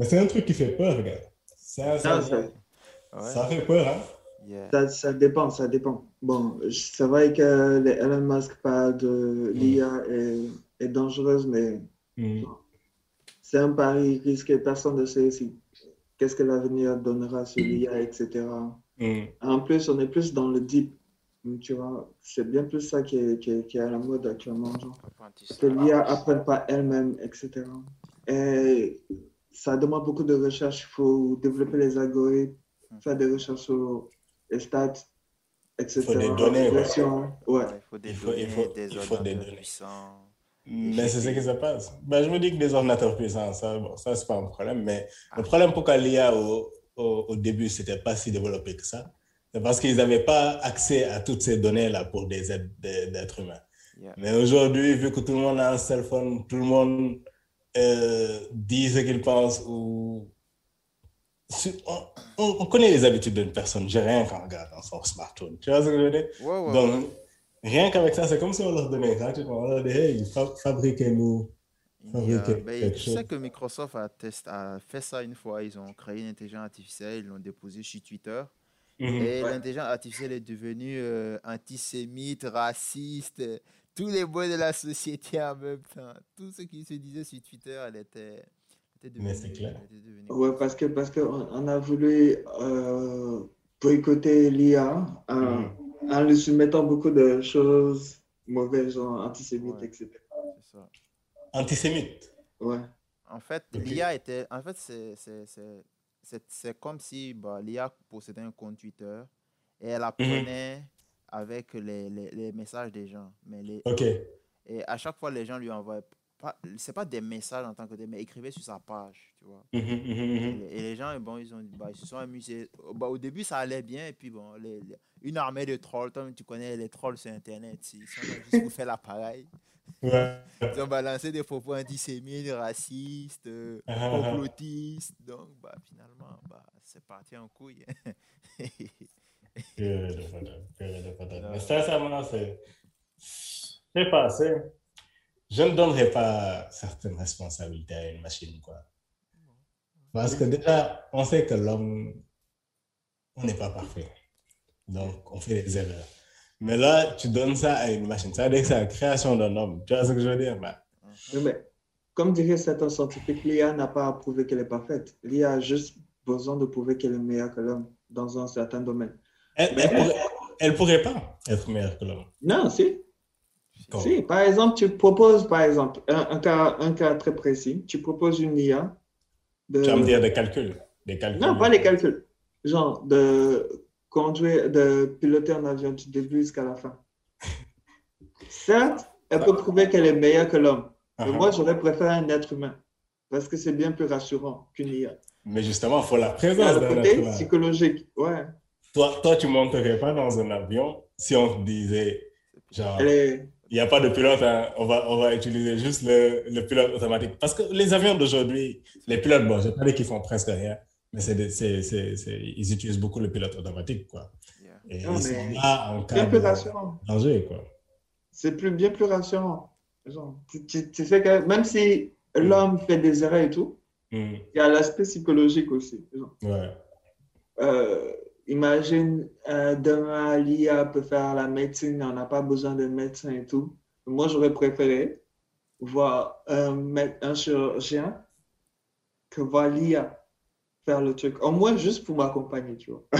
Mais c'est un truc qui fait peur, gars. Ça, ça, Non, Ouais, ça fait peur, hein? yeah. ça dépend, ça dépend. Bon, c'est vrai que les Elon Musk parlent de Mm, l'IA est dangereuse, mais mm, bon, c'est un pari risqué. Personne ne sait si, qu'est-ce que l'avenir donnera sur l'IA, etc. mm. En plus, on est plus dans le deep. Tu vois, c'est bien plus ça qui est à la mode actuellement, genre. Que Apprentissage. l'IA apprenne pas elle-même, etc. Et ça demande beaucoup de recherche. Il faut développer les algorithmes, faire des recherches sur les stats, Il faut des etc. La données, quoi. régression. Ouais. Ouais, il faut des données, des Il faut des ordinateurs données. puissants, des Mais c'est ce qui se GPU. passe. Ben, je me dis que des ordinateurs puissants, ça, bon, ça c'est pas un problème. Mais le Ah, problème pourquoi l'IA au début, c'était pas si développé que ça, c'est parce qu'ils n'avaient pas accès à toutes ces données-là pour des aides d'êtres humains. yeah. Mais aujourd'hui, vu que tout le monde a un cell phone, tout le monde dit ce qu'il pense ou on, on connaît les habitudes d'une personne. J'ai rien qu'en regardant son smartphone. Tu vois ce que je veux dire? Ouais, ouais, ouais. Donc, rien qu'avec ça, c'est comme si on leur donnait gratuitement. On leur dit, hey, fabriquez-nous Une IA. fabriquer Ben, quelque tu sais chose. que Microsoft a fait ça une fois. Ils ont créé une intelligence artificielle, ils l'ont déposée sur Twitter. Mhm. Et Ouais. l'intelligence artificielle est devenue antisémite, raciste, tous les mots de la société en même temps. Tout ce qui se disait sur Twitter, Mais c'est clair. elle était devenue Ouais, comme ça. parce que on a voulu boycotter l'IA Mhm. en lui soumettant beaucoup de choses mauvaises, genre antisémites, Ouais, etc. c'est ça. Antisémite. Ouais. En fait, OK. l'IA était. En fait, c'est comme si bah, l'IA possédait un compte Twitter et elle Mhm. apprenait avec les messages des gens. OK. Et à chaque fois, les gens lui envoyaient pas, c'est pas des messages en tant que tel, mais écrivaient sur sa page, tu vois. Mhm, mhm, mhm. Et les gens, bon, bah, ils se sont amusés. Bah, au début, ça allait bien, et puis bon, une armée de trolls, toi, tu connais les trolls sur Internet, ils sont là juste pour faire l'appareil. Ouais. Ils ont balancé des propos antisémites, racistes, Ah, ah, ah. complotistes. Donc, bah, finalement, bah, c'est parti en couille. Purée de patate, purée de patate. Mais Non, sincèrement, c'est pas, je ne donnerai pas certaines responsabilités à une machine, quoi. Parce que déjà, on sait que l'homme, on n'est pas parfait. yeah. Donc, on fait des erreurs. Mais là, tu donnes ça à une machine. Ça veut dire que c'est la création d'un homme. Tu vois ce que je veux dire? Ben, Oui, Mhm. mais comme dirait certains scientifiques, l'IA n'a pas à prouver qu'elle est parfaite. L'IA a juste besoin de prouver qu'elle est meilleure que l'homme dans un certain domaine. elle, Mais elle pourrait, elle pourrait pas être meilleure que l'homme. non, si. Si. Si, Comment? par exemple, tu proposes, par exemple, un cas très précis, tu proposes une IA Tu vas me de, dire des calculs. Des non, pas calculs. les calculs, genre de conduire, de piloter un avion du début jusqu'à la fin. Certes, elle peut Ça, prouver qu'elle est meilleure que l'homme, mais moi, uh-huh. j'aurais préféré un être humain parce que c'est bien plus rassurant qu'une IA. Mais justement, il faut la Il y a présence le d'un être côté humain. psychologique, ouais. Toi, tu ne monterais pas dans un avion si on te disait, C'est Elle genre, est, il n'y a pas de pilote, hein, on va utiliser juste le pilote automatique. Parce que les avions d'aujourd'hui, les pilotes, bon, je ne pas dire qu'ils font presque rien, mais ils utilisent beaucoup le pilote automatique, quoi. yeah. Et non, ils sont mais là en bien cas plus de rassurant. danger, quoi. C'est bien plus rassurant. Genre, tu sais que même si Mm. l'homme fait des erreurs et tout, Mm. il y a l'aspect psychologique aussi. Genre, Ouais. euh, imagine demain, l'IA peut faire la médecine, on n'a pas besoin de médecin et tout. Moi, j'aurais préféré voir un chirurgien que voir l'IA faire le truc. Au moins, juste pour m'accompagner, tu vois.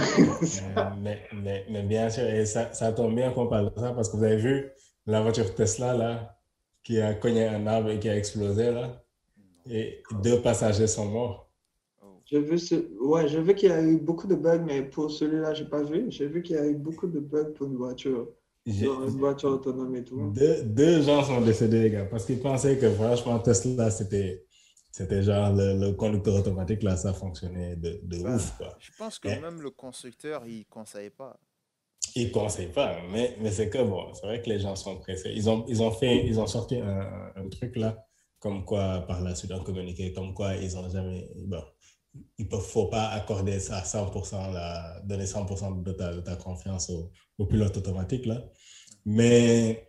Mais bien sûr, et ça tombe bien qu'on parle de ça parce que vous avez vu la voiture Tesla, là, qui a cogné un arbre et qui a explosé, là, Non. et deux passagers sont morts. Oh. Ouais, j'ai vu qu'il y a eu beaucoup de bugs, mais pour celui-là, j'ai pas vu. J'ai vu qu'il y a eu beaucoup de bugs pour une voiture, genre une J'ai- voiture autonome et tout. deux gens sont décédés, les gars, parce qu'ils pensaient que franchement, Tesla, c'était genre le conducteur automatique, là, ça fonctionnait de Bah, ouf, quoi. je pense que Et même le constructeur, il conseille pas. Il ils ne conseille pas. conseillent pas, mais c'est que bon, c'est vrai que les gens sont pressés. Ils ont sorti un truc là, comme quoi par la suite, un communiqué, comme quoi ils ont jamais, bon, faut pas accorder ça à 100%, donner 100% de ta confiance au pilote automatique là. Mais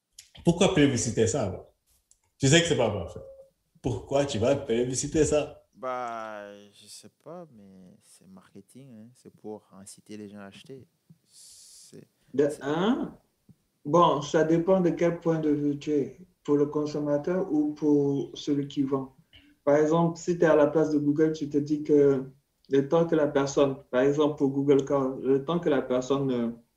pourquoi plébisciter ça? Bon? Tu sais que c'est pas parfait. Pourquoi tu vas plébisciter ça? Bah, je sais pas, mais c'est marketing, hein. C'est pour inciter les gens à acheter. C'est, De c'est- un, bon, ça dépend de quel point de vue tu es, pour le consommateur ou pour celui qui vend. Par exemple, si tu es à la place de Google, tu te dis que le temps que la personne, par exemple pour Google Car, le temps que la personne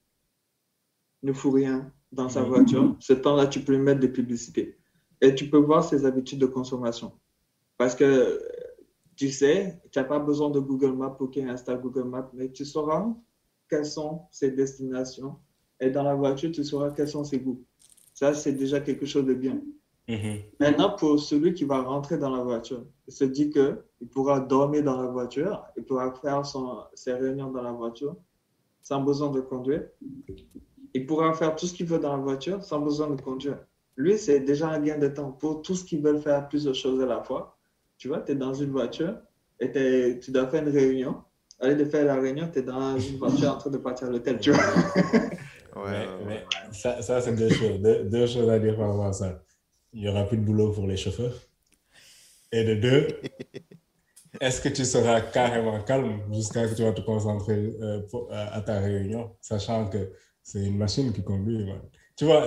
ne fout rien dans sa Mhm. voiture, ce temps-là, tu peux lui mettre des publicités. Et tu peux voir ses habitudes de consommation. Parce que tu sais, tu n'as pas besoin de Google Maps pour qu'il installe Google Maps, mais tu sauras quelles sont ses destinations. Et dans la voiture, tu sauras quels sont ses goûts. Ça, c'est déjà quelque chose de bien. Mhm. Maintenant, pour celui qui va rentrer dans la voiture, il se dit qu'il pourra dormir dans la voiture, il pourra faire ses réunions dans la voiture sans besoin de conduire. Il pourra faire tout ce qu'il veut dans la voiture sans besoin de conduire. Lui, c'est déjà un gain de temps pour tous qui veulent faire plusieurs choses à la fois. Tu vois, tu es dans une voiture et tu dois faire une réunion. Au lieu de faire la réunion, tu es dans une voiture en train de partir à l'hôtel, tu vois. Ouais, Mais ça c'est deux choses. Deux choses à dire par rapport à ça. Il n'y aura plus de boulot pour les chauffeurs. Et de deux, est-ce que tu seras carrément calme jusqu'à ce que tu vas te concentrer à ta réunion, sachant que c'est une machine qui conduit, man. Tu vois,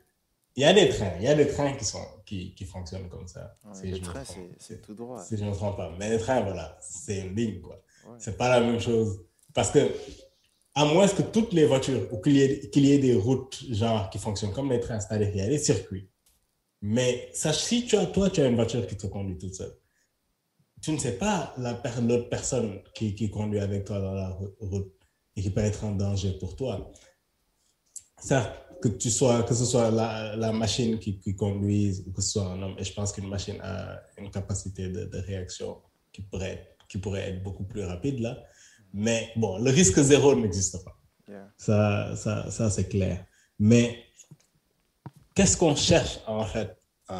il y a des trains qui fonctionnent comme ça, ouais, si le je me train, trompe, c'est tout droit. si je me trompe pas. Mais les trains, voilà, c'est une ligne, quoi. Ouais. C'est pas la même chose. Parce que, à moins que toutes les voitures, ou qu'il y ait des routes, genre, qui fonctionnent comme les trains, c'est-à-dire qu'il y a des circuits. Mais sache, si toi, tu as une voiture qui te conduit toute seule, tu ne sais pas l'autre personne qui conduit avec toi dans la route et qui peut être en danger pour toi. Certes, que ce soit la machine qui conduise ou que ce soit un homme, et je pense qu'une machine a une capacité de réaction qui pourrait être beaucoup plus rapide là. Mais bon, le risque zéro n'existe pas. Yeah. Ça c'est clair. Mais qu'est-ce qu'on cherche en fait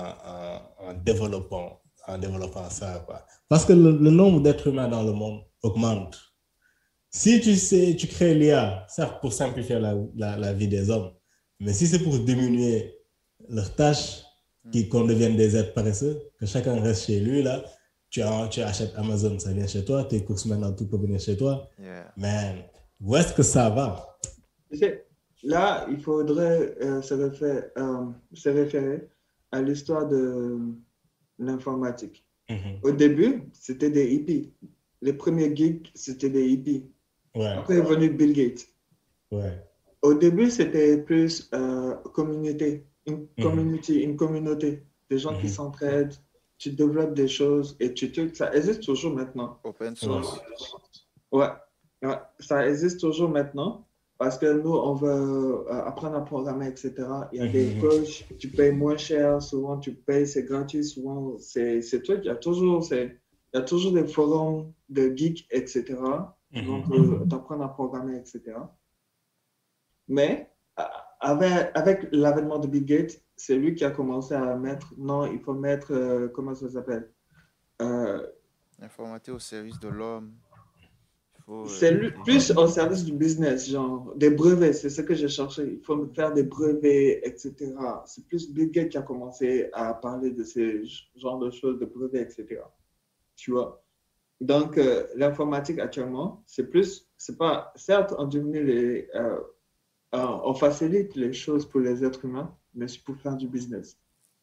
en développant ça, quoi? Parce que le nombre d'êtres humains dans le monde augmente. Si tu sais, tu crées l'IA, certes pour simplifier la vie des hommes, mais si c'est pour diminuer leurs tâches, qu'on devienne des êtres paresseux, que chacun reste chez lui, là, tu achètes Amazon, ça vient chez toi, tes courses maintenant, tout peut venir chez toi. Yeah. Man, où est-ce que ça va? Là, il faudrait se référer à l'histoire de l'informatique. Mhm. Au début, c'était des hippies. Les premiers geeks, c'était des hippies. Ouais, Après est venu Bill Gates. ouais. Au début, c'était plus communauté, Mhm. une communauté, des gens qui Mhm. s'entraident, tu développes des choses et ça existe toujours maintenant. Open Ouais. source. Ouais, ouais, ça existe toujours maintenant parce que nous, on veut apprendre à programmer, etc. Il y a des Mhm. coachs, tu payes moins cher, souvent tu payes, c'est gratuit, souvent c'est truc. Il y a toujours des forums de geeks, etc. Donc, Mhm. t'apprends à programmer, etc. Mais avec l'avènement de Bill Gates, c'est lui qui a commencé à mettre, non, il faut mettre, comment ça s'appelle? Euh, Informatique au service de l'homme. Il faut C'est déjà. plus au service du business, genre des brevets, c'est ce que j'ai cherché. Il faut faire des brevets, etc. C'est plus Bill Gates qui a commencé à parler de ces genres de choses, de brevets, etc. Tu vois? Donc, l'informatique actuellement, c'est pas, certes, on diminue on facilite les choses pour les êtres humains, mais c'est pour faire du business.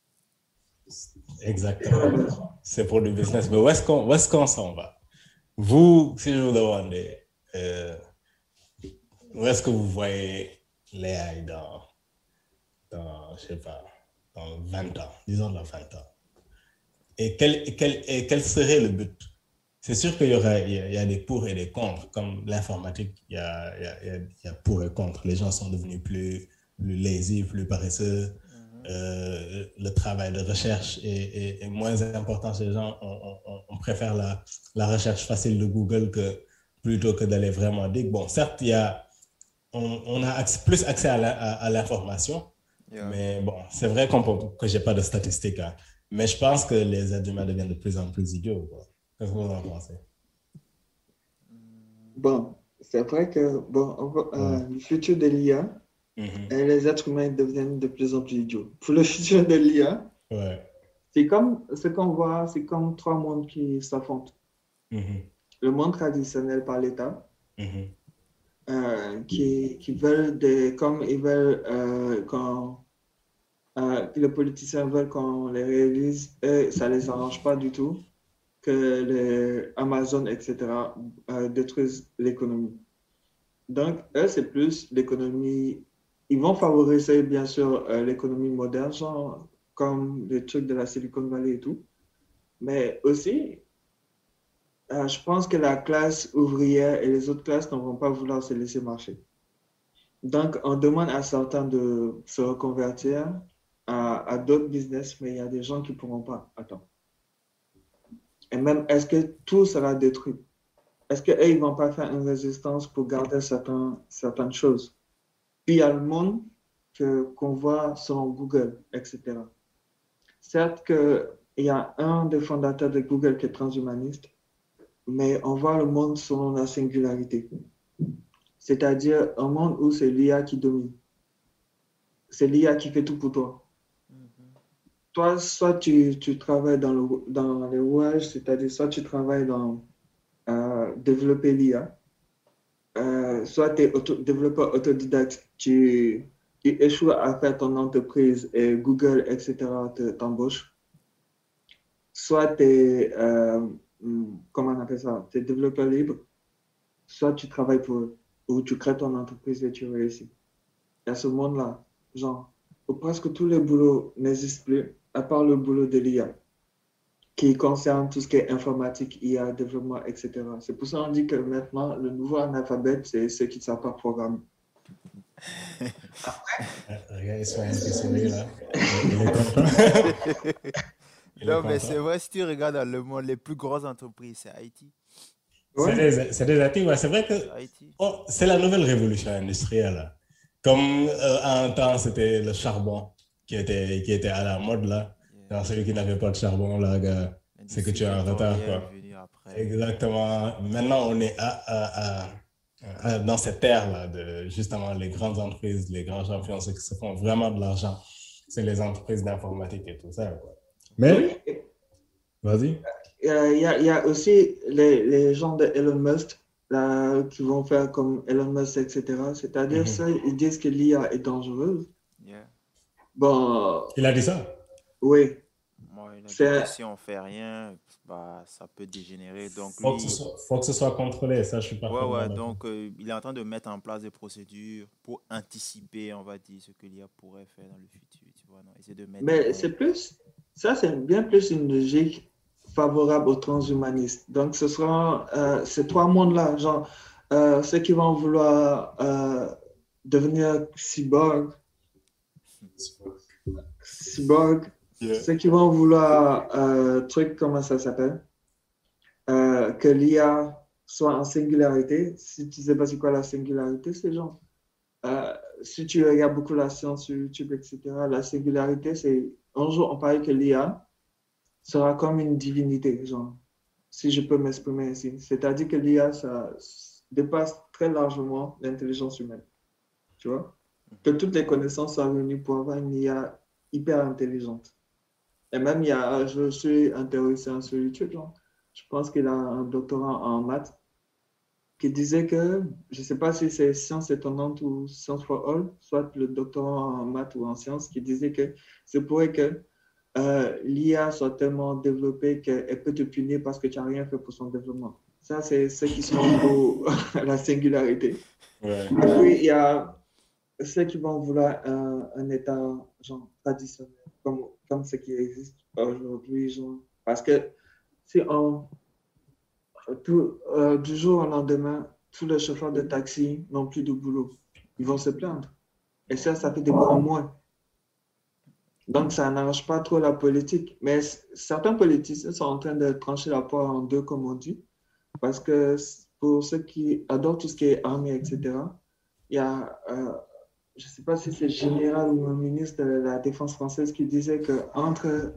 Exactement. C'est pour du business. Mais où est-ce qu'on s'en va? Vous, si je vous demandais, où est-ce que vous voyez l'AI je sais pas, dans 20 ans, disons dans 20 ans? Et quel serait le but? C'est sûr il y a des pour et des contre. Comme l'informatique, il y a pour et contre. Les gens sont devenus plus lazy, plus paresseux. Le travail de recherche est moins important chez les gens. On préfère la recherche facile de Google plutôt que d'aller vraiment dig. Bon, certes, on a plus accès à l'information, Yeah. mais bon, c'est vrai que je n'ai pas de statistiques, hein. Mais je pense que les êtres humains deviennent de plus en plus idiots, quoi. Qu'est-ce que vous en pensez? Bon, c'est vrai que bon, Ouais. le futur de l'IA, Mhm. les êtres humains deviennent de plus en plus idiots. Pour le futur de l'IA, Ouais. c'est comme ce qu'on voit, c'est comme trois mondes qui s'affrontent. Mhm. le monde traditionnel par l'État, Mhm. qui veulent comme ils veulent que les politiciens veulent qu'on les réalise, et ça les arrange pas du tout que les Amazon, etc., détruisent l'économie. Donc, eux, c'est plus l'économie. Ils vont favoriser, bien sûr, l'économie moderne, genre comme les trucs de la Silicon Valley et tout. Mais aussi, je pense que la classe ouvrière et les autres classes ne vont pas vouloir se laisser marcher. Donc, on demande à certains de se reconvertir à d'autres business, mais il y a des gens qui ne pourront pas. Attends. Et même, est-ce que tout sera détruit? Est-ce qu'eux, ils ne vont pas faire une résistance pour garder certaines choses? Puis, il y a le monde qu'on voit selon Google, etc. Certes qu'il y a un des fondateurs de Google qui est transhumaniste, mais on voit le monde selon la singularité. C'est-à-dire un monde où c'est l'IA qui domine. C'est l'IA qui fait tout pour toi. Toi, soit tu travailles dans les rouages, c'est-à-dire soit tu travailles dans développer l'IA, soit tu es développeur autodidacte, tu échoues à faire ton entreprise et Google, etc., t'embauche. Soit tu es, comment on appelle ça, tu es développeur libre, soit tu travailles pour eux, ou tu crées ton entreprise et tu réussis. Il y a ce monde-là, genre, où presque tous les boulots n'existent plus, à part le boulot de l'IA, qui concerne tout ce qui est informatique, IA, développement, etc. C'est pour ça qu'on dit que maintenant, le nouveau analphabète, c'est ceux qui ne savent pas programmer. Regarde, ils sont un peu sérieux là. Il est content. Non, mais c'est vrai, si tu regardes dans le monde, les plus grosses entreprises, c'est Haïti. C'est des actifs, ouais. C'est vrai que c'est la nouvelle révolution industrielle. Là. Comme à un temps, c'était le charbon qui était à la mode là. Dans celui qui n'avait pas de charbon, là, gars, c'est que tu es en retard. Quoi. Exactement. Maintenant, on est dans cette ère-là de justement les grandes entreprises, les grands champions, ceux qui se font vraiment de l'argent. C'est les entreprises d'informatique et tout ça. Quoi. Mais, oui. Vas-y. Il y a aussi les gens de Elon Musk là, qui vont faire comme Elon Musk, etc. C'est-à-dire, ils disent que l'IA est dangereuse. Yeah. Bon. Il a dit ça? Oui. Moi, il a dit que si on ne fait rien, bah, ça peut dégénérer. Donc, faut que ce soit contrôlé, ça, je suis pas ouais, donc il est en train de mettre en place des procédures pour anticiper, on va dire, ce que l'IA pourrait faire dans le futur. Tu vois, non? Essayer de mettre mais c'est plus, ça, c'est bien plus une logique favorable aux transhumanistes. Donc, ce sera ces trois mondes-là, genre ceux qui vont vouloir devenir cyborg, yeah. Ceux qui vont vouloir truc, comment ça s'appelle, que l'IA soit en singularité. Si tu ne sais pas c'est quoi la singularité, c'est genre, si tu regardes beaucoup la science sur YouTube, etc., la singularité, c'est, un jour, on parlait que l'IA sera comme une divinité, genre, si je peux m'exprimer ainsi. C'est-à-dire que l'IA, ça dépasse très largement l'intelligence humaine, tu vois? Que toutes les connaissances soient réunies pour avoir une IA hyper intelligente. Et même, je suis un théoricien sur YouTube, genre, je pense qu'il a un doctorat en maths, qui disait que, je ne sais pas si c'est Science étonnante ou Science for All, soit le doctorat en maths ou en sciences, qui disait que c'est pourrait que l'IA soit tellement développée qu'elle peut te punir parce que tu n'as rien fait pour son développement. Ça, c'est ceux qui sont pour la singularité. Ouais. Et puis, il y a ceux qui vont vouloir un État genre, traditionnel, comme ce qui existe aujourd'hui. Genre, parce que si du jour au lendemain, tous les chauffeurs de taxi n'ont plus de boulot. Ils vont se plaindre. Et ça fait des mois en moins. Donc, ça n'arrange pas trop la politique. Mais certains politiciens sont en train de trancher la poire en deux, comme on dit. Parce que pour ceux qui adorent tout ce qui est armée, etc., il y a, je ne sais pas si c'est le général ou un ministre de la Défense française qui disait qu'entre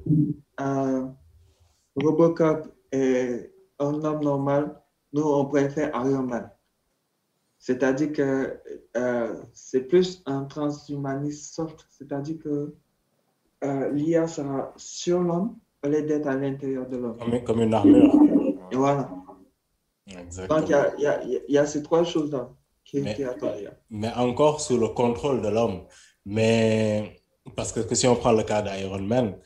Robocop et un homme normal, nous, on préfère Iron Man. C'est-à-dire que c'est plus un transhumanisme soft. C'est-à-dire que l'IA sera sur l'homme au lieu d'être à l'intérieur de l'homme. Comme une armure. Et voilà. Donc, Exactement. il y a ces trois choses-là qui Mais, attendent l'IA. mais encore sous le contrôle de l'homme. Mais parce que si on prend le cas d'Iron Man,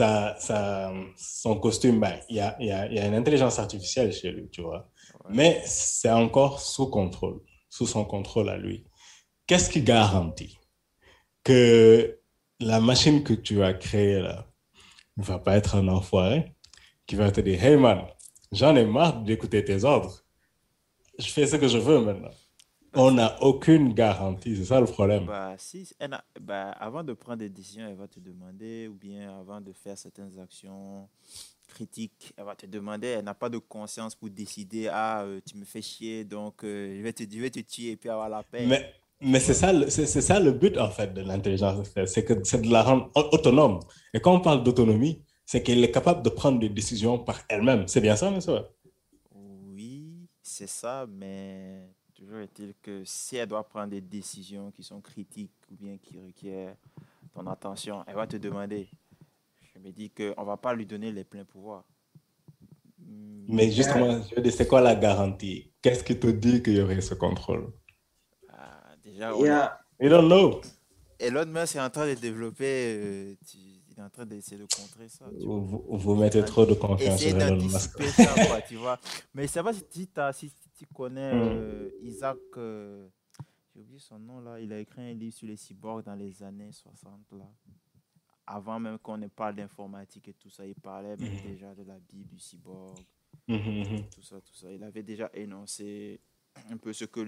son costume, ben, il y a une intelligence artificielle chez lui, tu vois. Ouais. Mais c'est encore sous contrôle, sous son contrôle à lui. Qu'est-ce qui garantit que la machine que tu as créée là ne va pas être un enfoiré qui va te dire, hey man, j'en ai marre d'écouter tes ordres. Je fais ce que je veux maintenant. Bah, On n'a aucune garantie, c'est ça le problème. si, avant de prendre des décisions, elle va te demander, ou bien avant de faire certaines actions critiques, elle va te demander, elle n'a pas de conscience pour décider, tu me fais chier, donc je vais te tuer et puis avoir la paix. Mais Tu vois? c'est ça le but en fait de l'intelligence artificielle, c'est que c'est de la rendre autonome. Et quand on parle d'autonomie, c'est qu'elle est capable de prendre des décisions par elle-même. C'est bien ça, n'est-ce pas? Oui, c'est ça, mais toujours est-il que si elle doit prendre des décisions qui sont critiques ou bien qui requièrent ton attention, elle va te demander. Je me dis qu'on ne va pas lui donner les pleins pouvoirs. Mais Mais justement, je veux dire, c'est quoi la garantie? Qu'est-ce qui te dit qu'il y aurait ce contrôle? déjà, Il y a, You don't know. Elon Musk est en train de développer, il est en train d'essayer de contrer ça, tu vois. Vous mettez trop de confiance Essayer sur Elon Musk. d'anticiper ça, quoi, tu vois. Mais je sais pas si tu connais Hmm. Isaac, j'ai oublié son nom là, il a écrit un livre sur les cyborgs dans les années 60 là. Avant même qu'on ne parle d'informatique et tout ça, il parlait même déjà de la Bible du cyborg, Mhm. tout ça, tout ça. Il avait déjà énoncé un peu ce que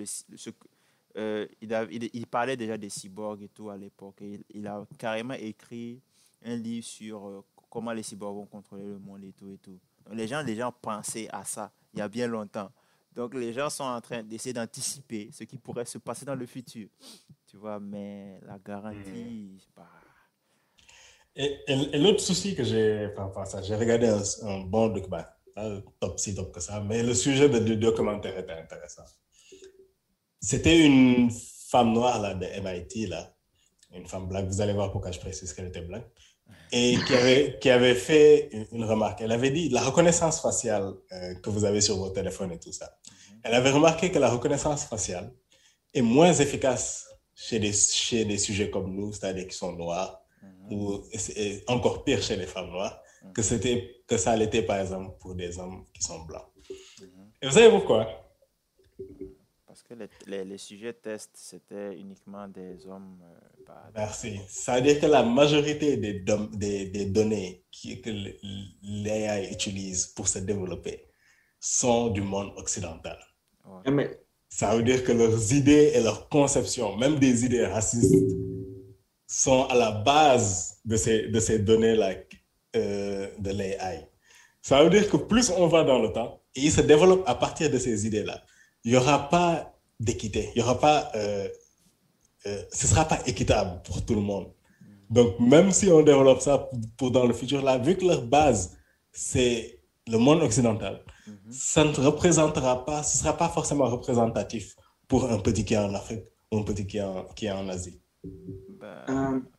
il parlait déjà des cyborgs et tout à l'époque. Et il a carrément écrit un livre sur comment les cyborgs vont contrôler le monde et tout et tout. Donc, les gens pensaient à ça il y a bien longtemps. Donc les gens sont en train d'essayer d'anticiper ce qui pourrait se passer dans le futur. Tu vois, mais la Mhm. garantie, bah, Et l'autre souci que j'ai par rapport à ça, j'ai regardé un bon documentaire, pas top si top que ça, mais le sujet du documentaire était intéressant. C'était une femme noire là, de MIT, là, une femme blanche, vous allez voir pourquoi je précise qu'elle était blanche, et qui avait fait une remarque. Elle avait dit, la reconnaissance faciale que vous avez sur vos téléphones et tout ça, mhm, elle avait remarqué que la reconnaissance faciale est moins efficace chez des sujets comme nous, c'est-à-dire qui sont noirs, mhm, ou c'est encore pire chez les femmes noires, mhm, que ça l'était par exemple pour des hommes qui sont blancs. mhm. Et vous savez pourquoi? Parce que les sujets tests, c'était uniquement des hommes. Merci. Ça veut dire que la majorité des données que l'AI utilise pour se développer sont du monde occidental. Ouais. mais Ça veut dire que leurs idées et leurs conceptions, même des idées racistes, sont à la base de ces données-là de l'AI. Ça veut dire que plus on va dans le temps, et il se développe à partir de ces idées-là, il n'y aura pas d'équité, il y aura pas, ce ne sera pas équitable pour tout le monde. Mhm, Donc, même si on développe ça pour dans le futur, là, vu que leur base, c'est le monde occidental, mhm. ça ne représentera pas, ce ne sera pas forcément représentatif pour un petit qui est en Afrique ou un petit qui est en Asie. Bah, euh,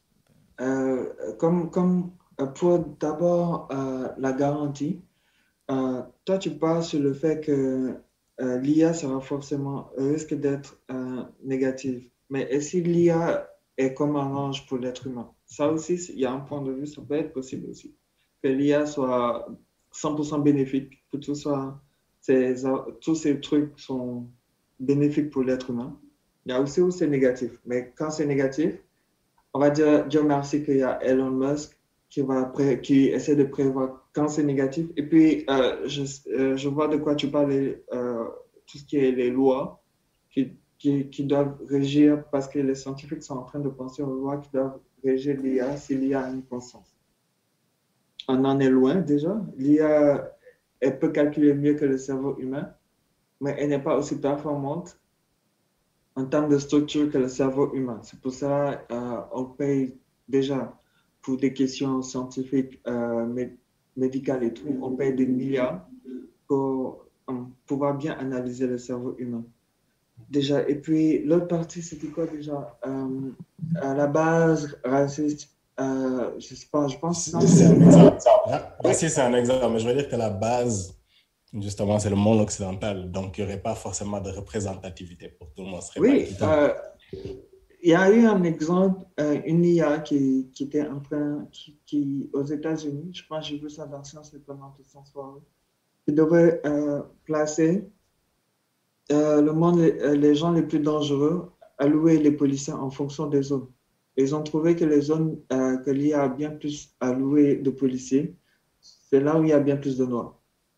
pour d'abord la garantie, toi tu parles sur le fait que l'IA sera forcément, risque d'être négative. Mais est-ce que l'IA est comme un ange pour l'être humain? Ça aussi, il y a un point de vue, ça peut être possible aussi. Que l'IA soit 100% bénéfique, que tous ces trucs sont bénéfiques pour l'être humain. Il y a aussi où c'est négatif. Mais quand c'est négatif, on va dire Dieu merci qu'il y a Elon Musk qui essaie de prévoir quand c'est négatif. Et puis, je vois de quoi tu parles, tout ce qui est les lois qui doivent régir, parce que les scientifiques sont en train de penser aux lois qui doivent régir l'IA si l'IA a une conscience. On en est loin déjà. L'IA, elle peut calculer mieux que le cerveau humain, mais elle n'est pas aussi performante en termes de structure que le cerveau humain. C'est pour ça on paye déjà pour des questions scientifiques, médicales et tout, on paye des milliards pour pouvoir bien analyser le cerveau humain. Déjà, et puis l'autre partie, c'était quoi déjà? À la base, raciste, je sais pas, je pense que non. C'est un exemple. Oui, Raciste, c'est un exemple, mais je veux dire que la base Justement, c'est le monde occidental, donc il n'y aurait pas forcément de représentativité pour tout le monde, ce serait pas Oui, équitable. il y a eu un exemple, une IA qui était en train, aux États-Unis, je pense que j'ai vu ça dans Science et pendant toute son soirée, qui devait placer le monde, les gens les plus dangereux, allouer les policiers en fonction des zones. Ils ont trouvé que les zones que l'IA a bien plus alloué de policiers, c'est là où il y a bien plus de noirs.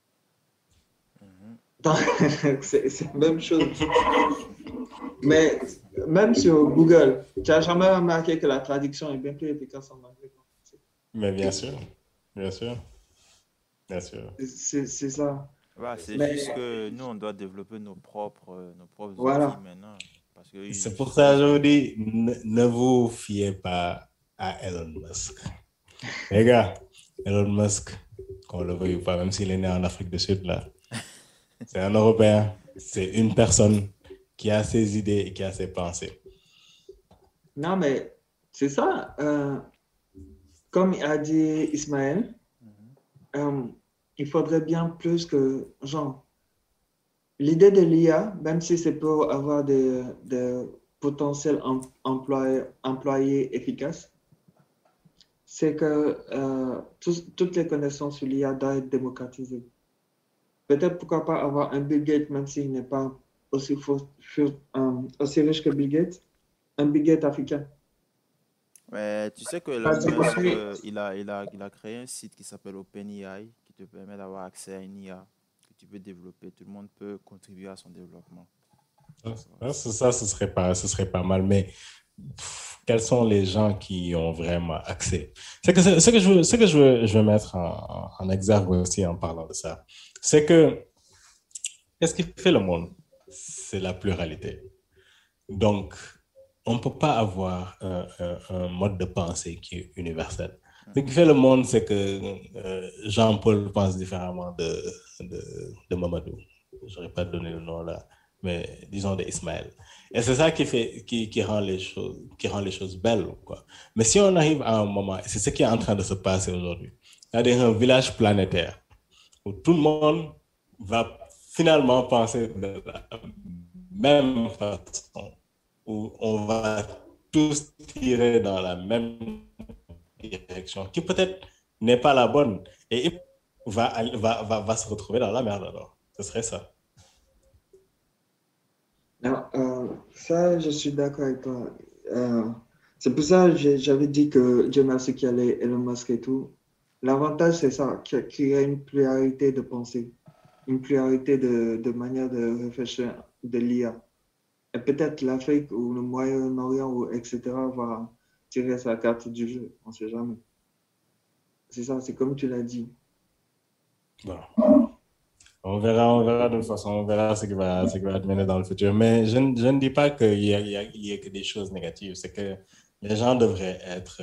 Donc, c'est la même chose. Mais même sur Google, tu n'as jamais remarqué que la traduction est bien plus efficace en anglais qu'en français. Mais bien sûr, bien sûr, bien sûr. C'est ça. Voilà, c'est Mais juste que nous, on doit développer nos propres outils voilà. maintenant. Parce que C'est pour ça justement, que je vous dis, ne vous fiez pas à Elon Musk. Les gars, Elon Musk, qu'on le veuille ou pas, même s'il est né en Afrique du Sud, là, c'est un Européen, c'est une personne qui a ses idées et qui a ses pensées. Non, mais c'est ça. Comme a dit Ismaël, il faudrait bien plus que, genre, l'idée de l'IA, même si c'est pour avoir des potentiels employés efficaces, c'est que toutes les connaissances sur l'IA doivent être démocratisées. Peut-être pourquoi pas avoir un Bill Gates, même s'il n'est pas aussi riche que Bill Gates, un Bill Gates africain. mais tu sais que Elon Parce Musk, que il a créé un site qui s'appelle OpenAI qui te permet d'avoir accès à une IA que tu peux développer. Tout le monde peut contribuer à son développement. Ce serait pas mal, mais quels sont les gens qui y ont vraiment accès? C'est que je veux mettre en exergue aussi en parlant de ça. C'est que, qu'est-ce qui fait le monde? C'est la pluralité. Donc, on ne peut pas avoir un mode de pensée qui est universel. Ce qui fait le monde, c'est que Jean-Paul pense différemment de Mamadou. Je n'aurais pas donné le nom là, mais disons d'Ismaël. Et c'est ça qui rend les choses belles, quoi. Mais si on arrive à un moment, et c'est ce qui est en train de se passer aujourd'hui, c'est-à-dire un village planétaire où tout le monde va finalement penser de la même façon, où on va tous tirer dans la même direction, qui peut-être n'est pas la bonne, et il va se retrouver dans la merde alors. Ce serait ça. non, ça, je suis d'accord avec toi. C'est pour ça que j'avais dit que Dieu merci qu'il y a Elon Musk et tout. L'avantage, c'est ça, qu'il y a une pluralité de pensée, une pluralité de manière de réfléchir de l'IA. Et peut-être l'Afrique ou le Moyen-Orient, ou etc., va tirer sa carte du jeu. On ne sait jamais. C'est ça, c'est comme tu l'as dit. Bon. On verra de toute façon, on verra ce qui va advenir dans le futur. Mais je ne dis pas qu'il y ait que des choses négatives. C'est que les gens devraient être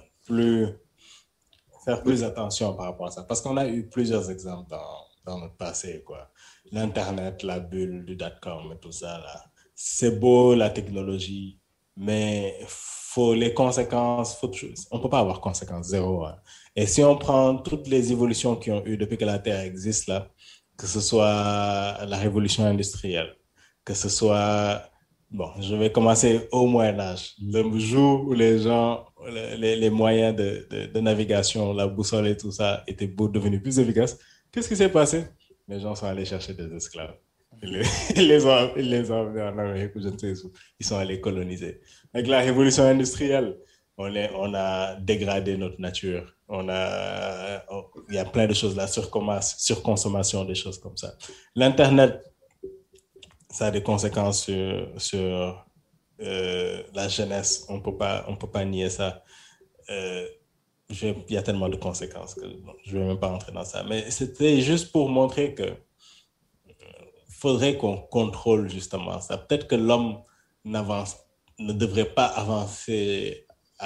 faire plus attention par rapport à ça. Parce qu'on a eu plusieurs exemples dans notre passé, quoi. L'Internet, la bulle du dot-com et tout ça, là. C'est beau, la technologie, mais faut les conséquences, on ne peut pas avoir conséquences zéro, hein. Et si on prend toutes les évolutions qui ont eu depuis que la Terre existe, là, que ce soit la révolution industrielle, que ce soit, bon, je vais commencer au Moyen Âge, le jour où les gens, les moyens de navigation, la boussole et tout ça étaient devenus plus efficaces. Qu'est-ce qui s'est passé? Les gens sont allés chercher des esclaves. Ils les ont amenés en Amérique ou je ne sais où. Ils sont allés coloniser. Avec la révolution industrielle, on a dégradé notre nature. Il y a plein de choses, la surconsommation, des choses comme ça. L'Internet, ça a des conséquences sur la jeunesse. On peut pas nier ça. Il y a tellement de conséquences que je ne vais même pas entrer dans ça. Mais c'était juste pour montrer que faudrait qu'on contrôle justement ça. Peut-être que l'homme ne devrait pas avancer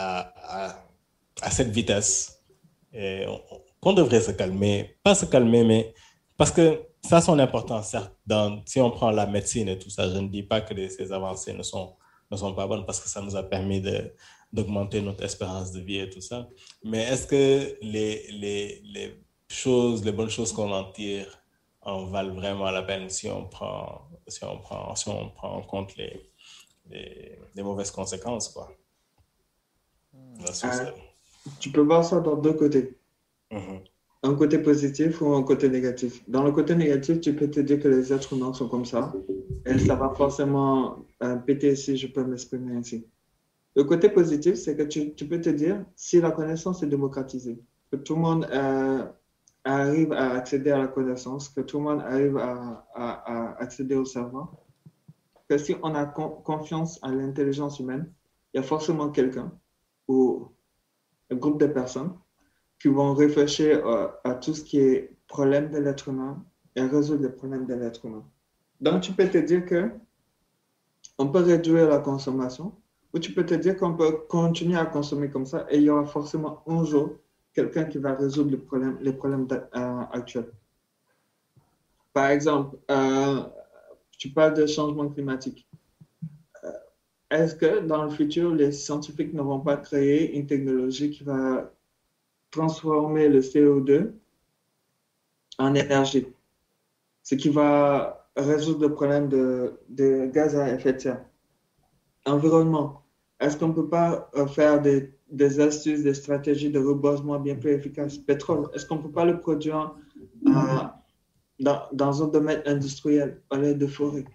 à cette vitesse. Et qu'on devrait se calmer. Pas se calmer, mais parce que ça a son importance, certes. Si on prend la médecine et tout ça, je ne dis pas que ces avancées ne sont pas bonnes parce que ça nous a permis d'augmenter notre espérance de vie et tout ça. Mais est-ce que les bonnes choses qu'on en tire en valent vraiment la peine si on prend en compte les mauvaises conséquences, quoi. Euh, Tu peux voir ça dans deux côtés. Mhm. Un côté positif ou un côté négatif. Dans le côté négatif, tu peux te dire que les êtres humains sont comme ça et ça va forcément péter si je peux m'exprimer ainsi. Le côté positif, c'est que tu peux te dire si la connaissance est démocratisée, que tout le monde arrive à accéder à la connaissance, que tout le monde arrive à accéder au savoir, que si on a confiance à l'intelligence humaine, il y a forcément quelqu'un ou un groupe de personnes qui vont réfléchir à tout ce qui est problème de l'être humain et résoudre les problèmes de l'être humain. Donc, tu peux te dire que on peut réduire la consommation ou tu peux te dire qu'on peut continuer à consommer comme ça et il y aura forcément un jour quelqu'un qui va résoudre les problèmes actuels. Par exemple, tu parles de changement climatique. Est-ce que dans le futur, les scientifiques ne vont pas créer une technologie qui va transformer le CO2 en énergie, ce qui va résoudre le problème de gaz à effet de serre? Environnement. Est-ce qu'on ne peut pas faire des astuces, des stratégies de reboisement bien plus efficaces? Pétrole. Est-ce qu'on ne peut pas le produire dans un domaine industriel, au lieu de forêt?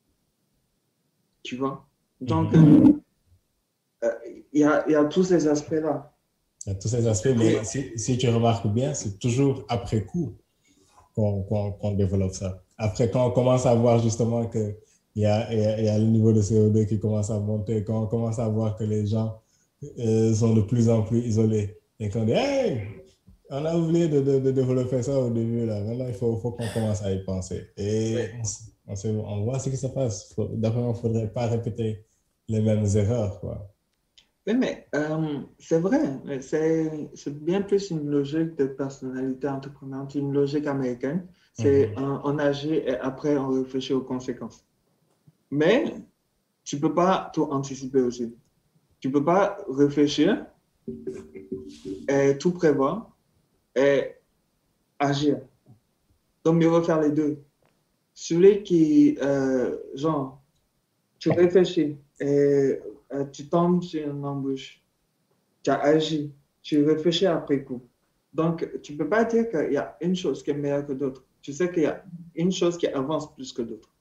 Tu vois? Donc, il y a tous ces aspects-là. Il y a tous ces aspects, mais si tu remarques bien, c'est toujours après coup qu'on développe ça. Après, quand on commence à voir justement qu'il y a le niveau de CO2 qui commence à monter, quand on commence à voir que les gens sont de plus en plus isolés, et qu'on dit, hey, on a oublié de développer ça au début, là. Maintenant, il faut qu'on commence à y penser. Et on voit ce qui se passe. D'après moi, il ne faudrait pas répéter les mêmes erreurs, quoi. Oui, mais c'est vrai, mais c'est bien plus une logique de personnalité entreprenante, une logique américaine. C'est on agit et après on réfléchit aux conséquences. Mais tu ne peux pas tout anticiper aussi. Tu ne peux pas réfléchir et tout prévoir et agir. Donc, mieux vaut faire les deux. Celui qui, genre, tu réfléchis et tu tombes sur une embûche, tu as agi, tu réfléchis après coup. Donc, tu ne peux pas dire qu'il y a une chose qui est meilleure que d'autres. Tu sais qu'il y a une chose qui avance plus que d'autres.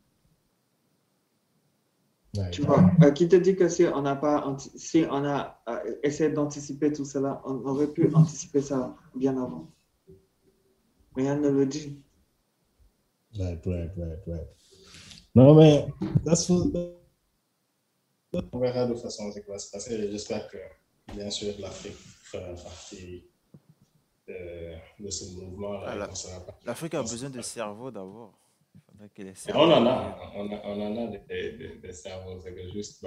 Ouais, Tu vois, qui te dit que si on n'a pas, si on a essayé d'anticiper tout cela, on aurait pu anticiper ça bien avant. Rien ne le dit. Right. Non, mais on verra de façon ce qui va se passer. J'espère que, bien sûr, l'Afrique fera partie de ce mouvement-là. L'Afrique a besoin de cerveau d'abord. On en a des cerveaux. C'est que juste,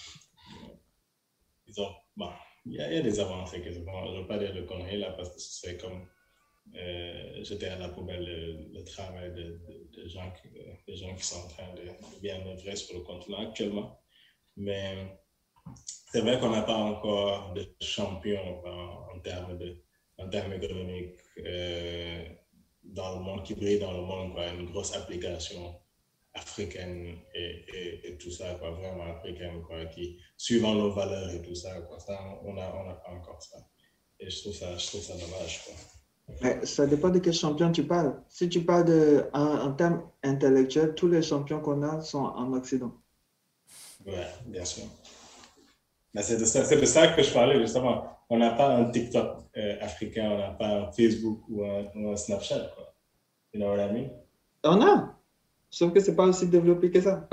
disons, il y a des avancées que je ne veux pas dire de conneries là parce que ce serait comme jeter à la poubelle le travail de gens qui sont en train de bien œuvrer sur le continent actuellement. Mais c'est vrai qu'on n'a pas encore de champion en termes économiques dans le monde, qui brille dans le monde, quoi, une grosse application africaine et tout ça, quoi, vraiment africaine, quoi, qui, suivant nos valeurs et tout ça, quoi, ça on n'a pas encore ça. Et je trouve ça dommage, quoi. Mais ça dépend de quel champion tu parles. Si tu parles en termes intellectuels, tous les champions qu'on a sont en Occident. Ouais, bien sûr. Mais c'est de ça que je parlais, justement. On n'a pas un TikTok africain, on n'a pas un Facebook ou un Snapchat, quoi. You know what I mean? On a, sauf que c'est pas aussi développé que ça.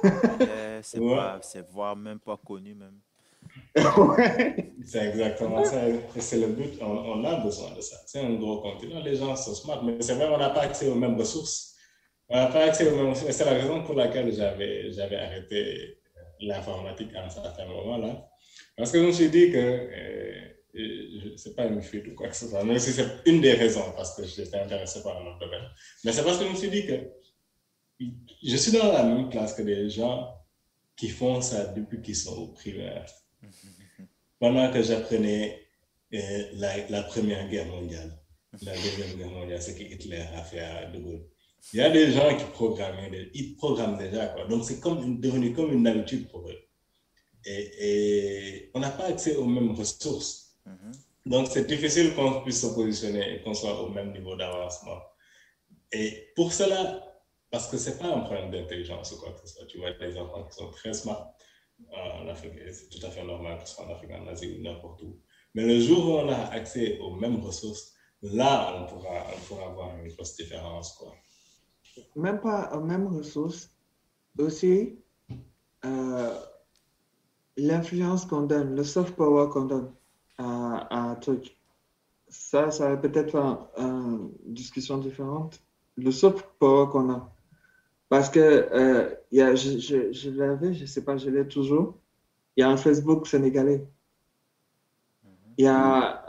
C'est voire même pas connu même. Ouais. C'est exactement ça. Et c'est le but. On a besoin de ça. C'est un gros continent. Les gens sont smart, mais c'est vrai, on n'a pas accès aux mêmes ressources. On n'a pas accès aux mêmes ressources. C'est la raison pour laquelle j'avais arrêté l'informatique à un certain moment là. Parce que je me suis dit que c'est pas une fuite ou quoi que ce soit, même si c'est une des raisons parce que j'étais intéressé par un autre domaine. Mais c'est parce que je me suis dit que je suis dans la même classe que des gens qui font ça depuis qu'ils sont au primaire. Pendant que j'apprenais la Première Guerre mondiale, la Deuxième Guerre mondiale, ce que Hitler a fait à De Gaulle. Il y a des gens qui programment, ils programment déjà, quoi. Donc, c'est devenu comme une habitude pour eux. Et on n'a pas accès aux mêmes ressources. Mhm. Donc, c'est difficile qu'on puisse se positionner et qu'on soit au même niveau d'avancement. Et pour cela, parce que c'est pas un problème d'intelligence ou quoi que ce soit, tu vois, des enfants qui sont très smart en Afrique, et c'est tout à fait normal que ce soit en Afrique, en Asie ou n'importe où. Mais le jour où on a accès aux mêmes ressources, là, on pourra avoir une grosse différence, quoi. Même pas aux mêmes ressources. Aussi, euh, l'influence qu'on donne, le soft power qu'on donne à un truc. Ça va peut-être faire une discussion différente. Le soft power qu'on a. Parce que je l'avais, je sais pas, je l'ai toujours. Il y a un Facebook sénégalais. Il y a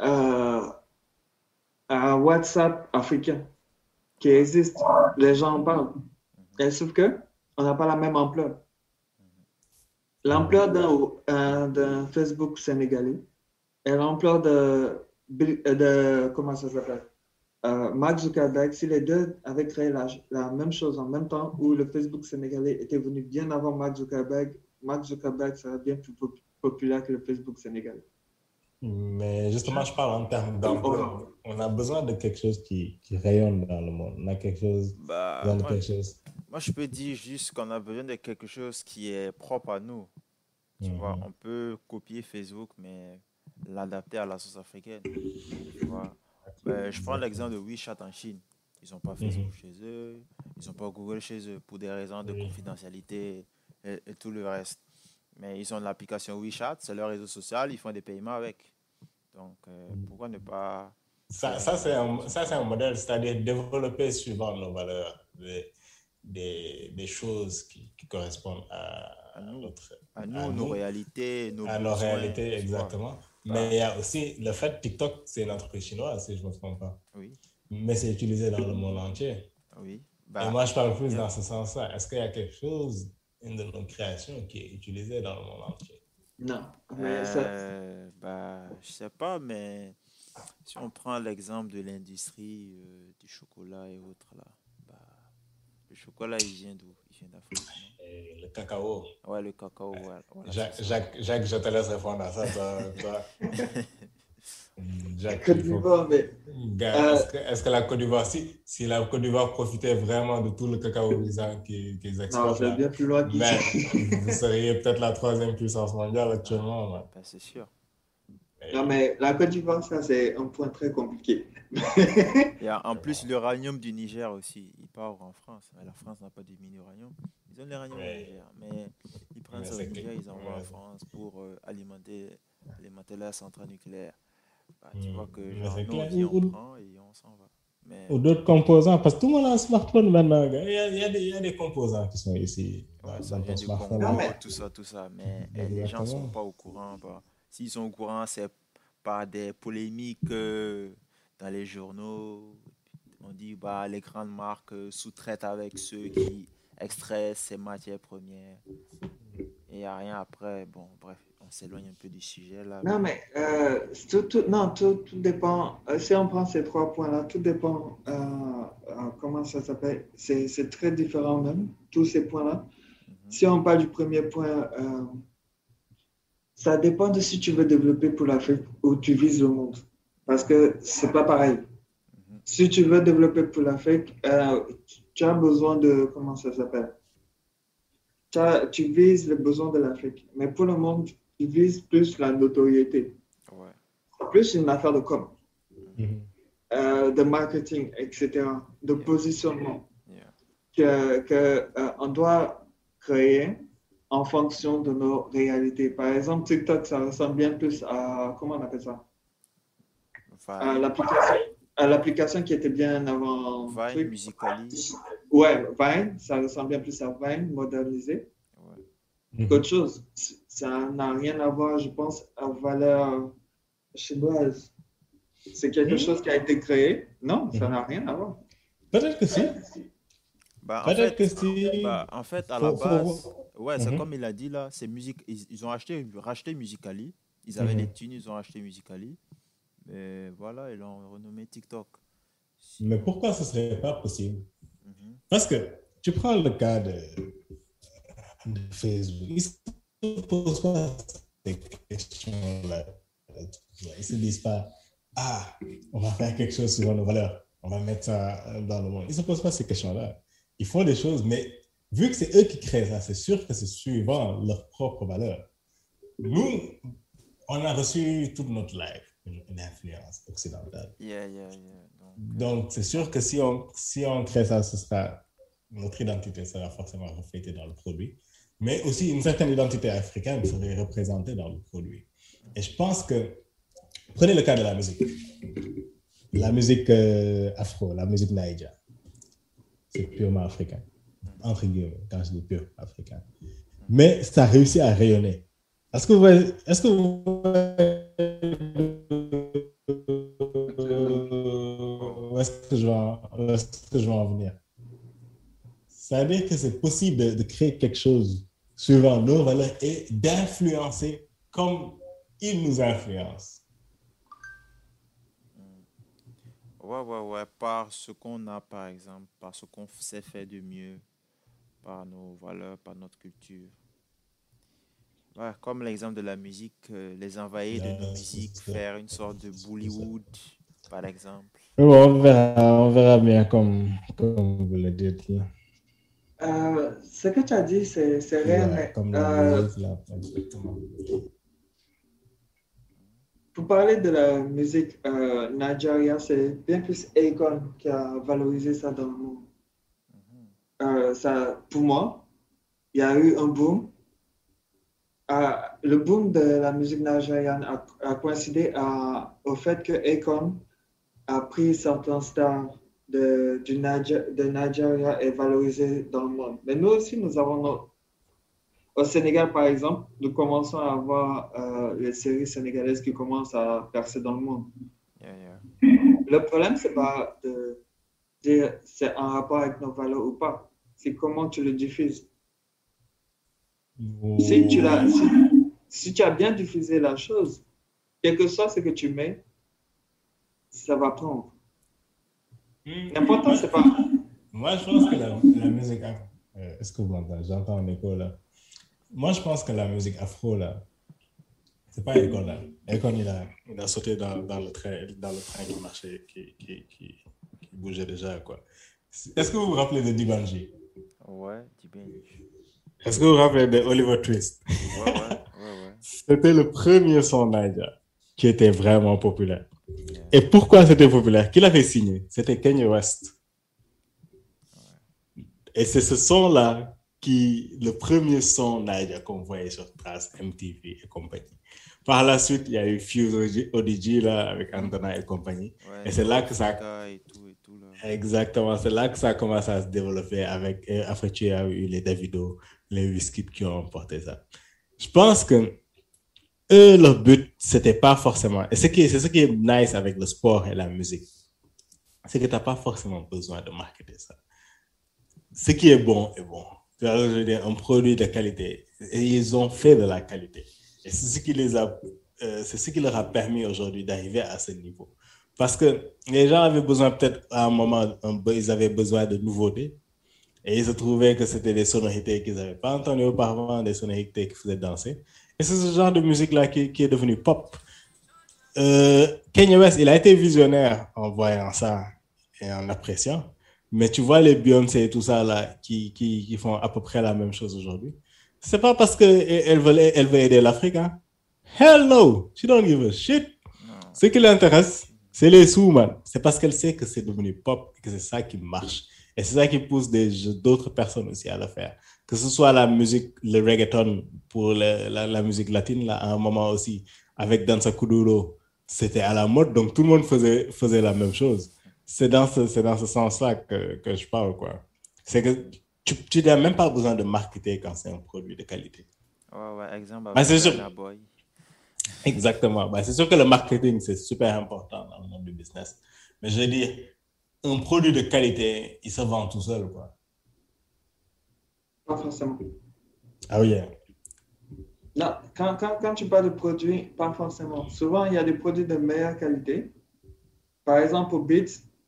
un WhatsApp africain qui existe. Les gens en parlent. Et sauf que on n'a pas la même ampleur. L'ampleur d'un Facebook sénégalais et l'ampleur comment ça s'appelle? Mark Zuckerberg, si les deux avaient créé la même chose en même temps, où le Facebook sénégalais était venu bien avant Mark Zuckerberg serait bien plus populaire que le Facebook sénégalais. Mais justement, je parle en termes d'ampleur. On a besoin de quelque chose qui rayonne dans le monde. On a quelque chose, Bah, besoin de quelque chose. moi, je peux dire juste qu'on a besoin de quelque chose qui est propre à nous. Tu vois, Mhm. on peut copier Facebook, mais l'adapter à la sauce africaine. Tu vois. Ben, je prends l'exemple de WeChat en Chine. Ils n'ont pas Facebook Mhm. chez eux, ils n'ont pas Google chez eux pour des raisons de Oui. confidentialité et tout le reste. Mais ils ont l'application WeChat, c'est leur réseau social, ils font des paiements avec. Donc, pourquoi ne pas Ça, créer ça un c'est modèle un, comme ça, c'est ça? un modèle, c'est-à-dire développer suivant nos valeurs, des choses qui correspondent À nous, à à nous, nos nous, réalités, nos à nos besoins, réalités, tu vois. exactement. Mais Bah, il y a aussi le fait TikTok, c'est une entreprise chinoise, si je ne me trompe pas. oui, Mais c'est utilisé dans le monde entier. oui. Et Bah, moi, je parle plus yep. dans ce sens-là. Est-ce qu'il y a quelque chose, une de nos créations, qui est utilisée dans le monde entier? Non, mais ça, Bah, je sais pas, mais si on prend l'exemple de l'industrie du chocolat et autres là, bah, le chocolat il vient d'où? Il vient d'Afrique, non? Et le cacao. Ouais, le cacao, voilà, voilà, c'est Jacques, ça. Jacques, je te laisse répondre à ça, Jacques, Côte il faut. d'Ivoire, mais Gars, euh, est-ce que la Côte d'Ivoire, si la Côte d'Ivoire profitait vraiment de tout le cacao qu'ils non, exportent je vais là, bien plus loin qu'ici. man, vous seriez peut-être la troisième puissance mondiale Ah, actuellement, man. bah, c'est sûr. Non, Et- mais la Côte d'Ivoire, ça, c'est un point très compliqué. Et en plus, l'uranium du Niger aussi, il part en France. Mais la France n'a pas de mine uranium. Ils ont l'uranium au mais, Niger, mais ils prennent mais ça au c'est Niger, ils envoient en mais- France pour alimenter la centrale nucléaire. Bah, tu vois que mais genre, c'est nous on clair. dit on prend et on s'en va. Mais Ou d'autres composants, parce que tout le monde a un smartphone maintenant, gars. Il y a des composants qui sont ici ouais, ça dans ton vient du smartphone. Non, Là. Congo, mais tout ça. Mais les gens sont Exactement. pas au courant. Bah, s'ils sont au courant, c'est par des polémiques dans les journaux. On dit bah les grandes marques sous-traitent avec ceux qui extraient ces matières premières. Et il n'y a rien après. Bon, bref, on s'éloigne un peu du sujet là, non, mais mais non, tout dépend. Si on prend ces trois points-là, tout dépend. Comment ça s'appelle? C'est très différent même, tous ces points-là. mhm, Si on parle du premier point, ça dépend de si tu veux développer pour l'Afrique ou tu vises le monde. Parce que c'est pas pareil. mhm, Si tu veux développer pour l'Afrique, tu as besoin de, comment ça s'appelle? Tu vises les besoins de l'Afrique. Mais pour le monde, tu vises plus la notoriété. ouais, Plus une affaire de com, mhm, Mhm. de marketing, etc., de yeah, positionnement yeah, on doit créer en fonction de nos réalités. Par exemple, TikTok, ça ressemble bien plus à, comment on appelle ça? À Vine, l'application qui était bien avant Vine, truc. Musically, Ouais, Vine, ça ressemble bien plus à Vine, modernisé, ouais. qu'autre Mhm. chose. Ça n'a rien à voir, je pense, à valeur chinoise. C'est quelque Mhm. chose qui a été créé. Non, ça n'a Mhm. rien à voir. Peut-être que si. Bah, Peut-être que si. en fait, à la base, ouais, c'est Mhm. comme il a dit là, c'est musique. Ils ont racheté Musicali. Ils avaient les Mhm. thunes, ils ont acheté Musicali. Mais voilà, ils l'ont renommé TikTok. Mais Sinon, pourquoi ce serait pas possible? Parce que tu prends le cas de Facebook, ils ne se posent pas ces questions-là. Ils ne se disent pas, ah, on va faire quelque chose selon nos valeurs, on va mettre ça dans le monde. Ils ne se posent pas ces questions-là. Ils font des choses, mais vu que c'est eux qui créent ça, c'est sûr que c'est suivant leurs propres valeurs. Nous, on a reçu toute notre life une influence occidentale. Donc, c'est sûr que si on crée ça, notre identité sera forcément reflétée dans le produit. Mais aussi, une certaine identité africaine serait représentée dans le produit. Et je pense que, prenez le cas de la musique. La musique afro, la musique naïja, c'est purement africain. Entre guillemets, quand je dis pur africain. Mais ça réussit à rayonner. Est-ce que vous voyez où est-ce que je vais en venir? Ça veut dire que c'est possible de créer quelque chose suivant nos valeurs et d'influencer comme ils nous influencent. Ouais. Par ce qu'on a, par exemple, par ce qu'on sait faire de mieux, par nos valeurs, par notre culture. Ouais, comme l'exemple de la musique, les envahir de nos musiques, faire une sorte de Bollywood, par exemple. Bon, on verra bien comme vous le dites. Là. Ce que tu as dit, c'est réel, mais comme la musique, là, exactement. Pour parler de la musique Nigeria, c'est bien plus Akon qui a valorisé ça dans le monde. Pour moi, il y a eu un boom. Le boom de la musique nigériane a coïncidé au fait que Akon a pris certains stars de Nigeria et valorisé dans le monde. Mais nous aussi, nous avons au Sénégal, par exemple, nous commençons à avoir les séries sénégalaises qui commencent à percer dans le monde. Le problème, c'est pas de dire c'est en rapport avec nos valeurs ou pas. C'est comment tu le diffuses. Si tu as bien diffusé la chose, quel que soit ce que tu mets, ça va prendre. L'important, c'est pas... Moi, je pense que la musique... est-ce que vous m'entendez? J'entends un écho là. Moi, je pense que la musique afro, là, c'est pas Akon là. Akon, il a sauté dans le train qui marchait, qui bougeait déjà, quoi. Est-ce que vous vous rappelez de Dibanji? Ouais, Dibanji. Est-ce que vous vous rappelez de Oliver Twist? Ouais. C'était le premier son Naija qui était vraiment populaire. Et pourquoi c'était populaire? Qui l'avait signé? C'était Kanye West. Et c'est ce son-là le premier son Naija qu'on voyait sur Trace, MTV et compagnie. Par la suite, il y a eu Fuse ODG là, avec Antona et compagnie. Ouais, et c'est là que ça... Et tout, là. Exactement, c'est là que ça a commencé à se développer avec... Après, tu as eu les Davido, les Wizkid qui ont porté ça. Je pense que eux, leur but, c'était pas forcément... Et c'est ce qui est nice avec le sport et la musique. C'est que tu n'as pas forcément besoin de marketer ça. Ce qui est bon est bon. Tu vois, je veux dire, un produit de qualité. Et ils ont fait de la qualité. Et c'est ce qui leur a permis aujourd'hui d'arriver à ce niveau. Parce que les gens avaient besoin, peut-être à un moment, ils avaient besoin de nouveautés. Et ils se trouvaient que c'était des sonorités qu'ils n'avaient pas entendues auparavant, des sonorités qui faisaient danser. Et c'est ce genre de musique-là qui est devenu pop. Kanye West, il a été visionnaire en voyant ça et en appréciant. Mais tu vois les Beyoncé et tout ça là, qui font à peu près la même chose aujourd'hui. C'est pas parce qu'elle veut aider l'Afrique. Hein? Hell no! She don't give a shit. Ce qui l'intéresse, c'est les sous, man. C'est parce qu'elle sait que c'est devenu pop et que c'est ça qui marche. Et c'est ça qui pousse d'autres personnes aussi à le faire. Que ce soit la musique, le reggaeton pour la musique latine, là, à un moment aussi, avec Danza Kuduro, c'était à la mode, donc tout le monde faisait la même chose. C'est dans ce sens-là que je parle, quoi. C'est que tu n'as même pas besoin de marketer quand c'est un produit de qualité. Ouais, exemple avec Burna Boy. Exactement. C'est sûr que le marketing, c'est super important dans le monde du business. Mais je veux dire, un produit de qualité, il se vend tout seul, quoi. Pas forcément. Ah oui. Non, quand tu parles de produits, pas forcément. Souvent, il y a des produits de meilleure qualité. Par exemple, au Beats,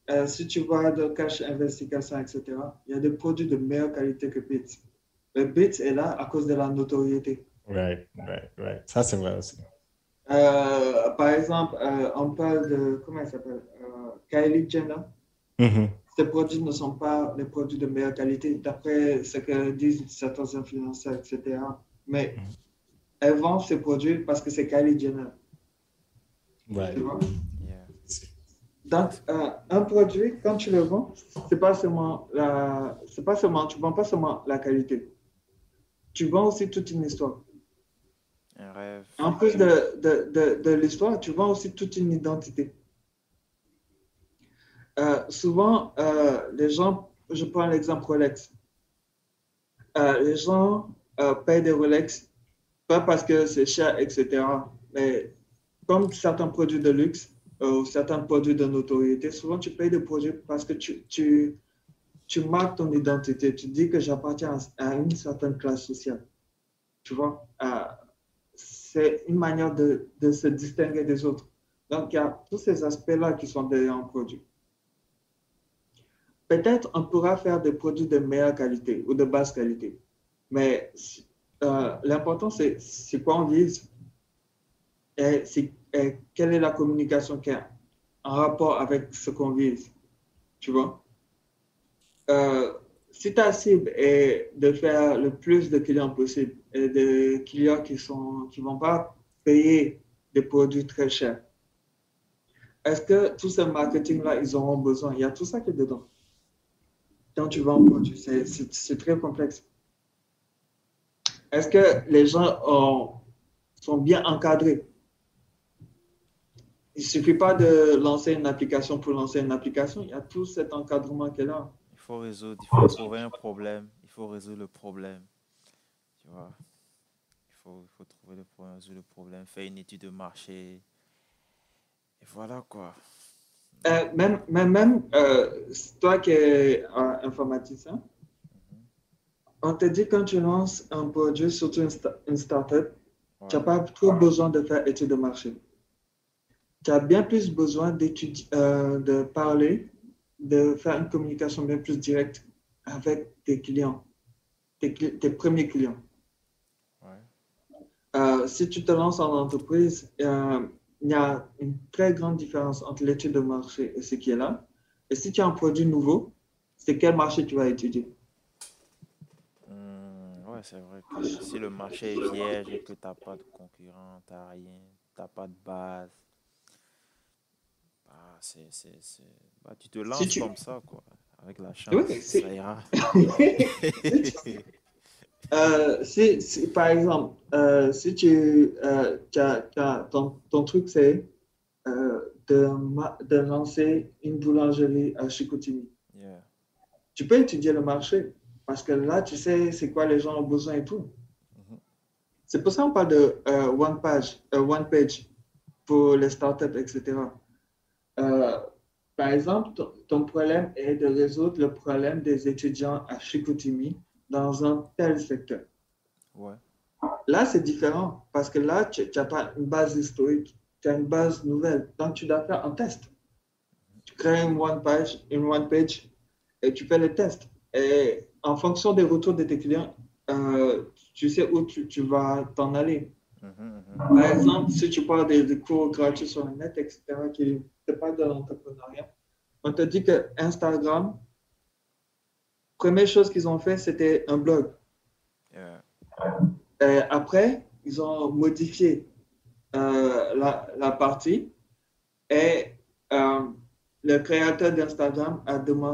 si tu vois de cash investigation, etc., il y a des produits de meilleure qualité que Bits. Le Bits est là à cause de la notoriété. Right, right, right. Ça, c'est vrai aussi. Par exemple, on parle de, comment elle s'appelle? Kylie Jenner. Mhm. Ces produits ne sont pas des produits de meilleure qualité, d'après ce que disent certains influenceurs, etc. Mais elles vendent ces produits parce que c'est Kylie Jenner. Tu Right. vois? Yeah. Donc, un produit, quand tu le vends, tu vends pas seulement la qualité. Tu vends aussi toute une histoire. Un rêve. En plus de l'histoire, tu vends aussi toute une identité. Souvent, les gens, je prends l'exemple Rolex. Les gens payent des Rolex, pas parce que c'est cher, etc. Mais comme certains produits de luxe ou certains produits de notoriété, souvent tu payes des produits parce que tu marques ton identité. Tu dis que j'appartiens à une certaine classe sociale. Tu vois, c'est une manière de se distinguer des autres. Donc, il y a tous ces aspects-là qui sont derrière un produit. Peut-être on pourra faire des produits de meilleure qualité ou de basse qualité. Mais l'important, c'est quoi on vise et quelle est la communication qui est en rapport avec ce qu'on vise. Tu vois? Si ta cible est de faire le plus de clients possible et des clients qui vont pas payer des produits très chers, est-ce que tout ce marketing-là, ils auront besoin? Il y a tout ça qui est dedans. Quand tu vends un produit, c'est très complexe. Est-ce que les gens sont bien encadrés? Il ne suffit pas de lancer une application pour lancer une application. Il y a tout cet encadrement qui est là. Il faut trouver un problème, il faut résoudre le problème, tu vois. Il faut trouver le problème, résoudre le problème, faire une étude de marché, et voilà quoi. Toi qui es informaticien, Mhm. on te dit quand tu lances un produit, surtout une startup, tu n'as Ouais, pas trop besoin de faire étude de marché. Tu as bien plus besoin de parler, de faire une communication bien plus directe avec tes clients, tes premiers clients. ouais. Si tu te lances en entreprise, il y a une très grande différence entre l'étude de marché et ce qui est là. Et si tu as un produit nouveau, c'est quel marché tu vas étudier? Ouais, c'est vrai que si le marché est vierge et que tu n'as pas de concurrent, tu n'as rien, tu n'as pas de base, bah, bah, tu te Si lances comme tu... ça, quoi. Avec la Oui, chance, ça ira. Par exemple, si ton truc, c'est de lancer une boulangerie à Chicoutimi. Yeah. Tu peux étudier le marché parce que là, tu sais c'est quoi les gens ont besoin et tout. Mhm. C'est pour ça qu'on parle de one page pour les startups, etc. Euh, Par exemple, ton problème est de résoudre le problème des étudiants à Chicoutimi dans un tel secteur. Ouais. Là, c'est différent parce que là, tu n'as pas une base historique, tu as une base nouvelle. Donc, tu dois faire un test. Tu crées une one page et tu fais le test. Et en fonction des retours de tes clients, tu sais où tu vas t'en aller. Mhm, Par exemple, si tu parles des cours gratuits sur le net, etc., qui te parlent de l'entrepreneuriat, on te dit que Instagram, première chose qu'ils ont fait, c'était un blog. yeah. Et après, ils ont modifié la partie et le créateur d'Instagram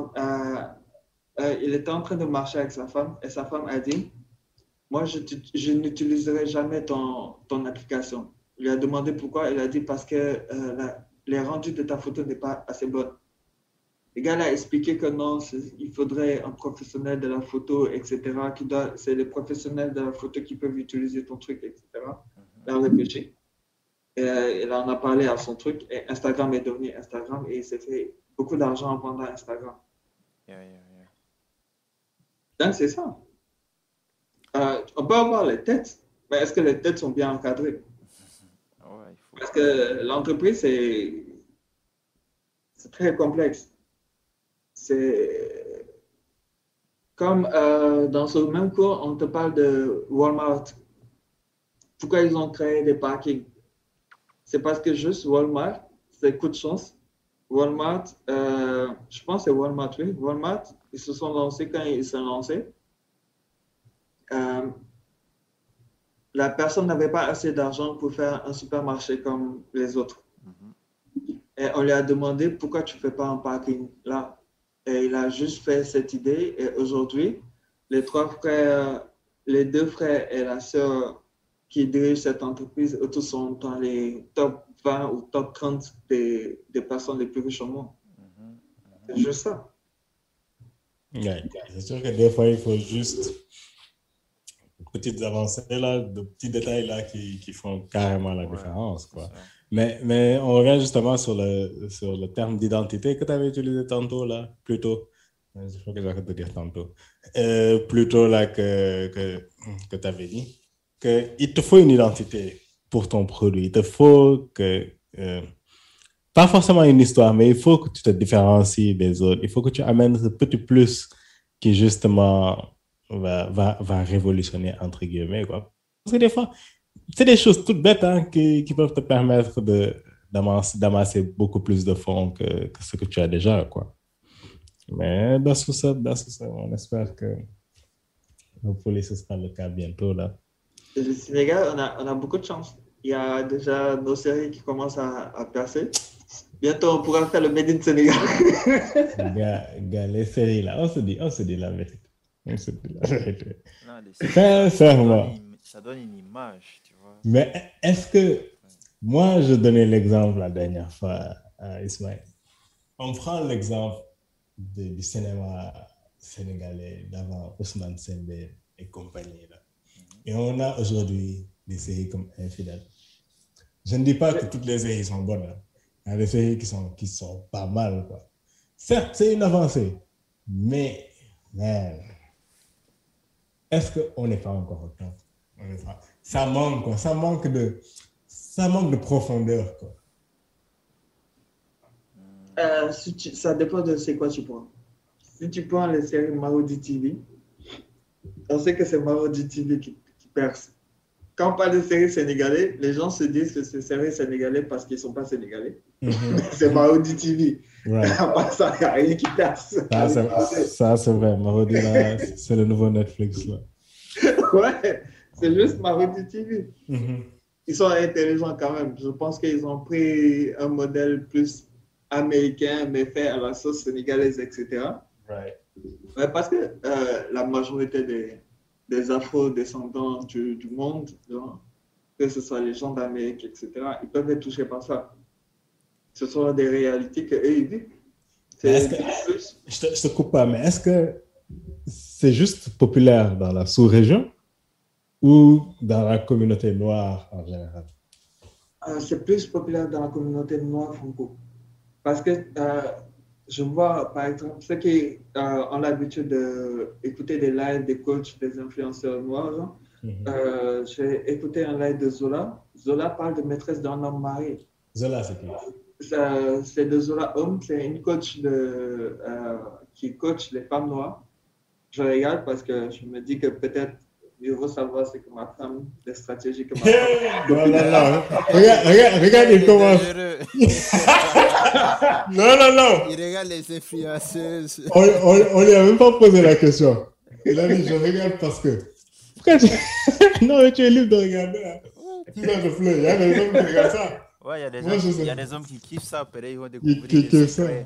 il était en train de marcher avec sa femme et sa femme a dit, moi, je n'utiliserai jamais ton application. Il lui a demandé pourquoi. Il a dit parce que les rendus de ta photo n'est pas assez bon. Le gars a expliqué que non, il faudrait un professionnel de la photo, etc. C'est les professionnels de la photo qui peuvent utiliser ton truc, etc. Il a réfléchi. Il en a parlé à son truc et Instagram est devenu Instagram et il s'est fait beaucoup d'argent en vendant Instagram. Yeah, yeah, yeah. Donc, c'est ça. On peut avoir les têtes, mais est-ce que les têtes sont bien encadrées? Ouais, il faut. Parce que l'entreprise, c'est très complexe. c'est comme dans ce même cours, on te parle de Walmart. Pourquoi ils ont créé des parkings? C'est parce que juste Walmart, c'est coup de chance. Walmart, je pense que c'est Walmart, oui. Walmart, ils se sont lancés quand ils se sont lancés. La personne n'avait pas assez d'argent pour faire un supermarché comme les autres. Et on lui a demandé pourquoi tu ne fais pas un parking là. Et il a juste fait cette idée. Et aujourd'hui, les trois frères, les deux frères et la sœur qui dirigent cette entreprise, eux tous sont dans les top 20 ou top 30 des personnes les plus riches au monde. C'est juste ça. Ouais, c'est sûr que des fois, il faut juste de petites avancées là, de petits détails là qui font carrément la différence, quoi. Mais on revient justement sur le terme d'identité que tu avais utilisé tantôt là, plutôt. Je crois que j'arrête de dire tantôt. Plutôt là que tu avais dit qu'il te faut une identité pour ton produit. Il te faut pas forcément une histoire, mais il faut que tu te différencies des autres. Il faut que tu amènes ce petit plus qui justement va révolutionner, entre guillemets, quoi. Parce que des fois, c'est des choses toutes bêtes hein, qui peuvent te permettre d'amasser beaucoup plus de fonds que ce que tu as déjà, quoi. Mais dans tout ça, on espère que ce sera le cas bientôt, là. Le Sénégal, on a beaucoup de chance. Il y a déjà nos séries qui commencent à percer. Bientôt, on pourra faire le Made in Sénégal. Gars, les séries, là, on se dit la vérité. On se dit la vérité. Non, Sincèrement. Ça donne une image, tu vois. Mais est-ce que... Moi, je donnais l'exemple la dernière fois à Ismaël. On prend l'exemple du cinéma sénégalais d'avant Ousmane Sembène et compagnie, là. Et on a aujourd'hui des séries comme Infidèles. Je ne dis pas que toutes les séries sont bonnes. Hein. Il y a des séries qui sont pas mal, quoi. Certes, c'est une avancée, mais man, est-ce qu'on n'est pas encore au top? Ça manque, quoi. Ça manque de profondeur, quoi. Ça dépend de c'est quoi tu prends. Si tu prends les séries Marodi TV, on sait que c'est Marodi TV qui perce. Quand on parle de séries sénégalais, les gens se disent que c'est séries sénégalais parce qu'ils ne sont pas sénégalais. C'est Marodi TV. Right. À part ça, il n'y a rien qui perce. Ça, c'est vrai. Marodi, là, c'est le nouveau Netflix, là. Ouais, c'est juste Marodi TV. Ils sont intelligents quand même. Je pense qu'ils ont pris un modèle plus américain, mais fait à la sauce sénégalaise, etc. Right. Ouais, parce que la majorité des afro-descendants du monde, genre, que ce soit les gens d'Amérique, etc., ils peuvent être touchés par ça. Ce sont des réalités qu'eux, ils vivent. Je te coupe pas, mais est-ce que c'est juste populaire dans la sous-région ou dans la communauté noire en général? C'est plus populaire dans la communauté noire franco. Parce que je vois, par exemple, ceux qui ont l'habitude d'écouter des lives des coachs, des influenceurs noirs. J'ai écouté un live de Zola. Zola parle de maîtresse d'un homme marié. Zola, c'est qui? C'est de Zola Homme. C'est une coach qui coach les femmes noires. Je regarde parce que je me dis que peut-être il faut savoir ce que ma femme, les stratégies que ma femme... Non. Regarde, il commence. Non. Il regarde les influenceuses. On lui a même pas posé la question. Il a dit, je regarde parce que... Non, mais tu es libre de regarder. Hein. Tu vas te fleur. Il y a des hommes qui regardent ça. Ouais, il y a des hommes qui kiffent ça. Peut-être ils vont découvrir des secrets.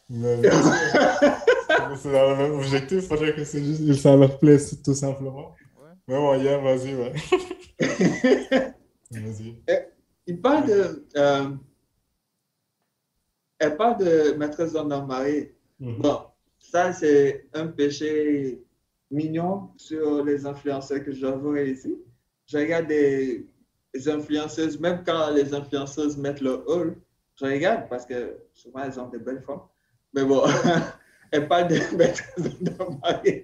C'est dans le même objectif. Il faudrait que c'est juste... Ça leur plaît tout simplement. Mais bon, yeah, vas-y, ouais. Vas-y. Il parle elle parle de maîtresse d'un homme marié. Bon, ça, c'est un péché mignon sur les influenceurs que j'avouerai ici. Je regarde des influenceuses, même quand les influenceuses mettent leur haul, je regarde parce que souvent, elles ont des belles formes. Mais bon, elle parle de maîtresse d'un homme marié.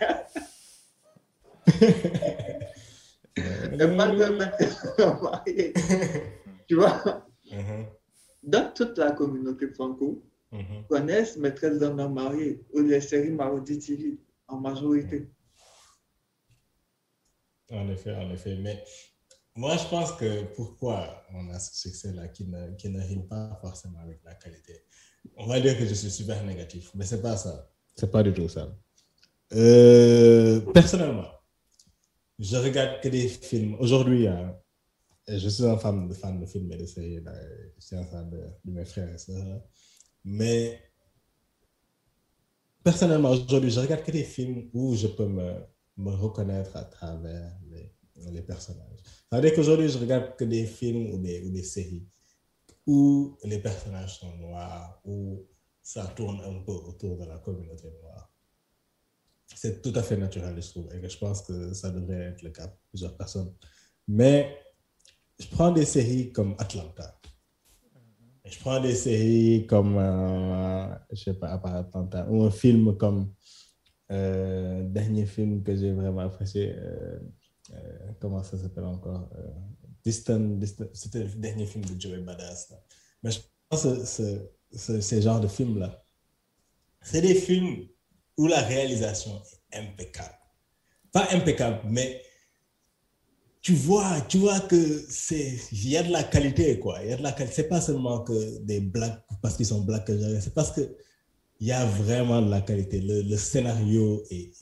Elle parle de maîtresse d'un homme marié. Tu vois? Dans toute la communauté franco, connaissent Maîtresse d'un homme marié ou les séries Marodi TV en majorité. En effet. Mais moi, je pense que pourquoi on a ce succès-là qui ne rime pas forcément avec la qualité. On va dire que je suis super négatif, mais c'est pas ça. C'est pas du tout ça. Personnellement, je regarde que des films. Aujourd'hui, je suis un fan de films et de séries. Là. Je suis un fan de mes frères et sœurs. Mais personnellement, aujourd'hui, je regarde que des films où je peux me reconnaître à travers les personnages. Ça veut dire qu'aujourd'hui, je regarde que des films ou des séries où les personnages sont noirs, où ça tourne un peu autour de la communauté noire. C'est tout à fait naturel, je trouve, et je pense que ça devrait être le cas pour plusieurs personnes. Mais je prends des séries comme Atlanta. Je prends des séries comme, je sais pas, à part Atlanta, ou un film comme, dernier film que j'ai vraiment apprécié, comment ça s'appelle encore? Distant, c'était le dernier film de Joey Badass. Là. Mais je pense que ces genres de films-là, c'est des films où la réalisation est impeccable. Pas impeccable, mais tu vois que il y a de la qualité, quoi. Il y a de la qualité. C'est pas seulement que des blagues parce qu'ils sont blagues que j'arrive. C'est parce que il y a vraiment de la qualité. Le scénario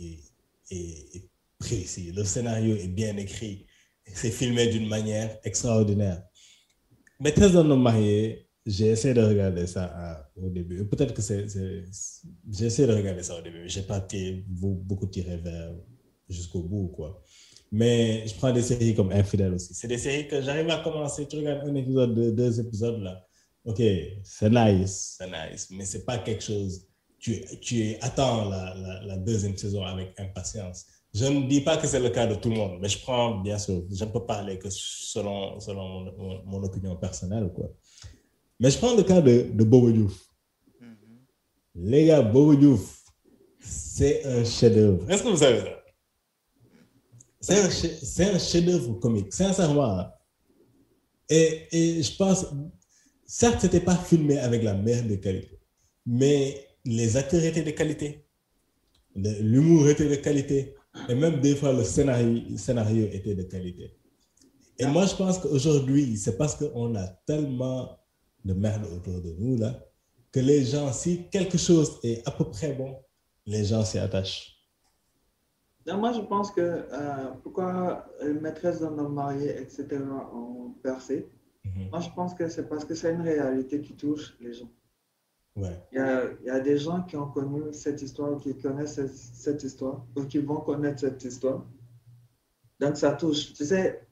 est précis. Le scénario est bien écrit. C'est filmé d'une manière extraordinaire. Maîtresse d'un homme marié, j'ai essayé de regarder ça au début. Peut-être que j'ai essayé de regarder ça au début. J'ai pas beaucoup tiré jusqu'au bout, quoi. Mais je prends des séries comme Infidèle aussi. C'est des séries que j'arrive à commencer. Tu regardes un épisode, deux épisodes là. Ok, c'est nice. Mais c'est pas quelque chose. Tu attends la deuxième saison avec impatience. Je ne dis pas que c'est le cas de tout le monde, mais je prends, bien sûr, je ne peux parler que selon mon opinion personnelle, quoi. Mais je prends le cas de Bobo Diouf. Les gars, Bobo Diouf, c'est un chef-d'œuvre. Est-ce que vous savez ça? C'est un chef-d'œuvre comique, sincèrement. Et je pense, certes, ce n'était pas filmé avec la meilleure des qualités, mais les acteurs étaient de qualité, l'humour était de qualité, et même des fois, le scénario était de qualité. Et moi, je pense qu'aujourd'hui, c'est parce qu'on a tellement de merde autour de nous, là, que les gens, si quelque chose est à peu près bon, les gens s'y attachent. Non, moi, je pense que pourquoi Maîtresse d'un homme marié, etc., ont percé, moi, je pense que c'est parce que c'est une réalité qui touche les gens. Ouais. Il y a des gens qui ont connu cette histoire, ou qui connaissent cette histoire, ou qui vont connaître cette histoire. Donc, ça touche. Tu sais,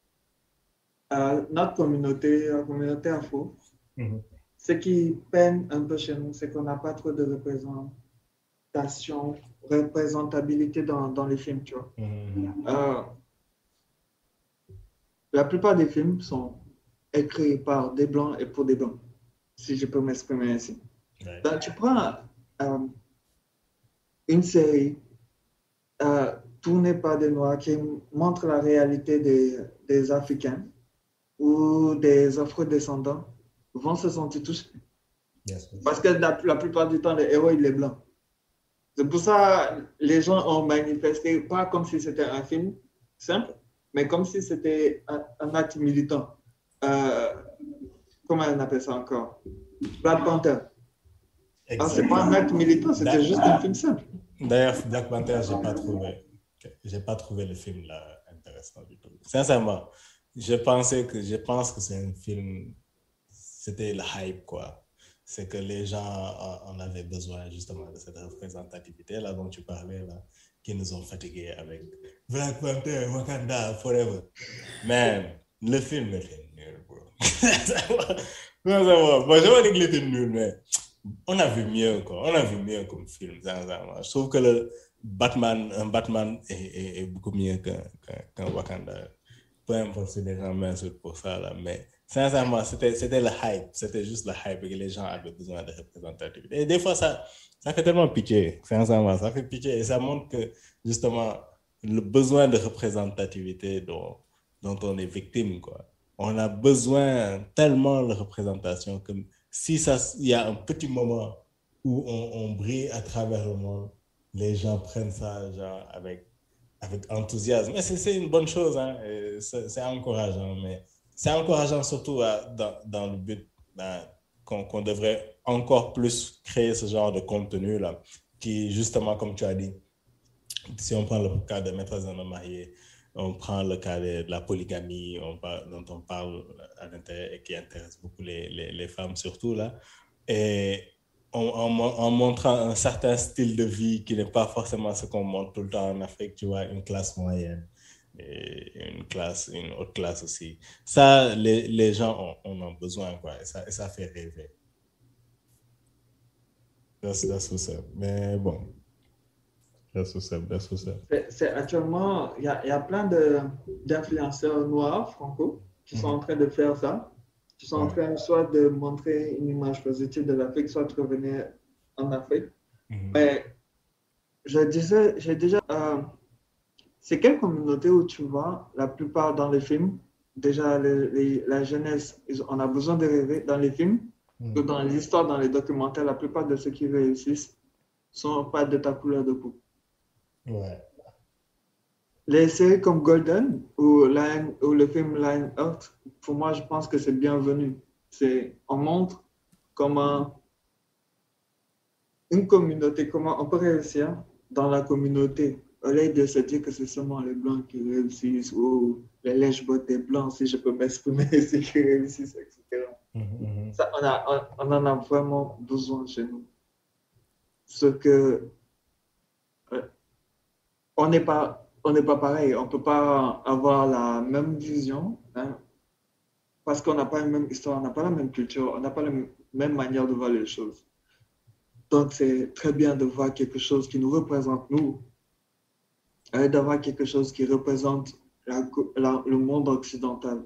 notre communauté, la communauté afro, ce qui peine un peu chez nous, c'est qu'on n'a pas trop de représentabilité dans les films, tu vois. La plupart des films sont écrits par des blancs et pour des blancs, si je peux m'exprimer ainsi. Ouais. Donc, tu prends une série tournée par des Noirs qui montre la réalité des Africains ou des Afro-descendants vont se sentir touchés. Yes. Parce que la plupart du temps, les héros, il est blanc. C'est pour ça que les gens ont manifesté, pas comme si c'était un film simple, mais comme si c'était un acte militant. Comment on appelle ça encore? Black Panther. Ah, c'est pas un acte militant, c'était juste un film simple. D'ailleurs, Black Panther, j'ai pas trouvé le film là intéressant du tout. Sincèrement, je pense que c'est un film, c'était le hype, quoi. C'est que les gens en avaient besoin justement de cette représentativité là dont tu parlais là, qui nous ont fatigués avec Black Panther, Wakanda, Forever. Man, le film était nul, bro. Bon, je vais dire qu'il était nul, mais on a vu mieux, quoi. On a vu mieux comme film, sincèrement. Je trouve que un Batman est beaucoup mieux qu'un Wakanda. Peu importe si les gens m'insultent pour ça, là, mais sincèrement, c'était le hype. C'était juste le hype et que les gens avaient besoin de représentativité. Et des fois, ça fait tellement pitié. Sincèrement, ça fait pitié. Et ça montre que, justement, le besoin de représentativité dont on est victime, quoi. On a besoin tellement de représentation que si ça, il y a un petit moment où on brille à travers le monde, les gens prennent ça genre, avec enthousiasme. Mais c'est une bonne chose, hein. C'est encourageant, mais c'est encourageant surtout dans le but ben, qu'on devrait encore plus créer ce genre de contenu-là, qui, justement, comme tu as dit, si on prend le cas de maîtresse d'un homme marié, on prend le cas de la polygamie dont on parle à l'intérieur et qui intéresse beaucoup les femmes surtout là. Et en montrant un certain style de vie qui n'est pas forcément ce qu'on montre tout le temps en Afrique, tu vois, une classe moyenne et une haute classe aussi. Ça, les gens en ont besoin, quoi, et ça fait rêver. That's what's up. Mais bon, that's what's up, that's what's up. Actuellement, il y a plein d'influenceurs noirs franco qui sont en train de faire ça, qui sont en train soit de montrer une image positive de l'Afrique, soit de revenir en Afrique. Mais j'ai déjà, c'est quelle communauté où tu vois la plupart dans les films, déjà la jeunesse, on a besoin de rêver dans les films, ou dans les histoires, dans les documentaires, la plupart de ceux qui réussissent sont pas de ta couleur de peau. Ouais. Les séries comme Golden ou le film Line Earth, pour moi, je pense que c'est bienvenu. On montre comment une communauté, comment on peut réussir dans la communauté, au lieu de se dire que c'est seulement les Blancs qui réussissent ou les lèche-bottes des Blancs, si je peux m'exprimer ainsi, qui réussissent, etc. Ça, on en a vraiment besoin chez nous. Ce que on n'est pas pareil, on ne peut pas avoir la même vision, hein, parce qu'on n'a pas la même histoire, on n'a pas la même culture, on n'a pas la même manière de voir les choses. Donc, c'est très bien de voir quelque chose qui nous représente, nous, et d'avoir quelque chose qui représente le monde occidental.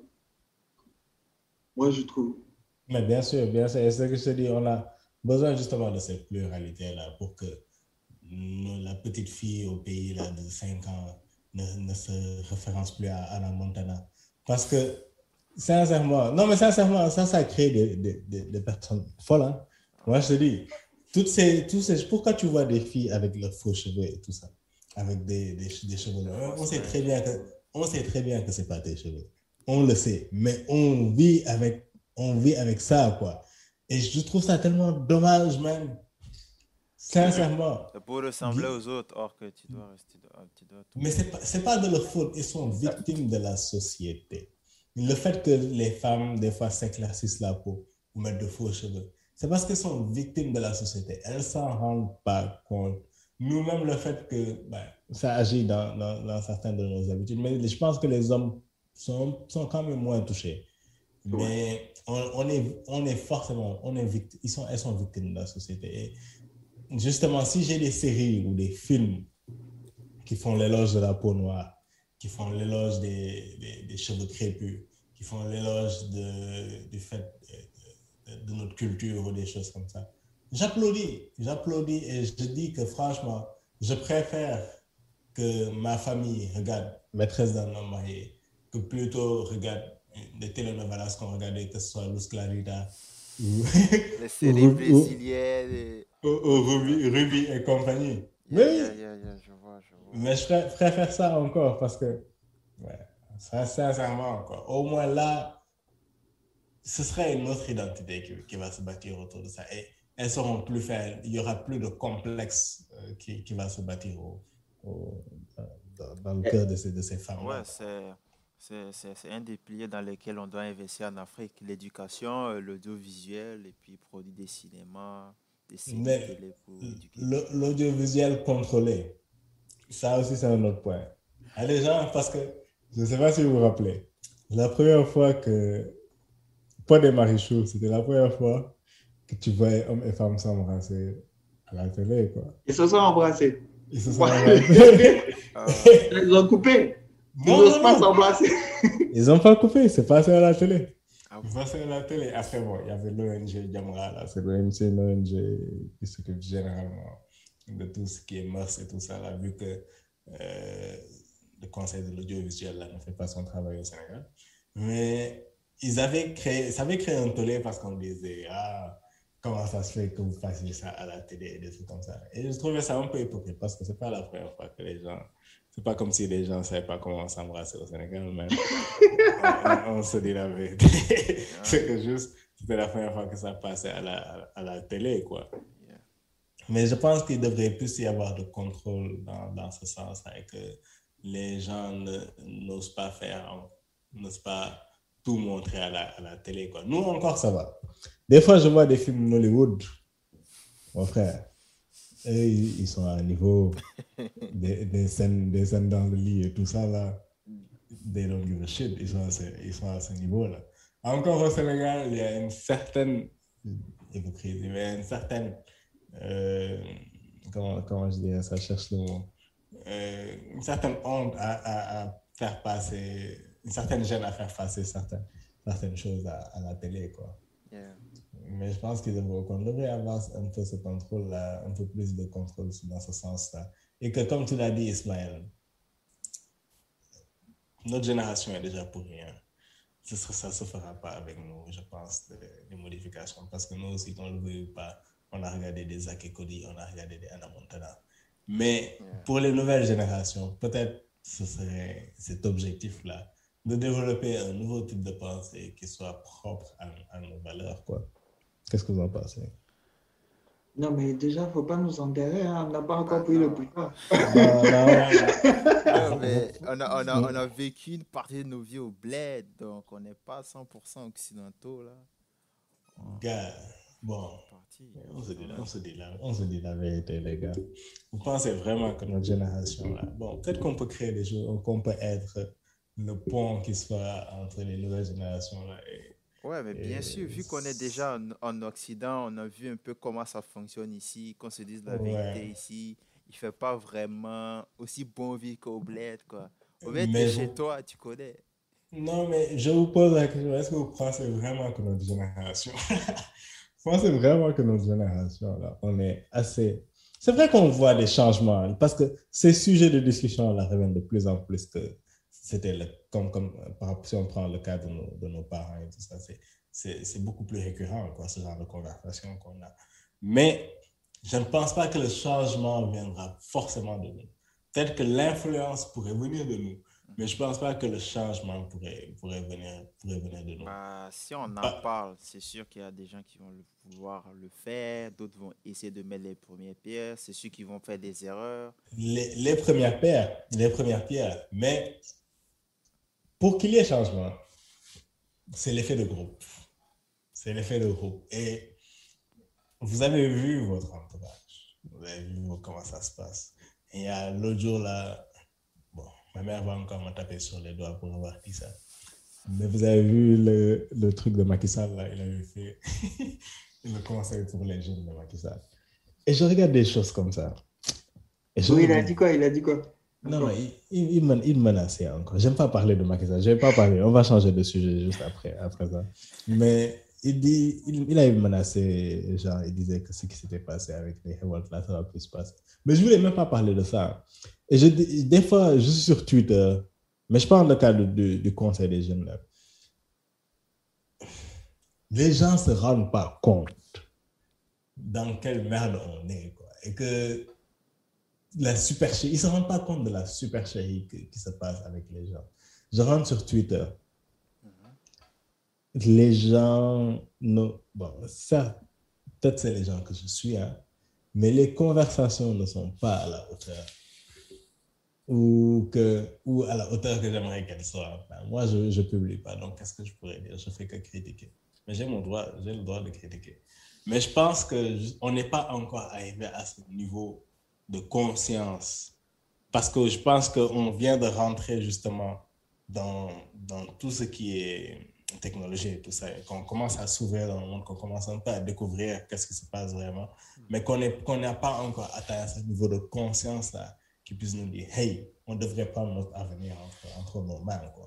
Moi, je trouve. Mais bien sûr, bien sûr. Et c'est ce que je te dis, on a besoin justement de cette pluralité-là pour que la petite fille au pays là, de 5 ans ne se référence plus à Anna Montana. Parce que, sincèrement, non, mais sincèrement, ça crée des personnes folles. Hein? Moi, je te dis, pourquoi tu vois des filles avec leurs faux cheveux et tout ça, avec des cheveux longs? On sait très bien que ce n'est pas tes cheveux. On le sait, mais on vit avec ça, quoi. Et je trouve ça tellement dommage, même. Sincèrement. C'est pour ressembler aux autres, or que tu dois rester. Mais c'est pas de leur faute. Ils sont victimes de la société. Le fait que les femmes, des fois, s'éclaircissent la peau ou mettent de faux cheveux, c'est parce qu'elles sont victimes de la société. Elles ne s'en rendent pas compte. Nous-mêmes, le fait que ça agit dans certaines de nos habitudes, mais je pense que les hommes sont quand même moins touchés. Mais on est forcément, elles sont victimes de la société. Et justement, si j'ai des séries ou des films qui font l'éloge de la peau noire, qui font l'éloge des cheveux crépus, qui font l'éloge du fait de notre culture ou des choses comme ça, j'applaudis et je dis que franchement, je préfère que ma famille regarde Maîtresse d'un homme marié que plutôt regarde des telenovelas qu'on regardait, que ce soit Luz Clarita ou les séries brésiliennes. Ou Ruby et compagnie. Je vois. Mais je préfère ça encore parce que, sincèrement, quoi, au moins là, ce serait une autre identité qui va se bâtir autour de ça. Et elles seront plus faibles. Il n'y aura plus de complexe qui va se bâtir dans le cœur de ces femmes-là. Ouais, c'est un des piliers dans lesquels on doit investir en Afrique. L'éducation, l'audiovisuel et puis produire des cinémas, des séries télé pour éduquer. L'audiovisuel contrôlé, ça aussi c'est un autre point. Les gens, parce que, je ne sais pas si vous vous rappelez, la première fois que, pas des Marichou, c'était la première fois que tu voyais hommes et femmes s'embrasser à la télé, quoi. Ils se sont embrassés. Ils se sont embrassés. Ils ont coupé. Ils n'osent pas s'embrasser. Ils n'ont pas coupé, c'est passé à la télé. C'est passé à la télé. Après, bon, il y avait l'ONG Jamra, là. C'est une ONG qui s'occupe généralement de tout ce qui est mœurs et tout ça, là, vu que le Conseil de l'audiovisuel, là, ne fait pas son travail au Sénégal. Mais ça avait créé un tollé parce qu'on disait, ah, comment ça se fait que vous fassiez ça à la télé et des trucs comme ça. Et je trouvais ça un peu hypocrite parce que c'est pas la première fois que les gens, c'est pas comme si les gens ne savaient pas comment s'embrasser au Sénégal, mais on se dit la vérité. C'est que juste, c'était la première fois que ça passait à la télé, quoi. Yeah. Mais je pense qu'il devrait plus y avoir de contrôle dans ce sens-là et que les gens n'osent pas n'osent pas tout montrer à la télé, quoi. Nous, encore, ça va. Des fois, je vois des films Hollywood, mon frère. Et ils sont à un niveau des scènes dans le lit et tout ça, là. They don't give a shit. Ils sont à ce niveau-là. Encore au Sénégal, il y a une certaine hypocrisie, il y a une certaine comment je dirais ça, cherche le mot, une certaine honte à faire passer, une certaine gêne à faire passer certaines choses à la télé, quoi. Yeah. Mais je pense qu'on devrait avoir un peu ce contrôle-là, un peu plus de contrôle dans ce sens-là. Et que, comme tu l'as dit, Ismaël, notre génération est déjà pour rien. Ça ne se fera pas avec nous, je pense, des modifications. Parce que nous aussi, qu'on ne le veut pas, on a regardé des Zack et Cody, on a regardé des Hannah Montana. Mais pour les nouvelles générations, peut-être ce serait cet objectif-là, de développer un nouveau type de pensée qui soit propre à nos valeurs, quoi. Qu'est-ce que vous en pensez? Non, mais déjà, il ne faut pas nous enterrer, hein. On n'a pas encore pris le pouvoir. Non, mais on a vécu une partie de nos vies au bled, donc on n'est pas 100% occidentaux, là. Gars, bon, Parti. on se dit la vérité, les gars. Vous pensez vraiment que notre génération, là, bon, peut-être qu'on peut créer des choses, qu'on peut être le pont qui se fera entre les nouvelles générations, là, Ouais, mais bien sûr, vu qu'on est déjà en Occident, on a vu un peu comment ça fonctionne ici, qu'on se dise la vérité ouais. ici. Il fait pas vraiment aussi bon vivre qu'au bled, quoi. Au bled, t'es Mais chez toi, tu connais. non, mais je vous pose la question, est-ce que vous pensez vraiment que notre génération, vous pensez vraiment que notre génération, là, on est assez... C'est vrai qu'on voit des changements, parce que ces sujets de discussion, là, reviennent de plus en plus que c'était si on prend le cas de nos parents et tout ça, c'est beaucoup plus récurrent, quoi, ce genre de conversation qu'on a. Mais je ne pense pas que le changement viendra forcément de nous. Peut-être que l'influence pourrait venir de nous, mais je ne pense pas que le changement pourrait venir de nous. Bah, si on en Bah, parle, c'est sûr qu'il y a des gens qui vont vouloir le faire, d'autres vont essayer de mettre les premières pierres, c'est ceux qui vont faire des erreurs. les premières pierres, mais pour qu'il y ait changement, c'est l'effet de groupe. C'est l'effet de groupe. Et vous avez vu votre entourage. Vous avez vu comment ça se passe. Et il y a l'autre jour là, bon, ma mère va encore me taper sur les doigts pour avoir dit ça. Mais vous avez vu le truc de Macky Sall là, il avait fait le conseil pour les jeunes de Macky Sall. Et je regarde des choses comme ça. Et je Oui, me il a dis, dit quoi? Il a dit quoi? non, Encore. il menaçait encore. J'aime pas parler de Macky Sall. Je vais pas parler. On va changer de sujet juste après ça. Mais il a menacé, genre, il disait que ce qui s'était passé avec les révoltes là, ça va plus se passer. Mais je voulais même pas parler de ça. Et des fois, je suis sur Twitter, mais je parle dans le cadre du Conseil des jeunes là. Les gens se rendent pas compte dans quelle merde on est, quoi. Et que la supercherie, ils se rendent pas compte de la supercherie qui se passe avec les gens. Je rentre sur Twitter. Les gens, bon, ça, peut-être c'est les gens que je suis, hein, mais les conversations ne sont pas à la hauteur ou à la hauteur que j'aimerais qu'elles soient. Enfin, moi, je ne publie pas, donc qu'est-ce que je pourrais dire? Je fais que critiquer. Mais j'ai le droit de critiquer. Mais je pense qu'on n'est pas encore arrivé à ce niveau de conscience parce que je pense qu'on vient de rentrer justement dans tout ce qui est technologie et tout ça, qu'on commence à s'ouvrir dans le monde, qu'on commence un peu à découvrir qu'est-ce qui se passe vraiment, mais qu'on n'a pas encore atteint à ce niveau de conscience là, qui puisse nous dire, hey, on devrait prendre notre avenir entre nos mains, quoi.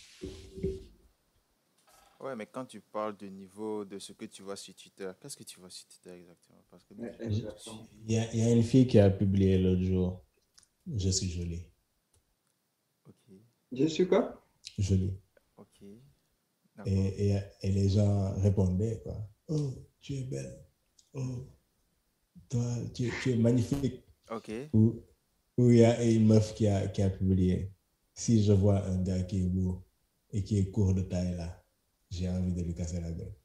Ouais, mais quand tu parles de niveau de ce que tu vois sur Twitter, qu'est-ce que tu vois sur Twitter exactement? Parce que nous, j'ai pas trop Exactement. suivi. Il y a une fille qui a publié l'autre jour, je suis jolie. Ok, Je suis quoi? Jolie. ok. D'accord. Et les gens répondaient, quoi. Oh, tu es belle. Oh, toi, tu es magnifique. Ok. Ou il y a une meuf qui a publié. Si je vois un gars qui est beau et qui est court de taille là, j'ai envie de lui casser la gueule.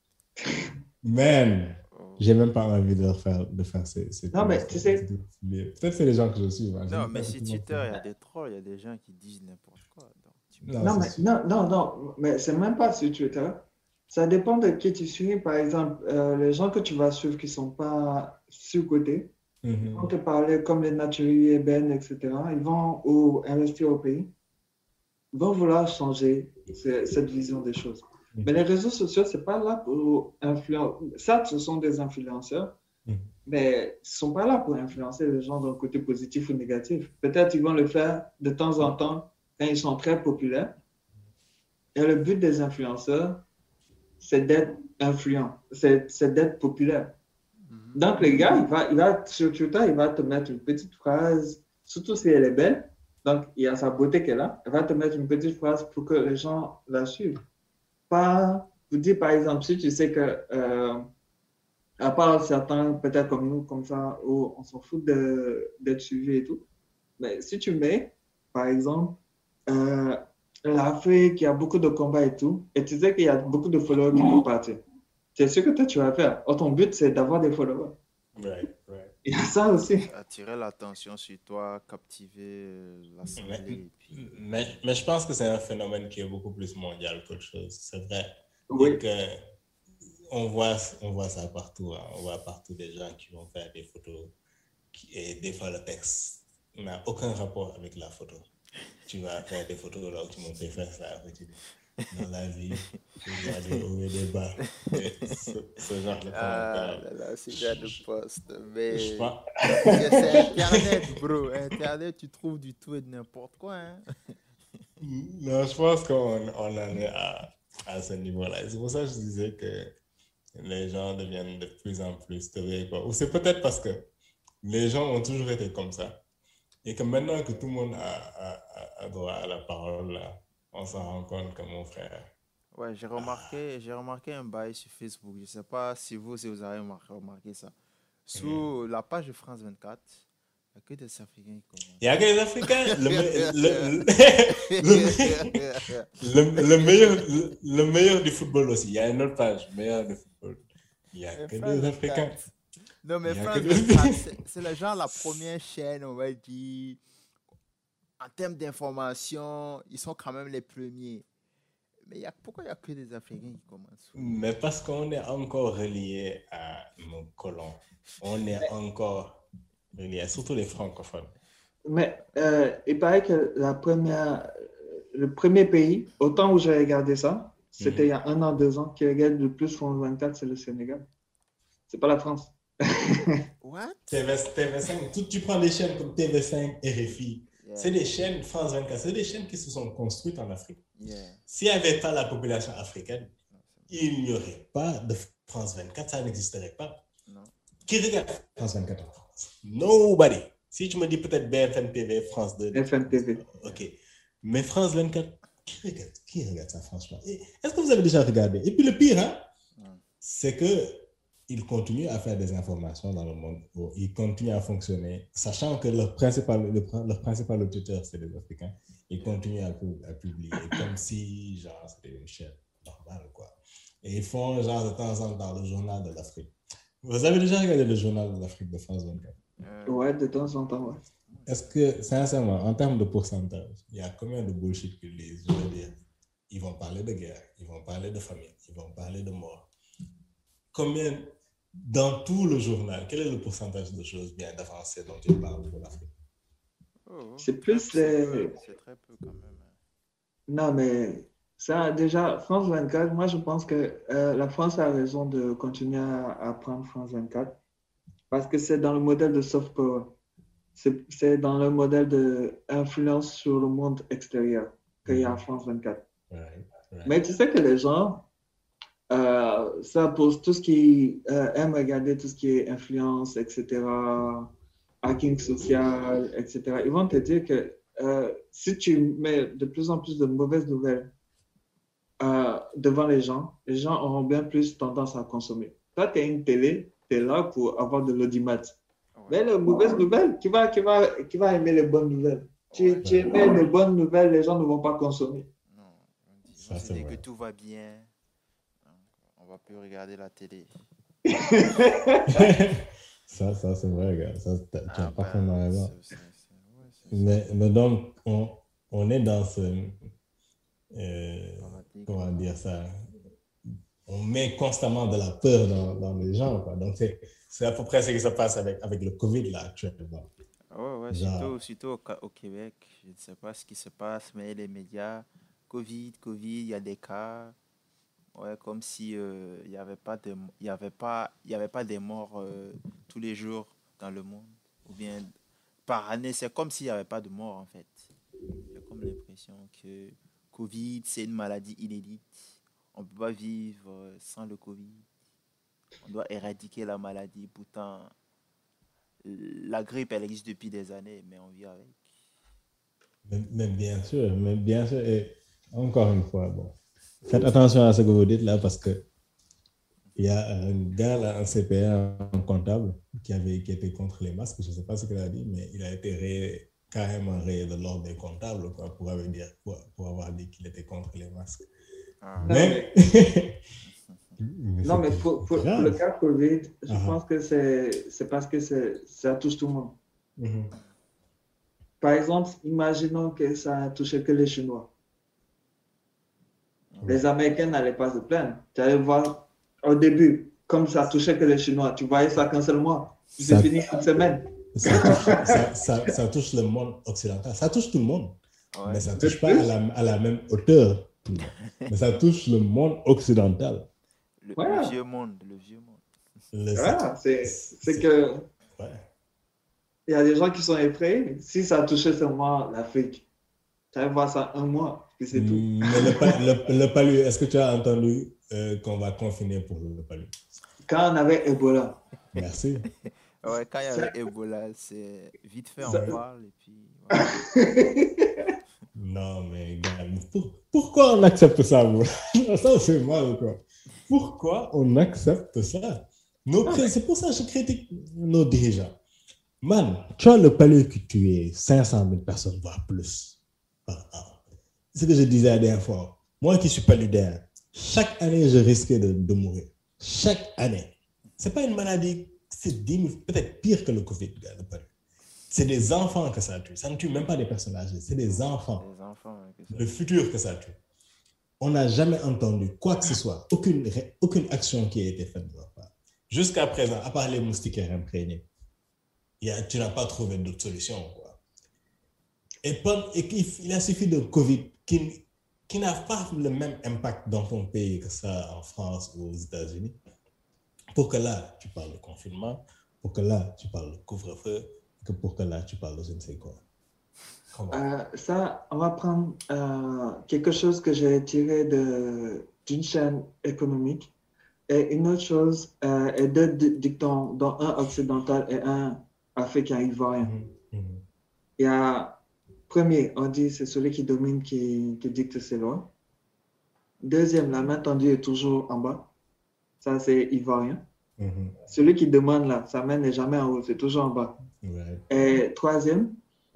Man, Oh. j'ai même pas envie de faire ces Non, mais posts, tu sais, peut-être c'est les gens que je suis. Hein. Non, J'aime mais pas que sur tout le monde Twitter, il y a fasse. des trolls, il y a des gens qui disent n'importe quoi. Donc, tu peux... Non, non, c'est mais sûr. non, mais c'est même pas sur Twitter. Ça dépend de qui tu suis. Par exemple, les gens que tu vas suivre qui sont pas sur-cotés, ils vont te parler comme les Nathalie, Ben, etc. Ils vont investir au pays. Ils vont vouloir changer cette vision des choses. Mais les réseaux sociaux, c'est pas là pour influencer. Certes, ce sont des influenceurs, mais ils sont pas là pour influencer les gens d'un côté positif ou négatif. Peut-être ils vont le faire de temps en temps quand ils sont très populaires. Et le but des influenceurs, c'est d'être influent, c'est d'être populaire. Donc, le gars, sur Twitter, il va te mettre une petite phrase, surtout si elle est belle. Donc, il y a sa beauté qu'elle a. Elle va te mettre une petite phrase pour que les gens la suivent. Pas vous dire, par exemple, si tu sais que, à part certains, peut-être comme nous, comme ça, où on s'en fout d'être suivi et tout. Mais si tu mets, par exemple, l'Afrique, il y a beaucoup de combats et tout, et tu sais qu'il y a beaucoup de followers qui vont partir. C'est ce que toi, tu vas faire. Or, ton but, c'est d'avoir des followers. Right. Il y a ça aussi. Attirer l'attention sur toi, captiver l'assemblée. Et puis... Mais je pense que c'est un phénomène qui est beaucoup plus mondial qu'autre chose. C'est vrai. Oui. Et que on voit ça partout. Hein. On voit partout des gens qui vont faire des photos et des fois le texte n'a aucun rapport avec la photo. Tu vas faire des photos là où tu montres tes fesses là, après tu dis, dans la vie, il y a des hauts et des bas. Et ce genre de commentaires. Là, c'est déjà de poste. Mais Je pense. c'est Internet, bro. Internet, tu trouves du tout et de n'importe quoi. Hein? Non, je pense qu'on en est à ce niveau-là. C'est pour ça que je disais que les gens deviennent de plus en plus tolérés, quoi. Ou c'est peut-être parce que les gens ont toujours été comme ça. Et que maintenant que tout le monde a droit à la parole, là, on s'en rend compte que mon frère. Ouais, j'ai remarqué un bail sur Facebook. Je ne sais pas si vous avez remarqué ça. Sous la page de France 24, il n'y a que des Africains qui commencent. Il n'y a que les Africains. Le meilleur du football aussi. Il y a une autre page, meilleur du football. Il n'y a que des Africains. Non, mais France 24, c'est le genre la première chaîne, on va dire. En termes d'information, ils sont quand même les premiers. Mais pourquoi il n'y a que des Africains qui commencent? Mais parce qu'on est encore relié à nos colons. On est encore relié, surtout les francophones. Mais il paraît que le premier pays, au temps où j'ai regardé ça, c'était il y a 1 an, 2 ans, qui regarde le plus France 24, c'est le Sénégal. C'est pas la France. What? TV5, tu prends des chaînes comme TV5, RFI, c'est des chaînes, France 24, c'est des chaînes qui se sont construites en Afrique. S'il n'y avait pas la population africaine, il n'y aurait pas de France 24, ça n'existerait pas. Non. Qui regarde France 24 en France? Nobody. Si tu me dis peut-être BFM TV, France 2. BFM TV. Ok. Mais France 24, qui regarde ça franchement? Est-ce que vous avez déjà regardé? Et puis le pire, hein, c'est que ils continuent à faire des informations dans le monde. Ils continuent à fonctionner, sachant que leur principal auditeur, c'est les Africains. Ils continuent à publier comme si, genre, c'était une chaîne normale, quoi. Et ils font, genre, de temps en temps, le journal de l'Afrique. Vous avez déjà regardé le journal de l'Afrique de France 24? Ouais, de temps en temps, ouais. Est-ce que, sincèrement, en termes de pourcentage, il y a combien de bullshit qu'ils lisent? Je veux dire, ils vont parler de guerre, ils vont parler de famine, ils vont parler de mort. Combien, dans tout le journal, quel est le pourcentage de choses bien avancées dont ils parlent pour l'Afrique? C'est plus... C'est très peu quand même. Non, mais ça, déjà, France 24, moi, je pense que la France a raison de continuer à prendre France 24 parce que c'est dans le modèle de soft power. C'est dans le modèle d'influence sur le monde extérieur qu'il y a France 24. Mais tu sais que les gens... ça pour tous qui aiment regarder tout ce qui est influence, etc., hacking social, etc., ils vont te dire que si tu mets de plus en plus de mauvaises nouvelles devant les gens auront bien plus tendance à consommer. Toi, tu as une télé, tu es là pour avoir de l'audimat. Mais les mauvaises nouvelles, qui va aimer les bonnes nouvelles? Tu aimes les bonnes nouvelles, les gens ne vont pas consommer. Non, on dit, Ça, c'est c'est dès que vrai. tout va bien, on va plus regarder la télé. Ça, c'est vrai, gars. Ça, tu as parfaitement raison. ouais, Mais donc, on est dans ce... dramatique, comment là. dire ça? On met constamment de la peur dans les gens, quoi. Donc, c'est à peu près ce qui se passe avec le COVID, là, actuellement. Ouais, Genre, surtout au Québec. Je ne sais pas ce qui se passe, mais les médias, Covid, il y a des cas. Ouais, comme si il n'y avait pas de, il y avait pas des morts tous les jours dans le monde. Ou bien par année, c'est comme s'il n'y avait pas de morts en fait. J'ai comme l'impression que Covid, c'est une maladie inédite. On ne peut pas vivre sans le Covid. On doit éradiquer la maladie. Pourtant, la grippe, elle existe depuis des années, mais on vit avec. mais bien sûr. Et encore une fois, bon, faites attention à ce que vous dites là, parce que il y a un gars là, un CPA, un comptable, qui était contre les masques. Je ne sais pas ce qu'il a dit, mais il a été carrément rayé de l'ordre des comptables, quoi, pour avoir dit qu'il était contre les masques. Ah, Mais, Non, mais pour le grave. cas Covid, je Uh-huh. pense que c'est parce que ça touche tout le monde. Mhm. Par exemple, imaginons que ça a touché que les Chinois. Les Américains n'allaient pas se plaindre. Tu allais voir au début, comme ça touchait que les Chinois, tu voyais ça qu'un seul mois. Ça- C'est fini une semaine. Ça touche le monde occidental. Ça touche tout le monde. ouais. Mais ça ne touche pas à la même hauteur. Tout le monde. Mais ça touche le monde occidental. Voilà. Le vieux monde, le vieux monde. Voilà, c'est que Ouais. il y a des gens qui sont effrayés. Si ça touchait seulement l'Afrique, tu allais voir ça un mois, puis c'est tout. Mais le palu, est-ce que tu as entendu qu'on va confiner pour le palu? Quand on avait Ebola, Merci. Ouais, quand il y Ça- avait Ebola, c'est vite fait, Ça- on parle et puis voilà. Non, mais gars, pourquoi on accepte ça, bro? Ça, c'est mal, quoi. Pourquoi on accepte ça? C'est pour ça que je critique nos dirigeants. Man, tu as le palais que tu es 500 000 personnes, voire plus par an. C'est ce que je disais la dernière fois. Moi qui suis paludien, chaque année, je risquais de mourir. Chaque année. Ce n'est pas une maladie, c'est 10 000, peut-être pire que le Covid, gars, le palu. C'est des enfants que ça tue. Ça ne tue même pas des personnes âgées, c'est des enfants. Les enfants, hein, que ça- Le futur que ça tue. On n'a jamais entendu quoi que ce soit, aucune action qui a été faite de leur part. Jusqu'à présent, à part les moustiquaires imprégnés, tu n'as pas trouvé d'autre solution, quoi. Et il a suffi de Covid qui n'a pas le même impact dans ton pays que ça en France ou aux États-Unis, pour que là, tu parles de confinement, pour que là, tu parles de couvre-feu, pour que là, tu parles de je ne sais quoi. ça, on va prendre quelque chose que j'ai tiré d'une chaîne économique et une autre chose est deux dictons, dont un occidental et un africain ivoirien. Il y a, premier, on dit c'est celui qui domine qui dicte ses lois. Deuxième, la main tendue est toujours en bas. Ça, c'est ivoirien. Celui qui demande là, sa main n'est jamais en haut, c'est toujours en bas. Ouais. Et troisième,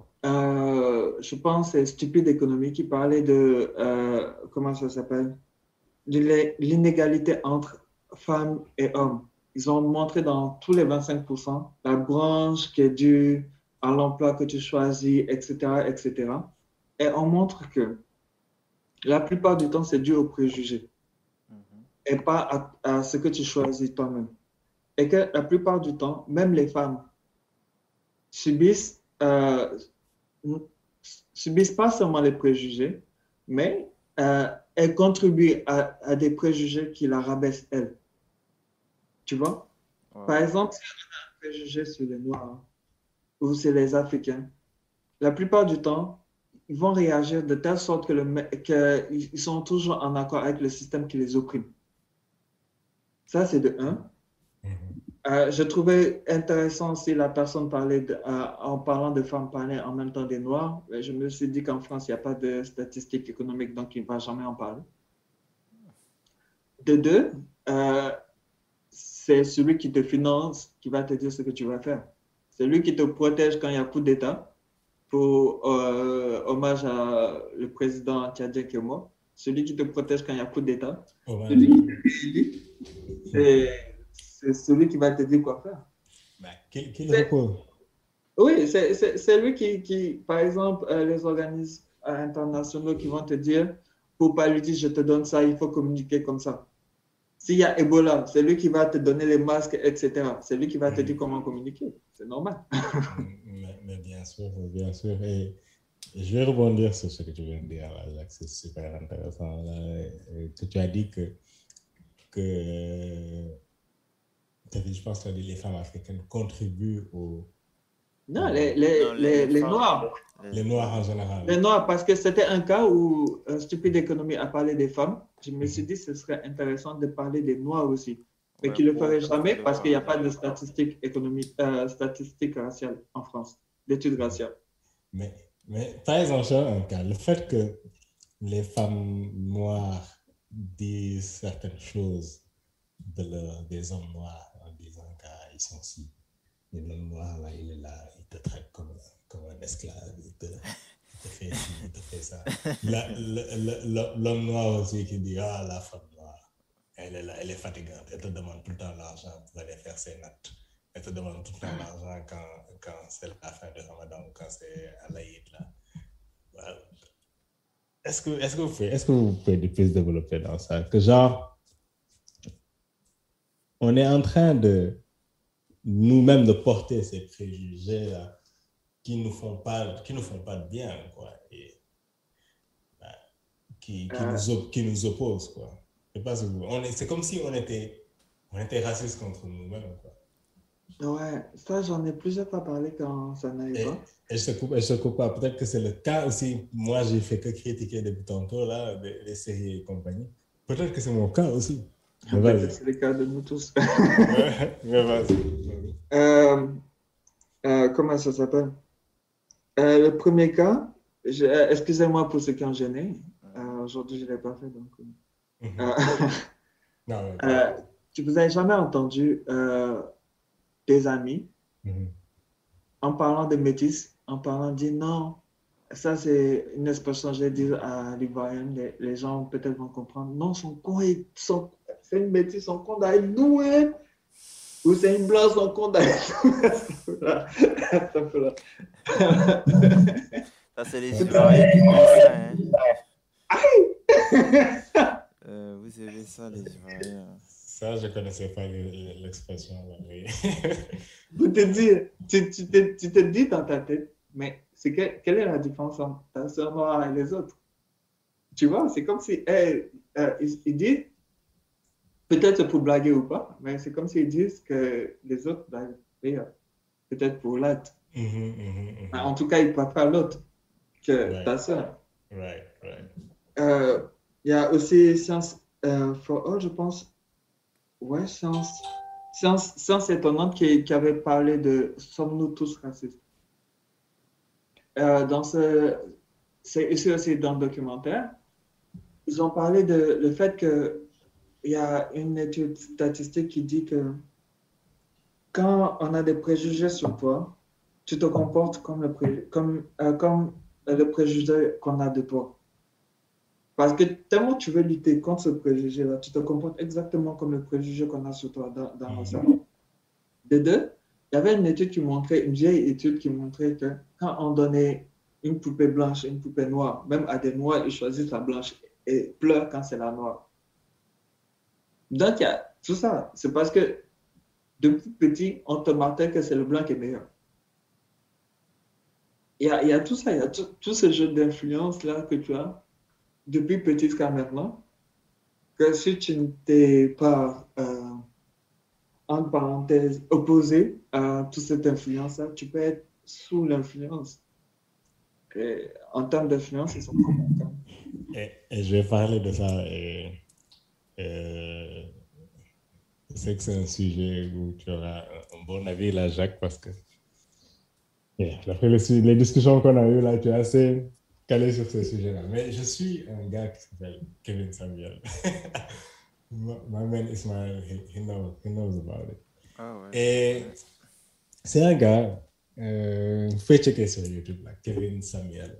je pense c'est Stupide Économie qui parlait de, comment ça s'appelle, de l'inégalité entre femmes et hommes. Ils ont montré dans tous les 25% la branche qui est due à l'emploi que tu choisis, etc., etc. Et on montre que la plupart du temps, c'est dû aux préjugés et pas à ce que tu choisis toi-même. Et que la plupart du temps, même les femmes subissent pas seulement les préjugés, mais elles contribuent à des préjugés qui la rabaissent, elles. Tu vois? Ouais. Par exemple, si on a un préjugé sur les Noirs ou sur les Africains, la plupart du temps, ils vont réagir de telle sorte qu'ils sont toujours en accord avec le système qui les opprime. Ça, c'est de un. Je trouvais intéressant aussi la personne parlait en parlant de femmes parler en même temps des Noirs. Je me suis dit qu'en France, il n'y a pas de statistiques économiques, donc il ne va jamais en parler. De deux, c'est celui qui te finance qui va te dire ce que tu vas faire. C'est lui qui te protège quand il y a coup d'État. Pour hommage à le président tchadien qui est mort. Celui qui te protège quand il y a coup d'État. Celui qui te fait c'est celui qui va te dire quoi faire. Qui le repose? Oui, c'est lui qui, par exemple, les organismes internationaux qui vont te dire, pour pas lui dire je te donne ça, il faut communiquer comme ça. S'il y a Ebola, c'est lui qui va te donner les masques, etc. C'est lui qui va te dire comment communiquer. C'est normal. Mais bien sûr, bien sûr. Et je vais rebondir sur ce que tu viens de dire, là, Jacques. C'est super intéressant. Là. Tu as dit que je pense que tu as dit les femmes africaines contribuent au... Non, les Noirs. Les Noirs en général. Les Noirs, parce que c'était un cas où Stupide Économie a parlé des femmes. Je me suis dit que ce serait intéressant de parler des Noirs aussi. Mais qui ne le ferait jamais parce qu'il n'y a pas de statistiques économiques, statistiques raciales en France, d'études raciales. Mais par exemple, un cas, le fait que les femmes noires disent certaines choses des hommes noirs en disant qu'ils sont si. Et l'homme noir, là, il est là, il te traite comme un esclave, il te fait ci, il te fait ça. L'homme noir aussi qui dit, la femme noire, elle est là, elle est fatigante, elle te demande tout le temps l'argent pour aller faire ses notes. Elle te demande tout le temps l'argent quand c'est la fin de Ramadan ou quand c'est à l'Aïd, là. Voilà. Est-ce que vous pouvez plus développer dans ça? Que genre, on est en train de nous-mêmes de porter ces préjugés là qui nous font pas de bien, quoi, et qui nous opposent, quoi. Je sais pas si c'est comme si on était raciste contre nous-mêmes, quoi. Ouais, ça j'en ai plusieurs fois parlé quand ça n'allait pas. Et je te coupe pas. Peut-être que c'est le cas aussi. Moi, j'ai fait que critiquer depuis tantôt là les séries et compagnie. Peut-être que c'est mon cas aussi. C'est le cas de nous tous. Mais vas-y. Comment ça s'appelle? Le premier cas, excusez-moi pour ceux qui ont gêné. Aujourd'hui, je ne l'ai pas fait. Donc, vous n'avez jamais entendu des amis en parlant de métis, en parlant de non, ça c'est une expression, je vais dire à l'Ivoirienne, les gens peut-être vont comprendre. Non, c'est une métisse, son con d'aller doué. Ou c'est une blanche, son con d'aller doué. Ça, c'est les Ivoiriens qui disent ça. Hein. Vous savez ça, les Ivoiriens. Ça, je ne connaissais pas l'expression. Oui. Pour te dire, tu te dis dans ta tête, mais quelle est la différence entre ta soeur noire et les autres? Tu vois, c'est comme si ils disent, peut-être pour blaguer ou pas, mais c'est comme s'ils disent que les autres blaguent peut-être pour l'autre. En tout cas, ils préfèrent l'autre que ta soeur. Il y a aussi Science for All, je pense. Ouais, Science étonnante qui avait parlé de sommes-nous tous racistes. C'est ici aussi dans le documentaire, ils ont parlé de le fait qu'il y a une étude statistique qui dit que quand on a des préjugés sur toi, tu te comportes comme le préjugé qu'on a de toi. Parce que tellement tu veux lutter contre ce préjugé-là, tu te comportes exactement comme le préjugé qu'on a sur toi dans le cerveau. De deux, il y avait une vieille étude qui montrait que quand on donnait une poupée blanche et une poupée noire, même à des noirs, ils choisissent la blanche et pleurent quand c'est la noire. Donc, il y a tout ça. C'est parce que depuis petit, on te martèle que c'est le blanc qui est meilleur. Il y a tout ça, il y a tout ce jeu d'influence-là que tu as depuis petit jusqu'à maintenant, que si tu ne t'es pas, entre parenthèses, opposé à toute cette influence-là, tu peux être sous l'influence. Et en termes d'influence, ils sont communs. Et je vais parler de ça. Je sais que c'est un sujet où tu auras un bon avis là, Jacques, parce que les discussions qu'on a eues là, tu es assez calé sur ce sujet-là. Mais je suis un gars qui s'appelle Kevin Samuel. My man Ismail, he knows about it. Ah ouais, je Et connais. c'est un gars, vous pouvez checker sur YouTube, là, Kevin Samuel.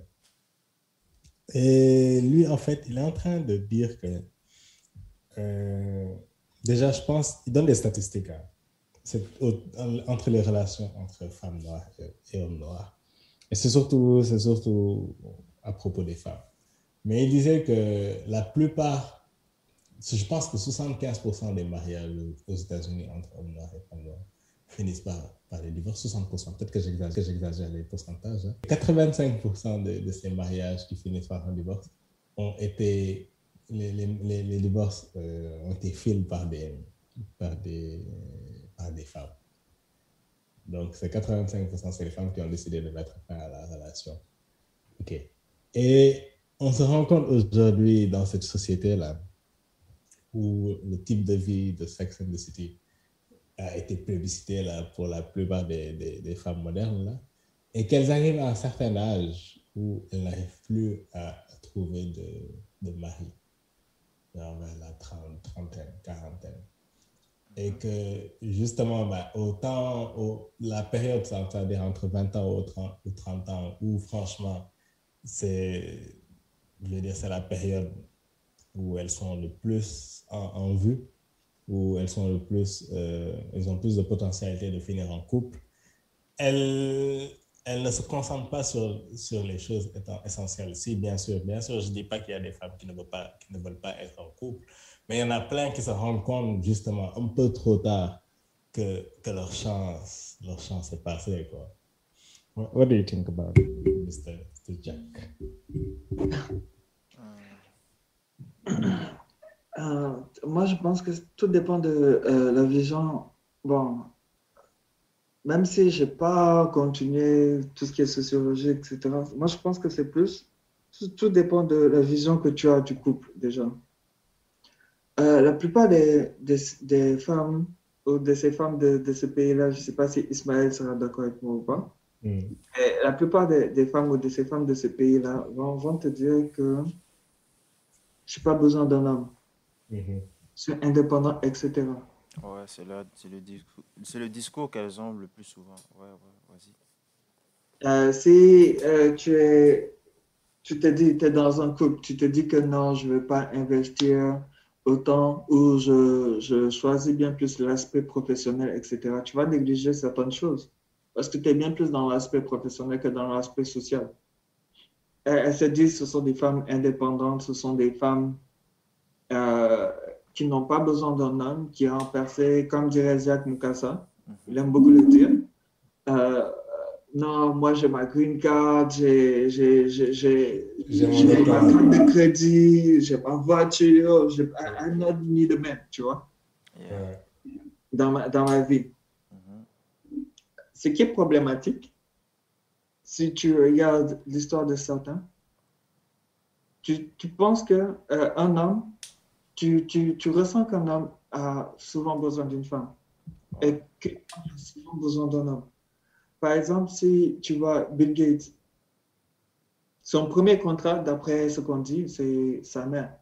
Et lui, en fait, il est en train de dire que, euh, déjà, je pense, il donne des statistiques, hein. Entre les relations entre femmes noires et hommes noirs. Et c'est surtout à propos des femmes. Mais il disait que la plupart, je pense que 75% des mariages aux États-Unis entre hommes noirs et femmes noires finissent par les divorces. 60%, peut-être que j'exagère les pourcentages, hein. 85% de ces mariages qui finissent par un divorce ont été, les divorces ont été faits par des, par des femmes. Donc, c'est 85%, c'est les femmes qui ont décidé de mettre fin à la relation. OK. Et on se rend compte aujourd'hui dans cette société-là où le type de vie de Sex and the City a été plébiscité là, pour la plupart des femmes modernes là, et qu'elles arrivent à un certain âge où elles n'arrivent plus à trouver de mari, vers la trentaine, quarantaine. Et Mhm. que justement, bah, la période, ça veut dire entre 20 ans ou 30 ans, où franchement, c'est, je veux dire, c'est la période où elles sont le plus en vue, où elles ont plus de potentialité de finir en couple. Elles, elles ne se concentrent pas sur les choses étant essentielles. Si, bien sûr, je ne dis pas qu'il y a des femmes qui ne veulent pas être en couple, mais il y en a plein qui se rendent compte justement un peu trop tard que leur chance est passée, quoi. What do you think about it, Mr. Jack? Moi, je pense que tout dépend de la vision. Bon, même si je n'ai pas continué tout ce qui est sociologie, etc., moi, je pense que c'est plus. Tout dépend de la vision que tu as du couple, déjà. La plupart des femmes ou de ces femmes de ce pays-là, je ne sais pas si Ismaël sera d'accord avec moi ou pas, Mm. et la plupart des femmes ou de ces femmes de ce pays-là vont te dire que je n'ai pas besoin d'un homme, Mhm. je suis indépendant, etc. Ouais, c'est le discours qu'elles ont le plus souvent. Ouais, ouais, vas-y. Si tu te dis, tu es dans un couple, tu te dis que non, je ne veux pas investir autant ou je choisis bien plus l'aspect professionnel, etc., tu vas négliger certaines choses parce que tu es bien plus dans l'aspect professionnel que dans l'aspect social. Elles se disent que ce sont des femmes indépendantes, ce sont des femmes euh, qui n'ont pas besoin d'un homme, qui ont percé, comme dirait Jacques Mukasa, il Mhm. aime beaucoup le dire. Euh, non, moi j'ai ma green card, J'ai mon j'ai ma doctorat. carte de crédit, j'ai ma voiture, I'm not need a man, tu vois, Yeah. Ouais. dans ma vie. Mhm. Ce qui est problématique, si tu regardes l'histoire de certains, tu penses que un homme, tu ressens qu'un homme a souvent besoin d'une femme Ouais. et qu'une femme a souvent besoin d'un homme. Par exemple, si tu vois Bill Gates, son premier contrat, d'après ce qu'on dit, c'est sa mère.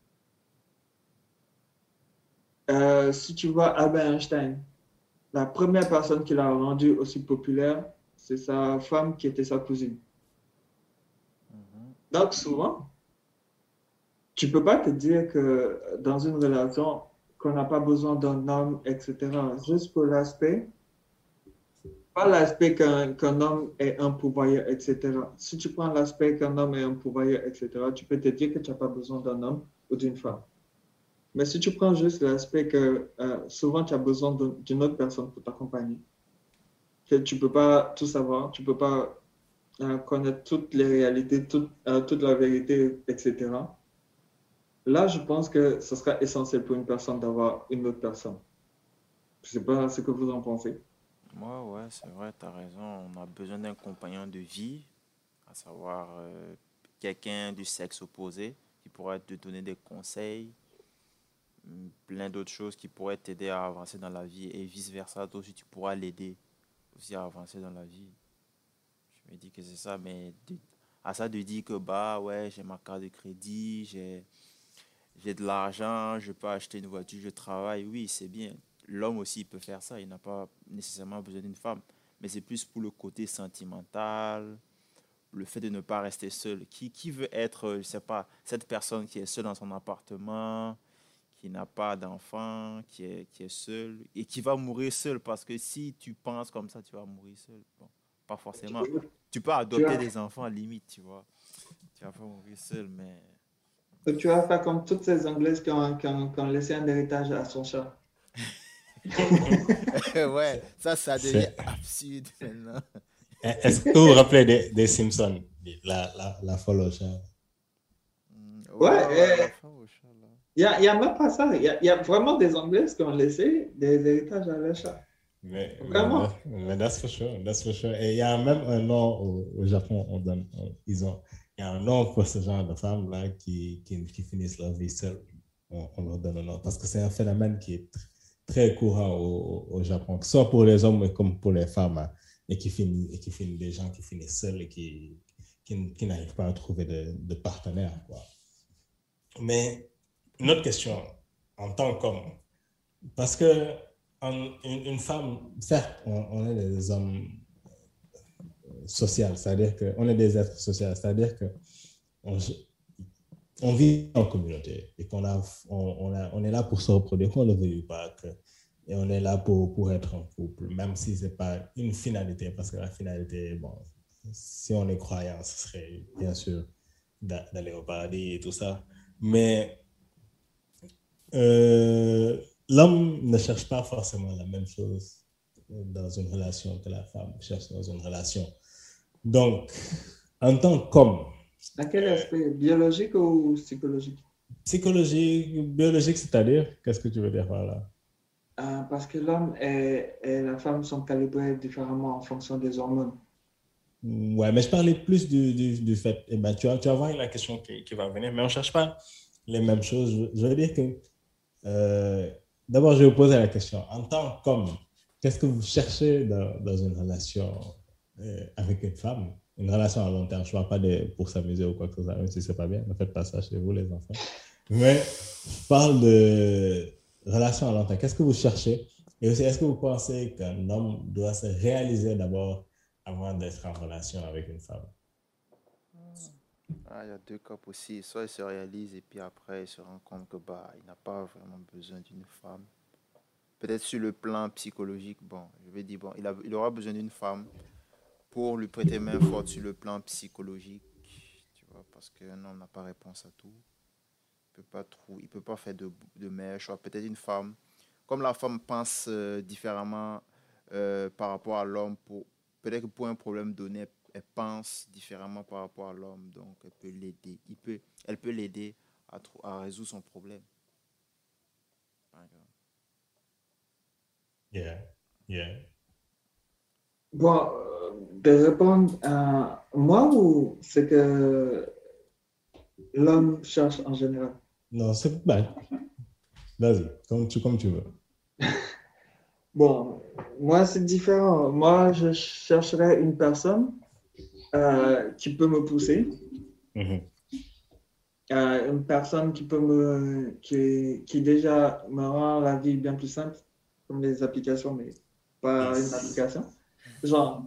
Si tu vois Albert Einstein, la première personne qui l'a rendu aussi populaire, c'est sa femme qui était sa cousine. Mhm. Donc souvent, tu ne peux pas te dire que dans une relation, qu'on n'a pas besoin d'un homme, etc. Juste pour l'aspect, pas l'aspect qu'un homme est un pourvoyeur, etc. Si tu prends l'aspect qu'un homme est un pourvoyeur, etc., tu peux te dire que tu n'as pas besoin d'un homme ou d'une femme. Mais si tu prends juste l'aspect que souvent tu as besoin d'une autre personne pour t'accompagner, que tu ne peux pas tout savoir, tu ne peux pas connaître toutes les réalités, toute la vérité, etc. Là, je pense que ce sera essentiel pour une personne d'avoir une autre personne. Je ne sais pas ce que vous en pensez. Ouais, ouais, c'est vrai, tu as raison. On a besoin d'un compagnon de vie, à savoir quelqu'un du sexe opposé qui pourrait te donner des conseils, plein d'autres choses qui pourraient t'aider à avancer dans la vie et vice-versa. Toi aussi, tu pourras l'aider aussi à avancer dans la vie. Je me dis que c'est ça, mais à ça de dire que bah ouais, j'ai ma carte de crédit, j'ai de l'argent, je peux acheter une voiture, je travaille, oui, c'est bien. L'homme aussi il peut faire ça, il n'a pas nécessairement besoin d'une femme. Mais c'est plus pour le côté sentimental, le fait de ne pas rester seul. Qui veut être, je sais pas, cette personne qui est seule dans son appartement, qui n'a pas d'enfant, qui est seul et qui va mourir seul parce que si tu penses comme ça, tu vas mourir seul. Bon, pas forcément. Tu peux Tu adopter vas, des enfants à la limite, tu vois. Tu vas pas mourir seul, mais... tu vas faire comme toutes ces Anglaises qui ont laissé un héritage à son chat. Ouais, C'est, ça devient c'est- absurde maintenant. Est-ce que vous vous rappelez des Simpsons? La folle au chat. Ouais, Ouais, la femme au chat, là. y a même pas ça. Il y a vraiment des Anglaises qui ont laissé des héritages à leur chat. Vraiment. That's for sure. That's for sure. Et il y a même un nom au Japon, il y a un nom pour ce genre de femmes-là qui finissent leur vie seules. On leur donne un nom. Parce que c'est un phénomène qui est très courant au Japon, que ce soit pour les hommes comme pour les femmes, hein, et qui finissent des gens qui finissent seuls et qui n'arrivent pas à trouver de partenaire, quoi. Mais une autre question, en tant qu'homme, parce que une femme, certes, on est des hommes sociaux, c'est-à-dire qu'on est des êtres sociaux, c'est-à-dire qu'on on vit en communauté et on est là pour se reproduire, qu'on ne le veuille pas, et on est là pour être en couple, même si ce n'est pas une finalité, parce que la finalité, bon, si on est croyant, ce serait bien sûr d'aller au paradis et tout ça. Mais l'homme ne cherche pas forcément la même chose dans une relation que la femme cherche dans une relation. Donc, en tant qu'homme, À quel aspect? Biologique ou psychologique? psychologique, biologique, c'est-à-dire, qu'est-ce que tu veux dire par là? Parce que l'homme et la femme sont calibrés différemment en fonction des hormones. Ouais, mais je parlais plus du fait, eh ben, tu vas voir la question qui va venir, mais on ne cherche pas les mêmes choses. Je veux dire que, euh, d'abord, je vais vous poser la question. En tant qu'homme, qu'est-ce que vous cherchez dans une relation avec une femme? Une relation à long terme, je ne parle pas pour s'amuser ou quoi que ce soit, même si ce n'est pas bien, ne faites pas ça chez vous, les enfants. Mais je parle de relation à long terme. Qu'est-ce que vous cherchez? Et aussi, est-ce que vous pensez qu'un homme doit se réaliser d'abord avant d'être en relation avec une femme? Ah, il y a deux cas possibles. Soit il se réalise et puis après il se rend compte que bah, il n'a pas vraiment besoin d'une femme. Peut-être sur le plan psychologique, bon, je vais dire, bon, il aura besoin d'une femme pour lui prêter main forte sur le plan psychologique, tu vois, parce qu'un homme n'a pas réponse à tout. Il peut pas faire de meilleurs choix. Peut-être une femme, comme la femme pense différemment par rapport à l'homme, peut-être que pour un problème donné, elle pense différemment par rapport à l'homme, donc elle peut l'aider. Elle peut l'aider à résoudre son problème. Par exemple. Yeah, yeah. Bon, de répondre à moi ou c'est que l'homme cherche en général? Non, c'est ben, vas-y, comme tu veux. Bon, moi c'est différent. Moi, je chercherais une personne qui peut me pousser, Mhm. une personne qui déjà me rend la vie bien plus simple, comme les applications, mais pas une Yes. application. Genre,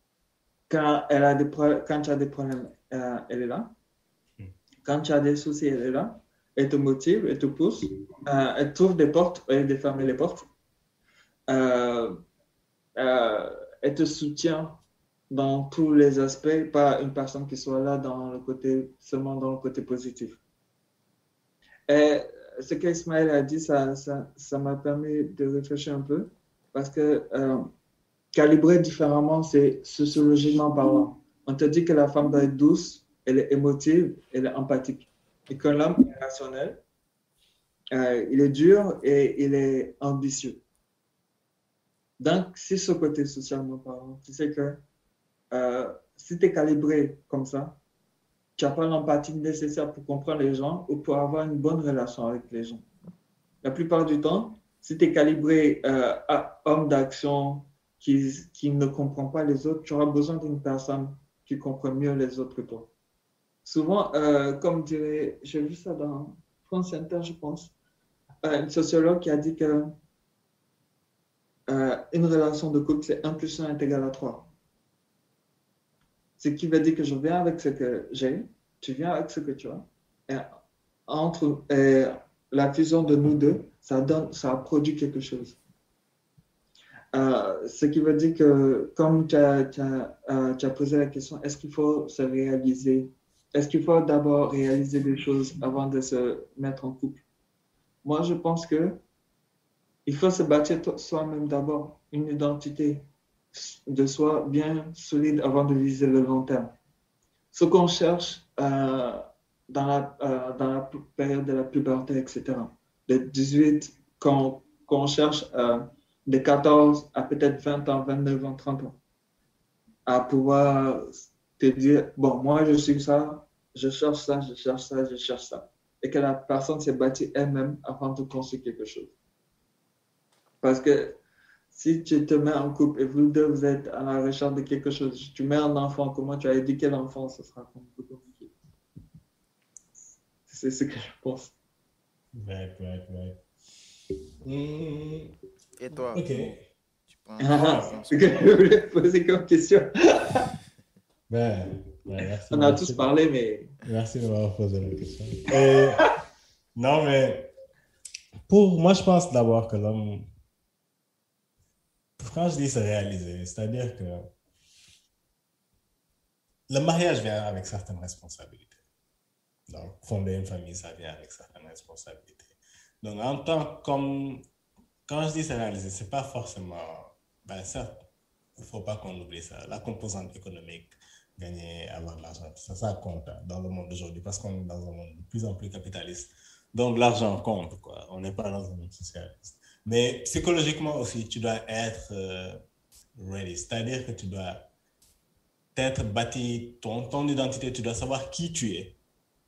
quand tu as des problèmes, elle est là. Mhm. Quand tu as des soucis, elle est là. Elle te motive, elle te pousse. Elle trouve des portes et de fermer les portes. Euh, euh, Elle te soutient dans tous les aspects, pas une personne qui soit là seulement dans le côté positif. Et ce qu'Ismaël a dit, ça m'a permis de réfléchir un peu parce que calibrer différemment, c'est sociologiquement parlant. On te dit que la femme doit être douce, elle est émotive, elle est empathique. Et que l'homme est rationnel, il est dur et il est ambitieux. Donc, si ce côté socialement parlant, tu sais que si tu es calibré comme ça, tu n'as pas l'empathie nécessaire pour comprendre les gens ou pour avoir une bonne relation avec les gens. La plupart du temps, si tu es calibré homme d'action qui ne comprend pas les autres, tu auras besoin d'une personne qui comprend mieux les autres que toi. Souvent, comme dirait, j'ai vu ça France Inter, je pense, une sociologue qui a dit que une relation de couple, c'est 1 plus 1 est égal à 3. Ce qui veut dire que je viens avec ce que j'ai, tu viens avec ce que tu as. Et entre la fusion de nous deux, ça produit quelque chose. Ce qui veut dire que, comme tu as posé la question, est-ce qu'il faut se réaliser? Est-ce qu'il faut d'abord réaliser des choses avant de se mettre en couple? Moi, je pense que il faut se bâtir soi-même d'abord, une identité de soi bien solide avant de viser le long terme. Ce qu'on cherche dans la période de la puberté, etc. De 18, qu'on cherche de 14 à peut-être 20 ans, 29 ans, 30 ans, à pouvoir te dire, bon, moi je suis ça, je cherche ça, je cherche ça, je cherche ça. Et que la personne s'est bâtie elle-même avant de construire quelque chose. Parce que si tu te mets en couple et vous deux, vous êtes à la recherche de quelque chose, tu mets un enfant, comment tu as éduqué l'enfant, ce sera compliqué. C'est ce que je pense. Right. Et toi, Ok. tu penses C'est ce que je voulais poser comme question. Merci. On a tous parlé, mais... Merci de m'avoir posé la question. Non, mais moi, je pense d'abord que l'homme, quand je dis se réaliser, c'est-à-dire que le mariage vient avec certaines responsabilités. Donc, fonder une famille, ça vient avec certaines responsabilités. Donc, quand je dis se réaliser, c'est pas forcément, certes, il ne faut pas qu'on oublie ça, la composante économique, gagner, avoir de l'argent, ça compte dans le monde d'aujourd'hui parce qu'on est dans un monde de plus en plus capitaliste. Donc, l'argent compte, quoi. On n'est pas dans un monde socialiste. Mais psychologiquement aussi, tu dois être ready, c'est-à-dire que tu dois t'être bâti ton identité, tu dois savoir qui tu es.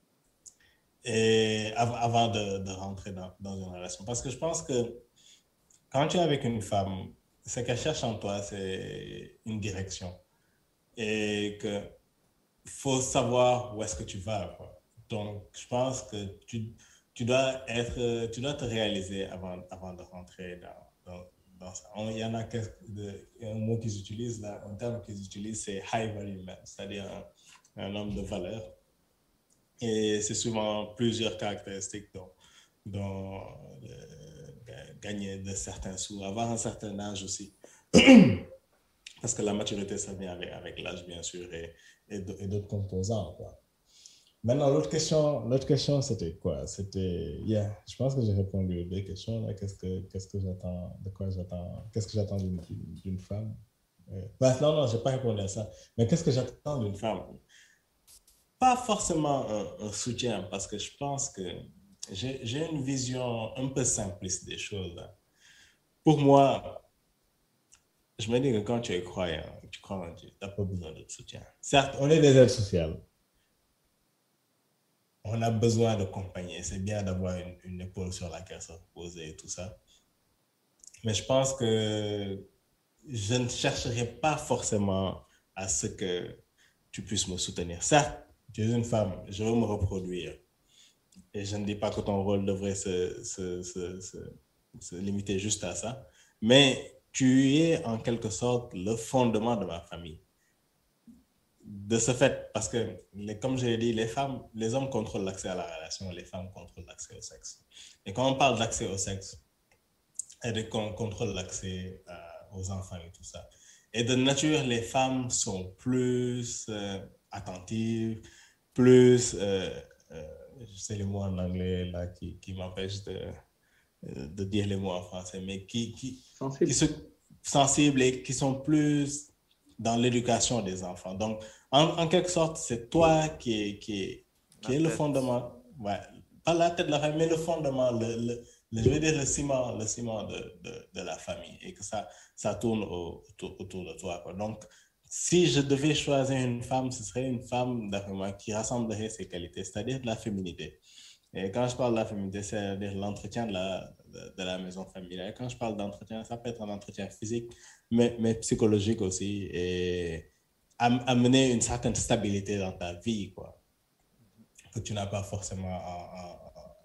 Et avant de rentrer dans une relation. Parce que je pense que quand tu es avec une femme, ce qu'elle cherche en toi, c'est une direction. Et qu'il faut savoir où est-ce que tu vas, quoi. Donc, je pense que tu dois te réaliser avant de rentrer dans ça. Il y en a un mot qu'ils utilisent là, un terme qu'ils utilisent, c'est high value man, c'est-à-dire un homme de valeur. Et c'est souvent plusieurs caractéristiques dont gagner de certains sous, avoir un certain âge aussi. Parce que la maturité, ça vient avec l'âge, bien sûr, et d'autres composants, quoi. Maintenant, l'autre question, c'était quoi? Je pense que j'ai répondu aux deux questions. Là. Qu'est-ce que j'attends, de quoi j'attends, qu'est-ce que j'attends d'une femme? Non, je n'ai pas répondu à ça. Mais qu'est-ce que j'attends d'une femme? Pas forcément un soutien, parce que je pense que j'ai une vision un peu simpliste des choses. Là. Pour moi, je me dis que quand tu es croyant, tu crois en Dieu, tu n'as pas besoin de soutien. Certes, on est des êtres sociaux. On a besoin de compagnie. C'est bien d'avoir une épaule sur laquelle se reposer et tout ça. Mais je pense que je ne chercherai pas forcément à ce que tu puisses me soutenir. Certes, tu es une femme, je veux me reproduire. Et je ne dis pas que ton rôle devrait se limiter juste à ça. Mais tu es en quelque sorte le fondement de ma famille. De ce fait, parce que, comme je l'ai dit, les hommes contrôlent l'accès à la relation, les femmes contrôlent l'accès au sexe. Et quand on parle d'accès au sexe, on contrôle l'accès aux enfants et tout ça. Et de nature, les femmes sont plus attentives, plus, je sais les mots en anglais là, qui m'empêchent de dire les mots en français, mais qui sont sensibles et qui sont plus dans l'éducation des enfants. Donc, en quelque sorte, c'est toi qui est le fondement, ouais, pas la tête de la famille, mais le fondement, je veux dire le ciment de la famille et que ça tourne autour de toi, quoi. Donc, si je devais choisir une femme, ce serait une femme, d'après moi, qui rassemblerait ses qualités, c'est-à-dire de la féminité. Et quand je parle de la féminité, c'est-à-dire l'entretien de la maison familiale. Quand je parle d'entretien, ça peut être un entretien physique, mais psychologique aussi, et amener une certaine stabilité dans ta vie, quoi, que tu n'as pas forcément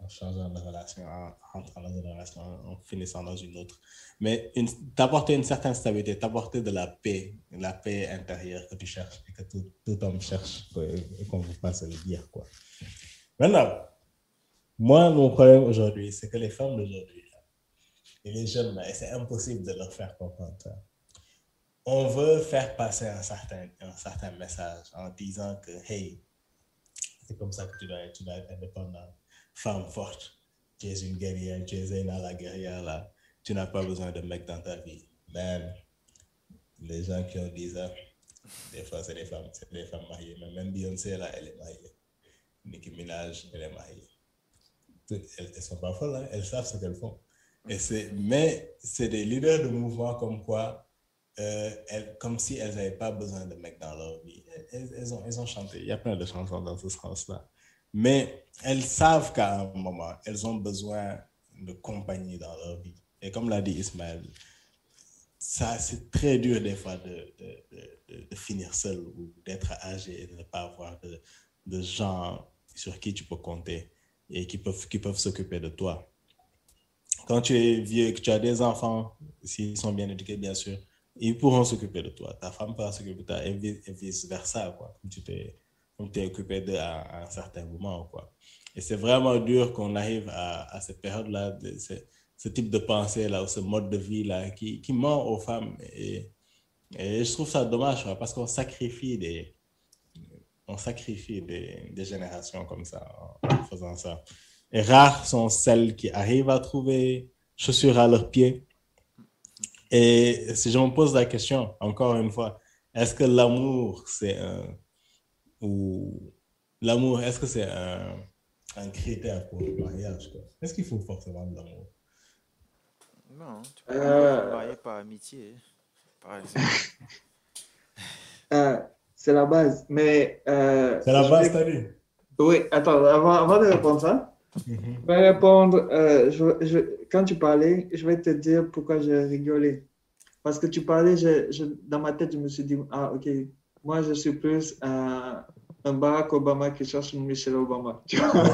en changeant de relation, en rentrant dans une relation, en finissant dans une autre. Mais t'apporter une certaine stabilité, t'apporter de la paix intérieure que tu cherches et que tout homme cherche et qu'on ne veut pas se le dire, quoi. Maintenant, moi, mon problème aujourd'hui, c'est que les femmes d'aujourd'hui, et les jeunes, là, et c'est impossible de leur faire comprendre ça. On veut faire passer un certain message en disant que, hey, c'est comme ça que tu dois être indépendante, femme forte, tu es une guerrière, tu es Zéna la guerrière, là, tu n'as pas besoin de mec dans ta vie. Man, les gens qui ont dit ça, des fois, c'est des femmes mariées. Mais même Beyoncé, là, elle est mariée. Nicki Minaj, elle est mariée. Elles ne sont pas folles, hein? Elles savent ce qu'elles font. Mais c'est des leaders de mouvement comme quoi, comme si elles n'avaient pas besoin de mecs dans leur vie. Elles ont chanté. Il y a plein de chansons dans ce sens-là. Mais elles savent qu'à un moment, elles ont besoin de compagnie dans leur vie. Et comme l'a dit Ismaël, ça, c'est très dur des fois de finir seul ou d'être âgé et de ne pas avoir de gens sur qui tu peux compter et qui peuvent s'occuper de toi. Quand tu es vieux et que tu as des enfants, s'ils sont bien éduqués, bien sûr, ils pourront s'occuper de toi. Ta femme pourra s'occuper de toi et vice-versa, quoi. Comme tu es occupé d'eux à un certain moment, quoi. Et c'est vraiment dur qu'on arrive à cette période-là, ce type de pensée-là, ou ce mode de vie-là qui ment aux femmes. Et je trouve ça dommage, quoi, parce qu'on sacrifie des générations comme ça en faisant ça. Et rares sont celles qui arrivent à trouver chaussures à leurs pieds. Et si je me pose la question, encore une fois, est-ce que l'amour, est-ce que c'est un critère pour le mariage, quoi? Est-ce qu'il faut forcément de l'amour? Non, tu peux te marier par amitié, par exemple. C'est la base. Mais, c'est la base, t'as dit? Oui, attends, avant de répondre ça, je vais répondre, quand tu parlais, je vais te dire pourquoi j'ai rigolé. Parce que tu parlais, dans ma tête, je me suis dit, ah, ok, moi, je suis plus un Barack Obama qui cherche une Michelle Obama. Tu vois?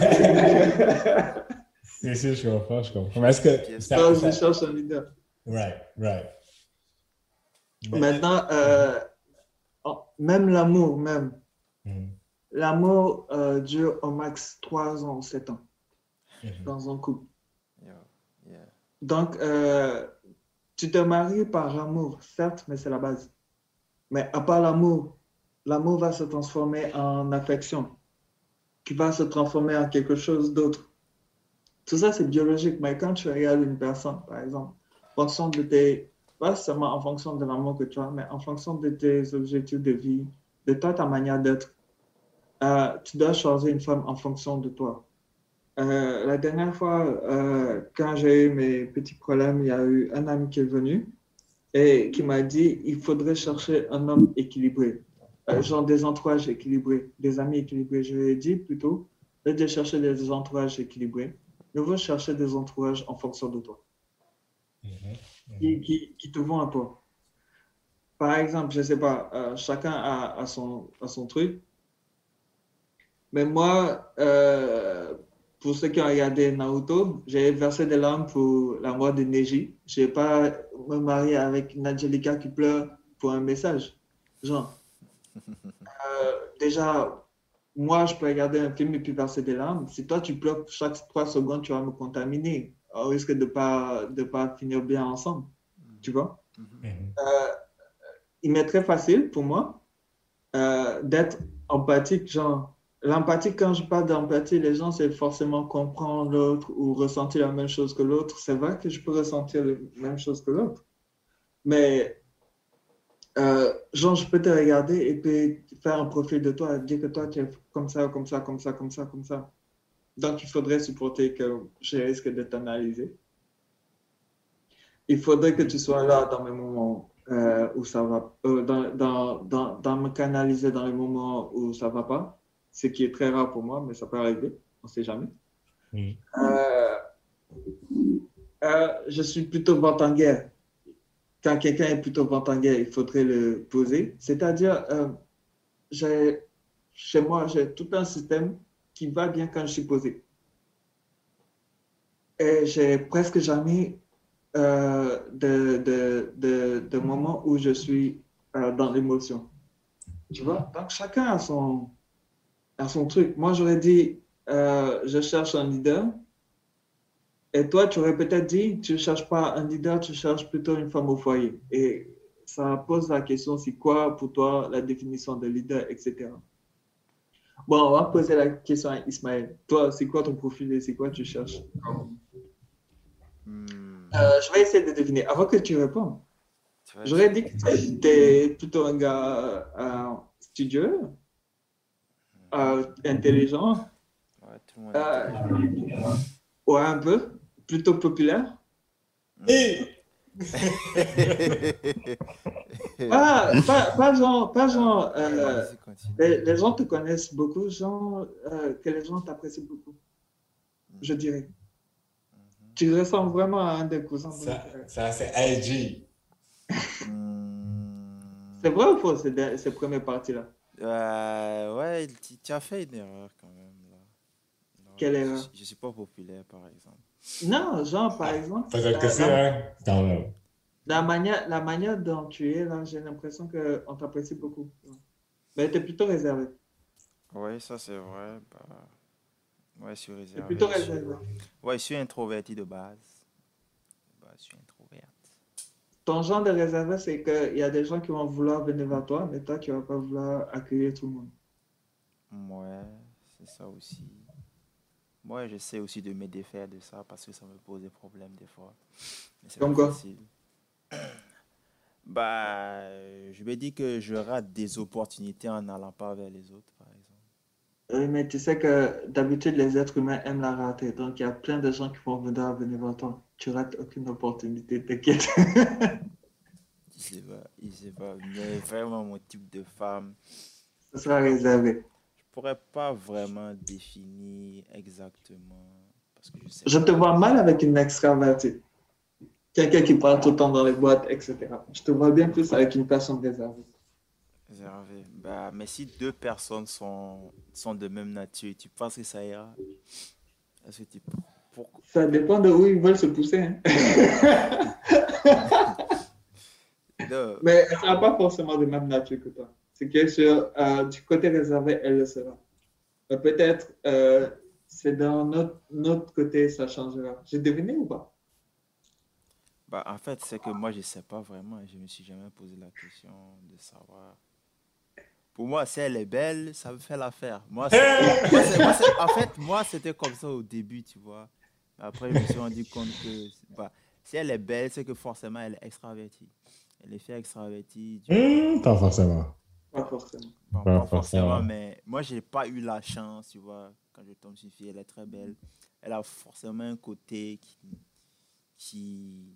Si, je comprends. Mais est-ce que je cherche un leader. Right. Maintenant, même l'amour, l'amour dure au max 3 ans, 7 ans dans un couple. Yeah. Donc, tu te maries par amour, certes, mais c'est la base. Mais à part l'amour va se transformer en affection, qui va se transformer en quelque chose d'autre. Tout ça, c'est biologique, mais quand tu regardes une personne, par exemple, en fonction de pas seulement en fonction de l'amour que tu as, mais en fonction de tes objectifs de vie, de toi, ta manière d'être, tu dois choisir une femme en fonction de toi. La dernière fois, quand j'ai eu mes petits problèmes, il y a eu un ami qui est venu et qui m'a dit il faudrait chercher un homme équilibré, genre des entourages équilibrés, des amis équilibrés. Je lui ai dit plutôt de chercher des entourages équilibrés. Nous devons chercher des entourages en fonction de toi, qui te vont à toi. Par exemple, je ne sais pas, chacun a son truc, mais moi, pour ceux qui ont regardé Naruto, j'ai versé des larmes pour la mort de Neji. Je ne vais pas me marier avec une Angelica qui pleure pour un message. Genre, déjà, moi, je peux regarder un film et puis verser des larmes. Si toi, tu pleures chaque 3 secondes, tu vas me contaminer. On risque de pas finir bien ensemble. Tu vois? Il m'est très facile pour moi d'être empathique, genre. L'empathie, quand je parle d'empathie, les gens, c'est forcément comprendre l'autre ou ressentir la même chose que l'autre. C'est vrai que je peux ressentir la même chose que l'autre. Mais, genre, je peux te regarder et puis faire un profil de toi, dire que toi, tu es comme ça. Donc, il faudrait supporter que je risque de t'analyser. Il faudrait que tu sois là dans mes moments où ça va, dans me canaliser dans les moments où ça va pas. Ce qui est très rare pour moi, mais ça peut arriver, on ne sait jamais. Je suis plutôt vent en guerre. Quand quelqu'un est plutôt vent en guerre, il faudrait le poser. C'est-à-dire, chez moi, j'ai tout un système qui va bien quand je suis posé. Et j'ai presque jamais de moments où je suis dans l'émotion. Tu vois? Donc, chacun a son truc. Moi, j'aurais dit, je cherche un leader. Et toi, tu aurais peut-être dit, tu ne cherches pas un leader, tu cherches plutôt une femme au foyer. Et ça pose la question, c'est quoi pour toi la définition de leader, etc. Bon, on va poser la question à Ismaël. Toi, c'est quoi ton profil et c'est quoi tu cherches? Je vais essayer de deviner. Avant que tu répondes, j'aurais dit que tu étais plutôt un gars studieux, intelligent, Ouais, tout le monde est intelligent. ouais, un peu, plutôt populaire. Et Pas genre Vas-y, continue. les gens te connaissent beaucoup, genre que les gens t'apprécient beaucoup, je dirais. Tu ressembles vraiment à un des cousins. ça c'est IG. C'est vrai ou faux, ces premières parties-là? Ouais, tu as fait une erreur quand même là. Non, Quelle erreur? je suis pas populaire par exemple. Non, genre, par exemple, Peut-être que c'est, hein, quand même. la manière dont tu es, là, j'ai l'impression qu'on t'apprécie beaucoup. Mais tu es plutôt réservé. Ouais, ça c'est vrai. Bah, ouais, je suis Tu es réservé. plutôt réservé. Ouais, je suis introverti de base. Bah, je suis introvert. Ton genre de réservé, c'est qu'il y a des gens qui vont vouloir venir vers toi, mais toi, tu ne vas pas vouloir accueillir tout le monde. Ouais, c'est ça aussi. Moi, j'essaie aussi de me défaire de ça parce que ça me pose des problèmes des fois. Mais c'est Comme pas quoi? facile. Bah, je me dis que je rate des opportunités en n'allant pas vers les autres, par exemple. Oui, mais tu sais que d'habitude, les êtres humains aiment la rater. Donc, il y a plein de gens qui vont venir vers toi. Tu rates aucune opportunité, t'inquiète. Il sait pas. Mais vraiment, mon type de femme, Ce sera réservé. je pourrais pas vraiment définir exactement parce que je sais Je te pas. vois mal avec une extravertie. Quelqu'un qui parle tout le temps dans les boîtes, etc. Je te vois bien plus avec une personne réservée. Réservé. Bah, mais si deux personnes sont de même nature, tu penses que ça ira? Est-ce que tu... Pourquoi? Ça dépend de où ils veulent se pousser, hein. Non. Mais elle ne sera pas forcément de même nature que toi. C'est que sur, du côté réservé, elle le sera. Mais peut-être c'est dans notre côté, ça changera. J'ai deviné ou pas? Bah, en fait, c'est que moi, je sais pas vraiment. Je me suis jamais posé la question de savoir. Pour moi, si elle est belle, ça me fait l'affaire. En fait, moi, c'était comme ça au début, tu vois. Après, je me suis rendu compte que bah, si elle est belle, c'est que forcément, elle est extravertie. Elle est fait extravertie, du coup. Pas forcément. Pas forcément. Bon, Pas pas forcément, forcément. mais moi, j'ai pas eu la chance, tu vois. Quand je tombe sur une fille, elle est très belle. Elle a forcément un côté qui...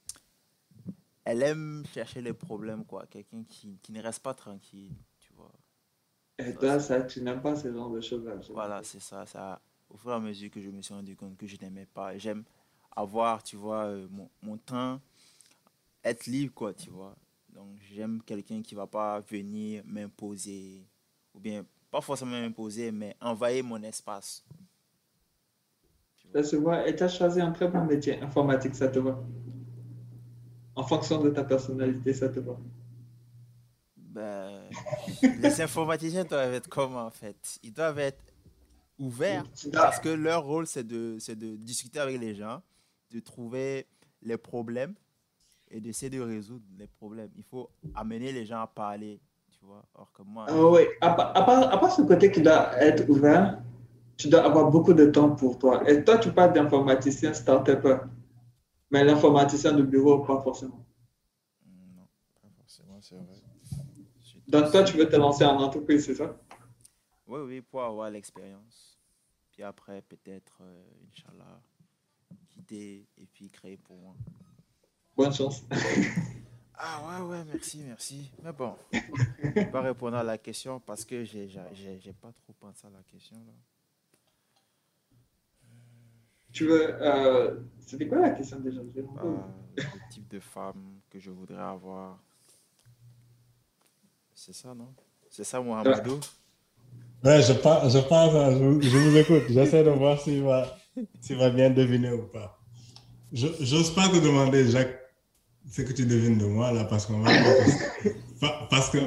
Elle aime chercher les problèmes, quoi. Quelqu'un qui ne reste pas tranquille, tu vois. Et Ça, toi, c'est... ça, tu n'aimes pas ce genre de choses-là. Voilà, c'est ça, ça. Au fur et à mesure que je me suis rendu compte que je n'aimais pas, j'aime avoir, tu vois, mon temps, être libre, quoi, tu vois. Donc, j'aime quelqu'un qui va pas venir m'imposer, ou bien, pas forcément m'imposer, mais envahir mon espace, tu Ça vois. se voit. Et tu as choisi un très bon métier, informatique, ça te va. En fonction de ta personnalité, ça te va. Ben, les informaticiens doivent être comment, en fait? Ils doivent être ouverts parce que leur rôle, c'est de discuter avec les gens, de trouver les problèmes et d'essayer de résoudre les problèmes. Il faut amener les gens à parler, tu vois. Or que moi, Ah oui, à part ce côté qui doit être ouvert, tu dois avoir beaucoup de temps pour toi. Et toi, tu parles d'informaticien start-upper, mais l'informaticien de bureau, pas forcément. non, pas forcément, c'est vrai. Surtout Donc, toi, si, tu veux te lancer en entreprise, c'est ça? oui, oui, pour avoir l'expérience. Puis après, peut-être, Inch'Allah, quitter et puis créer pour moi. Bonne chance. Ah ouais, ouais, merci, merci. Mais bon, pas répondre à la question parce que j'ai pas trop pensé à la question là. Tu veux. C'était quoi la question déjà? Le type de femme que je voudrais avoir. C'est ça, non? C'est ça, Ouais. Mohamedou? Ouais, je pense, je vous écoute. J'essaie de voir s'il va. Tu vas bien deviner ou pas. J'ose pas te demander, Jacques, ce que tu devines de moi, là, parce qu'on va parce que...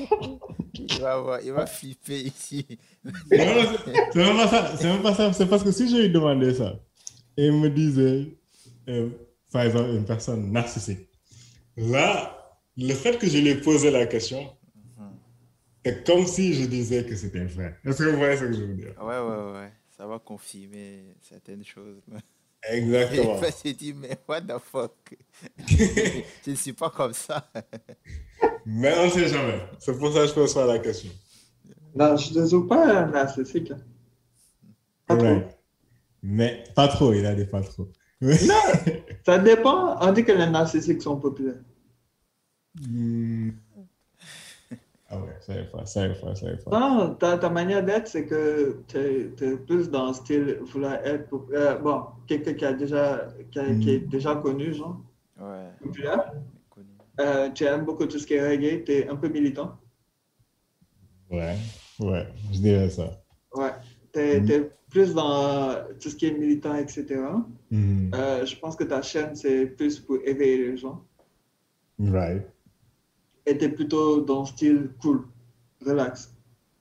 Il va flipper ici. Non, c'est même pas ça. C'est même pas ça. C'est parce que si je lui demandais ça, et il me disait, euh, par exemple, une personne narcissique, là, le fait que je lui ai posé la question, c'est comme si je disais que c'était vrai. Est-ce que vous voyez ce que je veux dire? Ouais. Ça va confirmer certaines choses. Et Exactement. je me dit, mais what the fuck? Je ne suis pas comme ça. Mais on ne sait jamais. C'est pour ça que je pose pas la question. Non, je ne suis pas un narcissique. Pas trop. Right. Mais pas trop, il a dit pas trop. Non, ça dépend. On dit que les narcissiques sont populaires. Hmm. Ah ouais, ça y est pas. Non, ta manière d'être, c'est que tu es plus dans le style vouloir être bon, quelqu'un qui est déjà connu, genre, Ouais, populaire. connu. Tu aimes beaucoup tout ce qui est reggae, tu es un peu militant. Ouais, je dirais ça. Ouais, tu es plus dans tout ce qui est militant, etc. Mhm. Je pense que ta chaîne, c'est plus pour éveiller les gens. Right. Et tu es plutôt dans le style cool, relax.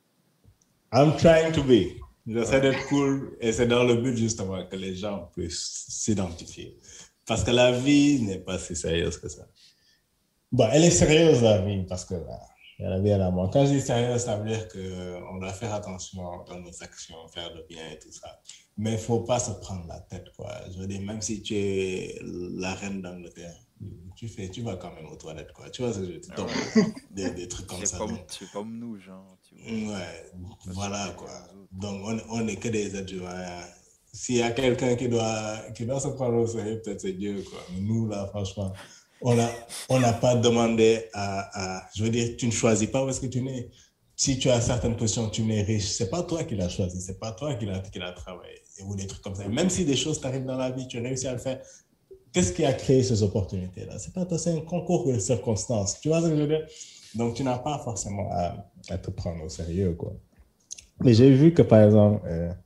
I'm trying to be. J'essaie d'être cool et c'est dans le but justement que les gens puissent s'identifier. Parce que la vie n'est pas si sérieuse que ça. Bon, elle est sérieuse la vie parce que là, il y a la vie à la mort. Quand je dis sérieuse, ça veut dire qu'on doit faire attention dans nos actions, faire le bien et tout ça. Mais il ne faut pas se prendre la tête, quoi. Je veux dire, même si tu es la reine d'Angleterre, tu vas quand même aux toilettes, quoi. Tu vois ce que je veux dire? Donc, des trucs comme ça. C'est comme nous, genre. Tu vois. Ouais, voilà, quoi. Donc, on n'est que des êtres humains. S'il y a quelqu'un qui doit se prendre au sérieux, peut-être c'est Dieu, quoi. Mais nous, là, franchement, on n'a pas demandé je veux dire, tu ne choisis pas parce que tu n'es. Si tu as certaines positions, tu n'es riche, c'est pas toi qui l'as choisi, c'est pas toi qui l'as travaillé, ou des trucs comme ça. Même si des choses t'arrivent dans la vie, tu réussis à le faire, qu'est-ce qui a créé ces opportunités-là? C'est pas toi, c'est un concours de circonstances. Tu vois ce que je veux dire? Donc, tu n'as pas forcément à te prendre au sérieux, quoi. Mais j'ai vu que, par exemple,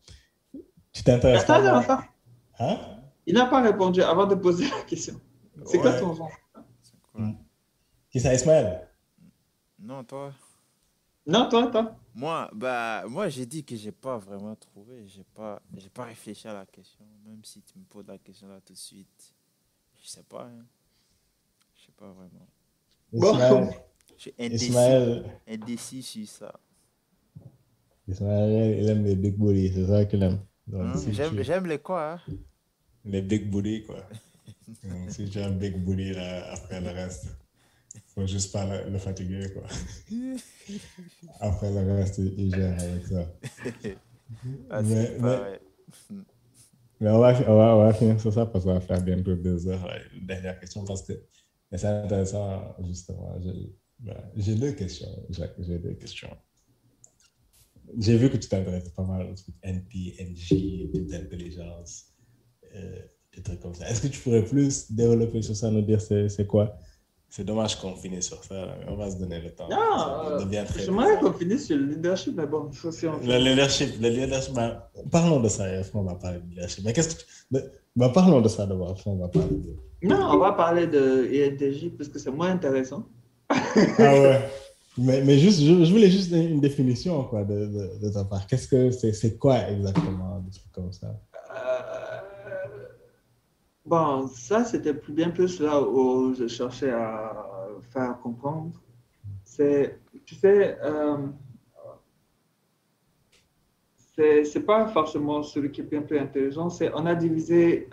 tu t'intéresses pas mal. Hein? Il n'a pas répondu avant de poser la question. C'est quoi ton genre? Qui ça, Ismaël? Non, toi. Non, toi. Moi, j'ai dit que j'ai pas vraiment trouvé. J'ai pas réfléchi à la question. Même si tu me poses la question là tout de suite, je sais pas. Hein. Je sais pas vraiment. Ismaël, Je suis indécis sur ça. Ismaël, il aime les big booty, c'est ça qu'il aime. Donc, J'aime les quoi? Hein? Les big booty, quoi. Donc, si tu as un big booty, là, après le reste, faut juste pas le fatiguer, quoi. Après le reste, il gère avec ça. Mais on va finir sur ça parce qu'on va faire bientôt 2 heures. Une dernière question parce que c'est intéressant, justement. J'ai 2 questions, Jacques. J'ai 2 questions. J'ai vu que tu t'intéresses pas mal aux trucs NP, NG, d'intelligence, des trucs comme ça. Est-ce que tu pourrais plus développer sur ça, nous dire c'est quoi? C'est dommage qu'on finisse sur ça, là, mais on va se donner le temps. Non, j'aimerais qu'on finisse sur le leadership, mais bon, ça c'est le leadership, ben, parlons de ça et après on va parler de leadership. Mais parlons de ça d'abord, après on va parler de... Non, on va parler de INTJ parce que c'est moins intéressant. Ah ouais. Mais juste, je voulais juste une définition quoi, de ta part. Qu'est-ce que c'est quoi exactement, des trucs comme ça? Bon, ça c'était bien plus là où je cherchais à faire comprendre. Tu sais, c'est pas forcément celui qui est bien plus intelligent, on a divisé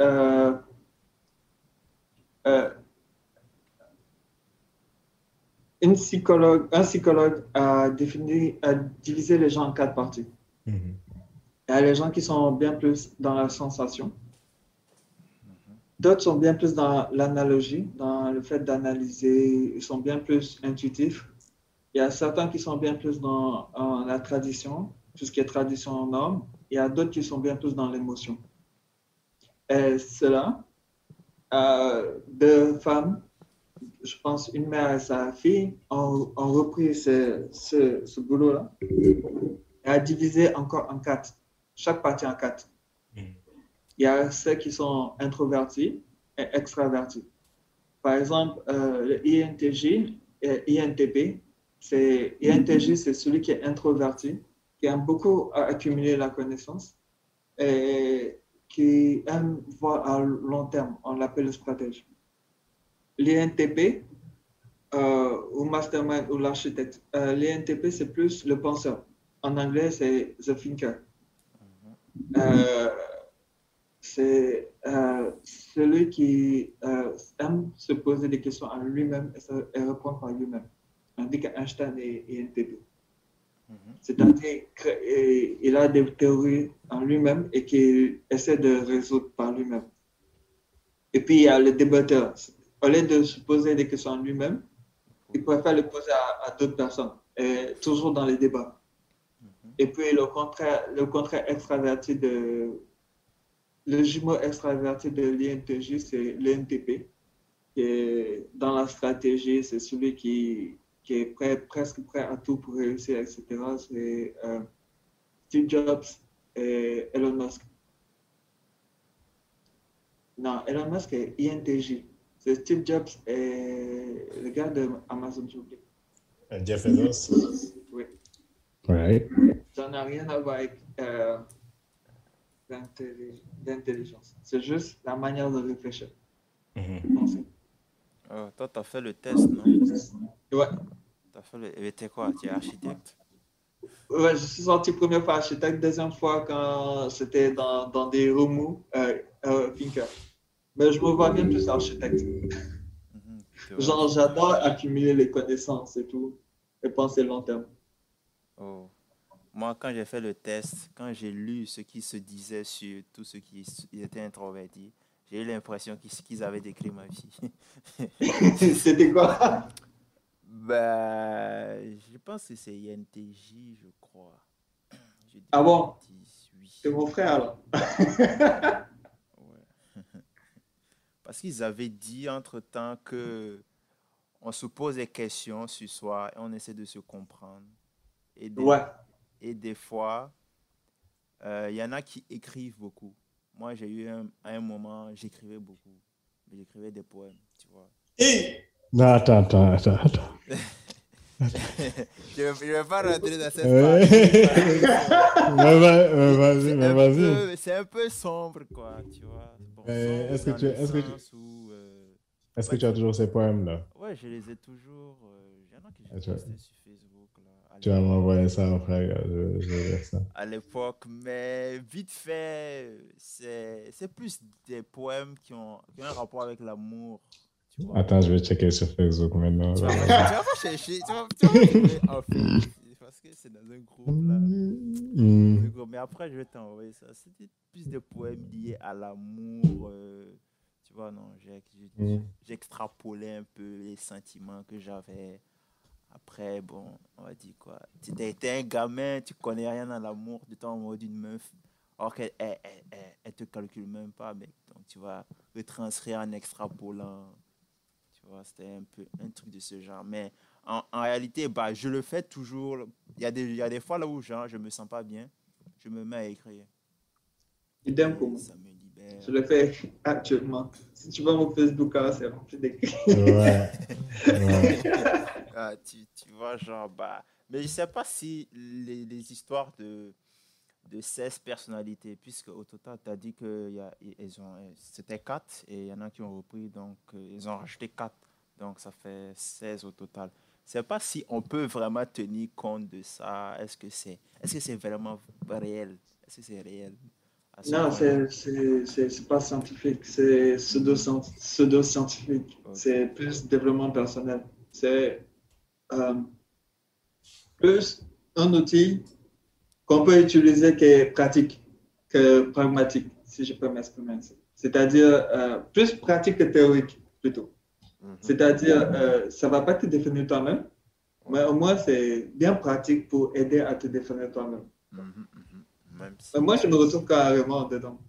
un psychologue a divisé les gens en 4 parties. Mm-hmm. Il y a les gens qui sont bien plus dans la sensation. D'autres sont bien plus dans l'analogie, dans le fait d'analyser, ils sont bien plus intuitifs. Il y a certains qui sont bien plus dans la tradition, tout ce qui est tradition en normes. Il y a d'autres qui sont bien plus dans l'émotion. Et cela, 2 femmes, je pense une mère et sa fille, ont repris ce boulot-là et a divisé encore en 4, chaque partie en 4. il y a ceux qui sont introvertis et extravertis. Par exemple, le INTJ et INTP, INTJ, c'est celui qui est introverti, qui aime beaucoup accumuler la connaissance et qui aime voir à long terme. On l'appelle le stratège. L'INTP, ou mastermind ou l'architecte, l'INTP, c'est plus le penseur. En anglais, c'est the thinker. Euh, c'est celui qui aime se poser des questions à lui-même et répondre par lui-même. Tandis qu'Einstein est INTP. C'est-à-dire qu'il a des théories en lui-même et qu'il essaie de résoudre par lui-même. Et puis, il y a le débatteur. Au lieu de se poser des questions en lui-même, il préfère les poser à d'autres personnes, et toujours dans les débats. Et puis, le contraire extraverti le jumeau extraverti de l'INTJ, c'est l'INTP. Et dans la stratégie, c'est celui qui est presque prêt à tout pour réussir, etc. C'est Steve Jobs et Elon Musk. Non, Elon Musk est INTJ. C'est Steve Jobs et le gars de Amazon, j'ai oublié. Jeff Bezos. Oui. Ouais. Ça n'a rien à voir avec l'intelligence. C'est juste la manière de réfléchir. Toi, tu as fait le test, non? Ouais. T'as fait le... Et t'es quoi? Tu es architecte? Ouais, je suis sorti première fois architecte, deuxième fois quand c'était dans des remous, thinker. Mais je me vois bien plus architecte. Genre, j'adore accumuler les connaissances et tout, et penser long terme. Oh. Moi, quand j'ai fait le test, quand j'ai lu ce qui se disait sur tous ceux qui étaient introvertis, j'ai eu l'impression qu'ils avaient décrit ma vie. C'était quoi? Bah, je pense que c'est INTJ, je crois. Ah bon? Oui. C'est mon frère alors. Ouais. Parce qu'ils avaient dit entre-temps que on se pose des questions sur soi et on essaie de se comprendre. Ouais. Et des fois, il y en a qui écrivent beaucoup. Moi, j'ai eu à un moment, j'écrivais beaucoup. J'écrivais des poèmes, tu vois. Non, attends. Je ne vais pas rentrer dans cette partie. Vas-y. C'est un peu sombre, quoi, tu vois. Bon, Est-ce que tu as toujours ces poèmes-là? Ouais, je les ai toujours. Il y en a que j'ai postés sur Facebook. Là, tu vas m'envoyer ça, frère. Je vais lire ça. À l'époque, mais vite fait, c'est plus des poèmes qui ont un rapport avec l'amour. Attends, je vais checker sur Facebook maintenant. Tu vas pas chercher, tu vas trouver en fait, parce que c'est dans un groupe là. Mais après, je vais t'envoyer ça. C'était plus des poèmes liés à l'amour. Tu vois, non, j'extrapolais un peu les sentiments que j'avais. Après, bon, on va dire quoi. Tu étais un gamin, tu connais rien à l'amour, de temps en mode d'une meuf. Or qu'elle elle te calcule même pas, mec. Donc tu vas retranscrire en extrapolant. Tu vois, c'était un peu un truc de ce genre. Mais en réalité, bah, je le fais toujours. Il y a des fois là où genre, je me sens pas bien, je me mets à écrire. Idem pour moi. Ça me libère. Je le fais actuellement. Si tu vas mon Facebook, c'est rempli d'écrits. Ouais. Tu vois, genre, bah. Mais je sais pas si les histoires de 16 personnalités, puisque au total, tu as dit que c'était 4 et il y en a qui ont repris, donc ils ont rajouté 4. Donc ça fait 16 au total. Je sais pas si on peut vraiment tenir compte de ça. Est-ce que c'est vraiment réel? Est-ce que c'est réel? Non, c'est pas scientifique, c'est pseudo-scientifique. Okay. C'est plus développement personnel. C'est plus un outil qu'on peut utiliser qui est pratique que pragmatique, si je peux m'exprimer ainsi. C'est-à-dire plus pratique que théorique, plutôt. C'est-à-dire, ça ne va pas te définir toi-même, mais au moins, c'est bien pratique pour aider à te définir toi-même. Moi, je me retrouve carrément dedans.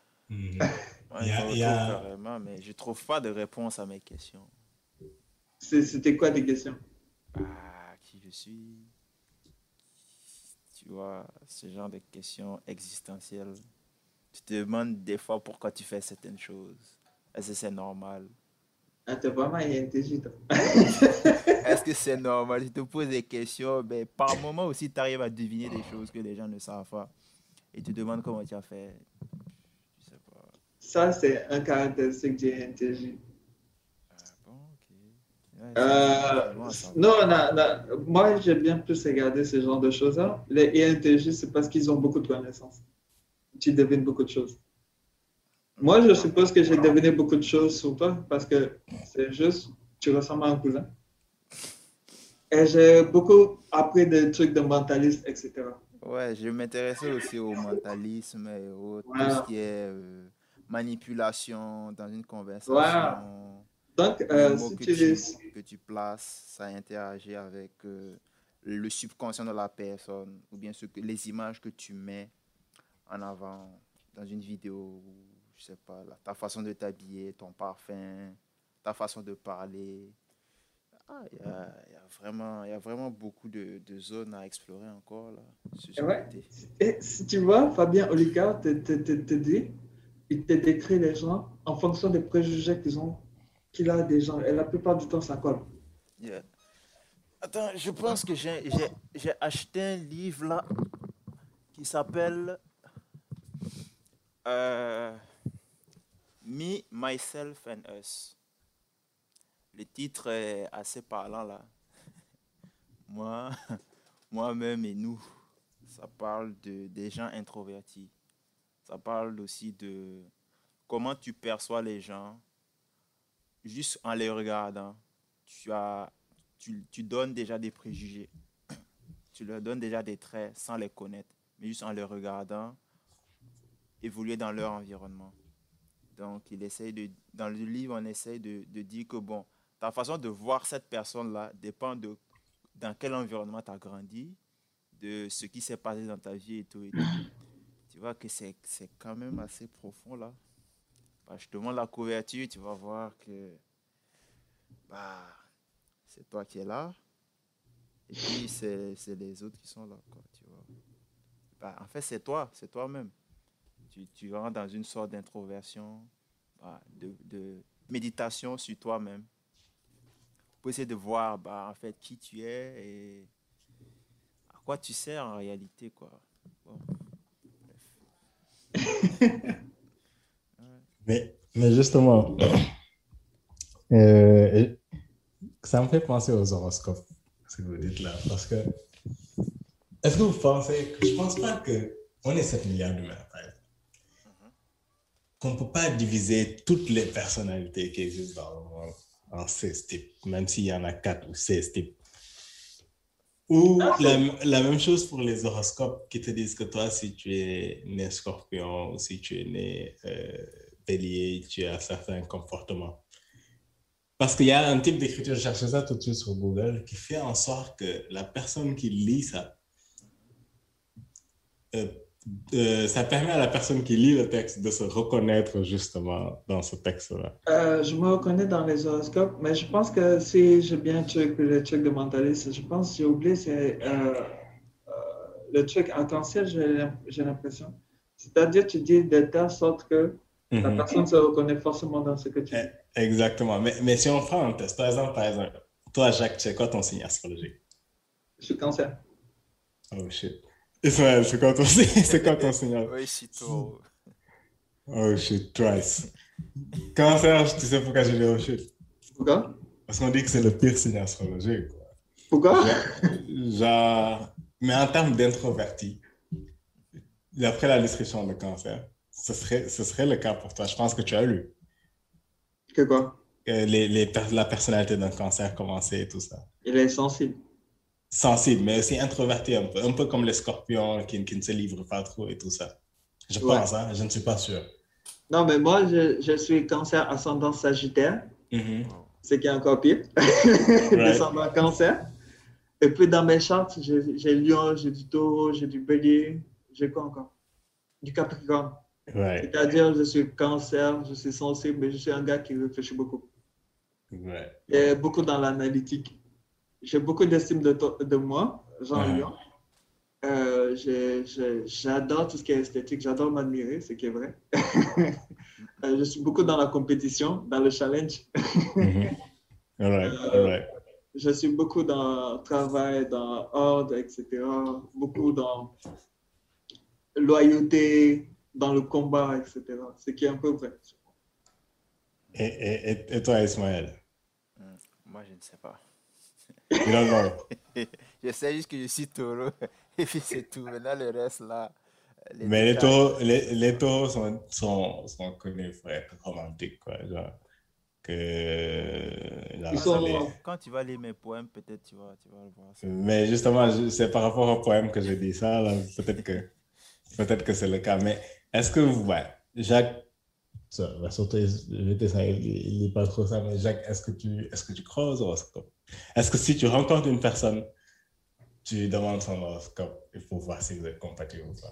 Carrément, mais je ne trouve pas de réponse à mes questions. C'était quoi tes questions? Qui je suis? Tu vois, ce genre de questions existentielles. Tu te demandes des fois pourquoi tu fais certaines choses. Est-ce que c'est normal? Ah, t'es vraiment INTJ, toi. Est-ce que c'est normal? Tu te poses des questions, mais par moment aussi, tu arrives à deviner des choses que les gens ne savent pas. Et tu te demandes comment tu as fait. Je sais pas. Ça, c'est un caractéristique du INTJ. Ah bon, ok. Ouais, Euh, c'est bon à savoir. non, moi, j'aime bien plus regarder ce genre de choses-là. Les INTJ, c'est parce qu'ils ont beaucoup de connaissances. Tu devines beaucoup de choses. Moi, je suppose que j'ai deviné beaucoup de choses sur toi parce que c'est juste, tu ressembles à un cousin. Et j'ai beaucoup appris des trucs de mentaliste, etc. Ouais, je m'intéressais aussi au mentalisme et tout ce Voilà. qui est manipulation dans une Voilà. conversation. Donc, Les mots si tu... que tu places, ça interagit avec le subconscient de la personne ou bien les images que tu mets en avant dans une vidéo, ou, je sais pas, ta façon de t'habiller, ton parfum, ta façon de parler. Ah, il y a vraiment beaucoup de zones à explorer encore là, sur ce Ouais. côté. Et si tu vois, Fabien Olicard te dit, il te décrit les gens en fonction des préjugés qu'il a des gens. Et la plupart du temps, ça colle. Yeah. Attends, je pense que j'ai acheté un livre là qui s'appelle euh, Me, Myself and Us. Le titre est assez parlant là. Moi, moi-même et nous. Ça parle des gens introvertis. Ça parle aussi de comment tu perçois les gens juste en les regardant. Tu donnes déjà des préjugés. Tu leur donnes déjà des traits sans les connaître. Mais juste en les regardant, évoluer dans leur environnement. Donc, dans le livre, on essaye de dire que, bon, ta façon de voir cette personne-là dépend de dans quel environnement tu as grandi, de ce qui s'est passé dans ta vie et tout et tout. Tu vois que c'est quand même assez profond, là. Bah, je te montre la couverture, tu vas voir que bah, c'est toi qui es là. Et puis, c'est les autres qui sont là, quoi, tu vois. Bah, en fait, c'est toi-même. Tu rentres dans une sorte d'introversion, bah, de méditation sur toi-même, pour essayer de voir bah, en fait qui tu es et à quoi tu sers en réalité, quoi. Bon, ouais. Mais justement, euh, ça me fait penser aux horoscopes, ce que vous dites là, parce que est-ce que vous pensez que je pense pas que on est 7 milliards d'humains, par exemple, qu'on ne peut pas diviser toutes les personnalités qui existent dans le monde en 16 types, même s'il y en a 4 ou 16 types. Ou la même chose pour les horoscopes qui te disent que toi, si tu es né scorpion ou si tu es né bélier, tu as certains comportements. Parce qu'il y a un type d'écriture, je cherchais ça tout de suite sur Google, qui fait en sorte que la personne qui lit ça, ça permet à la personne qui lit le texte de se reconnaître justement dans ce texte-là. Je me reconnais dans les horoscopes, mais je pense que si j'ai bien le truc de mentaliste, je pense que j'ai oublié, c'est le truc en cancer, j'ai l'impression. C'est-à-dire, tu dis de telle sorte que la personne se reconnaît forcément dans ce que tu dis. Exactement. Mais si on prend un test, par exemple, toi, Jacques, c'est quoi ton signe astrologique? Je suis cancer. Oh shit. Israël, c'est quoi ton signe? Oui, c'est toi. Oh shit, twice. Cancer, tu sais pourquoi je dis oh shit? Pourquoi? Parce qu'on dit que c'est le pire signe astrologique, quoi. Pourquoi? Mais en termes d'introverti, d'après la description de cancer, ce serait le cas pour toi. Je pense que tu as lu. Que quoi? La personnalité d'un cancer commencé et tout ça. Il est sensible. Sensible, mais aussi introverti un peu comme les scorpions qui ne se livrent pas trop et tout ça. Je pense, hein, je ne suis pas sûr. Non, mais moi, je suis cancer ascendant sagittaire, ce qui est encore pire. Descendant cancer. Et puis dans mes chartes, j'ai lion, j'ai du taureau, j'ai du bélier, j'ai quoi encore? Du capricorne. Ouais. C'est-à-dire, je suis cancer, je suis sensible, mais je suis un gars qui réfléchit beaucoup. Ouais. Et beaucoup dans l'analytique. J'ai beaucoup d'estime de moi, Jean Lion. j'adore tout ce qui est esthétique, j'adore m'admirer, ce qui est vrai. Je suis beaucoup dans la compétition, dans le challenge. Mhm. All right, all right. Je suis beaucoup dans le travail, dans ordre, etc. Beaucoup dans loyauté, dans le combat, etc. Ce qui est un peu vrai. Et toi, Ismaël? Moi, je ne sais pas. You don't know. Je sais juste que je suis taureau et puis c'est tout. Maintenant, le reste là, les Mais détails. les taureaux sont connus pour être romantiques, quoi. Genre, Ils genre, c'est les... sont... Quand tu vas lire mes poèmes, peut-être tu vas le voir. Mais justement, c'est par rapport au poème que je dis ça, là, peut-être que c'est le cas. Mais est-ce que ouais, Jacques, surtout, je vais ça, il lit pas trop ça, mais Jacques, est-ce que tu crois aux horoscopes? Est-ce que si tu rencontres une personne, tu demandes son horoscope et pour voir si vous êtes compatible ou pas?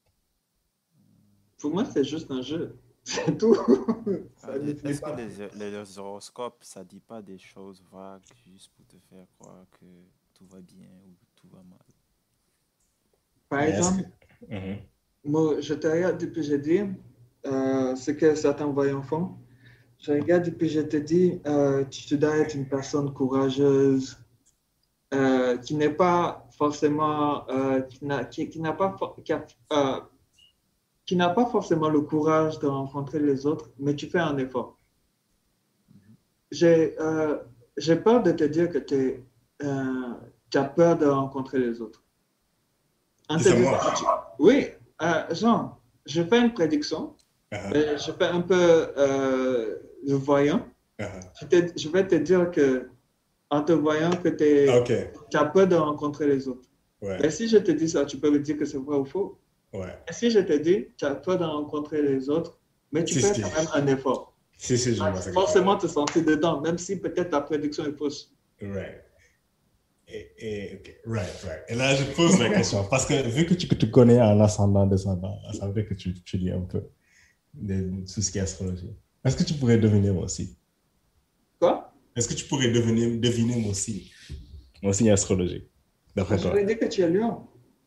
Pour moi, c'est juste un jeu. C'est tout. Ça définit Est-ce que pas. les horoscopes, ça dit pas des choses vagues juste pour te faire croire que tout va bien ou tout va mal? Par Mais est-ce que... exemple, Mhm. moi, je te regarde depuis que j'ai dit ce que certains voyants font. Je regarde depuis que je te dis tu dois être une personne courageuse, qui n'est pas forcément, qui n'a pas, qui n'a pas forcément le courage de rencontrer les autres, mais tu fais un effort. J'ai peur de te dire que tu as peur de rencontrer les autres. En Qui te c'est disant moi? que oui, genre, je fais une prédiction, Uh-huh. je fais un peu le voyant. Uh-huh. Je vais te dire que en te voyant que Ok, tu as peur de rencontrer les autres. Mais ouais, si je te dis ça, tu peux me dire que c'est vrai ou faux. ouais. Et si je te dis, tu as peur de rencontrer les autres, mais tu Si, fais si, quand même un effort. si, Tu je vas vois ce que tu veux forcément dire. te sentir dedans, même si peut-être ta prédiction est fausse. Right. Ok, right. Et là, je pose la question, parce que vu que tu connais un ascendant, descendant, ça veut dire que tu lis un peu de tout ce qui est astrologie. Est-ce que tu pourrais deviner moi aussi? Quoi? Est-ce que tu pourrais deviner mon signe astrologique, d'après Je lui ai toi? dit que tu es lion.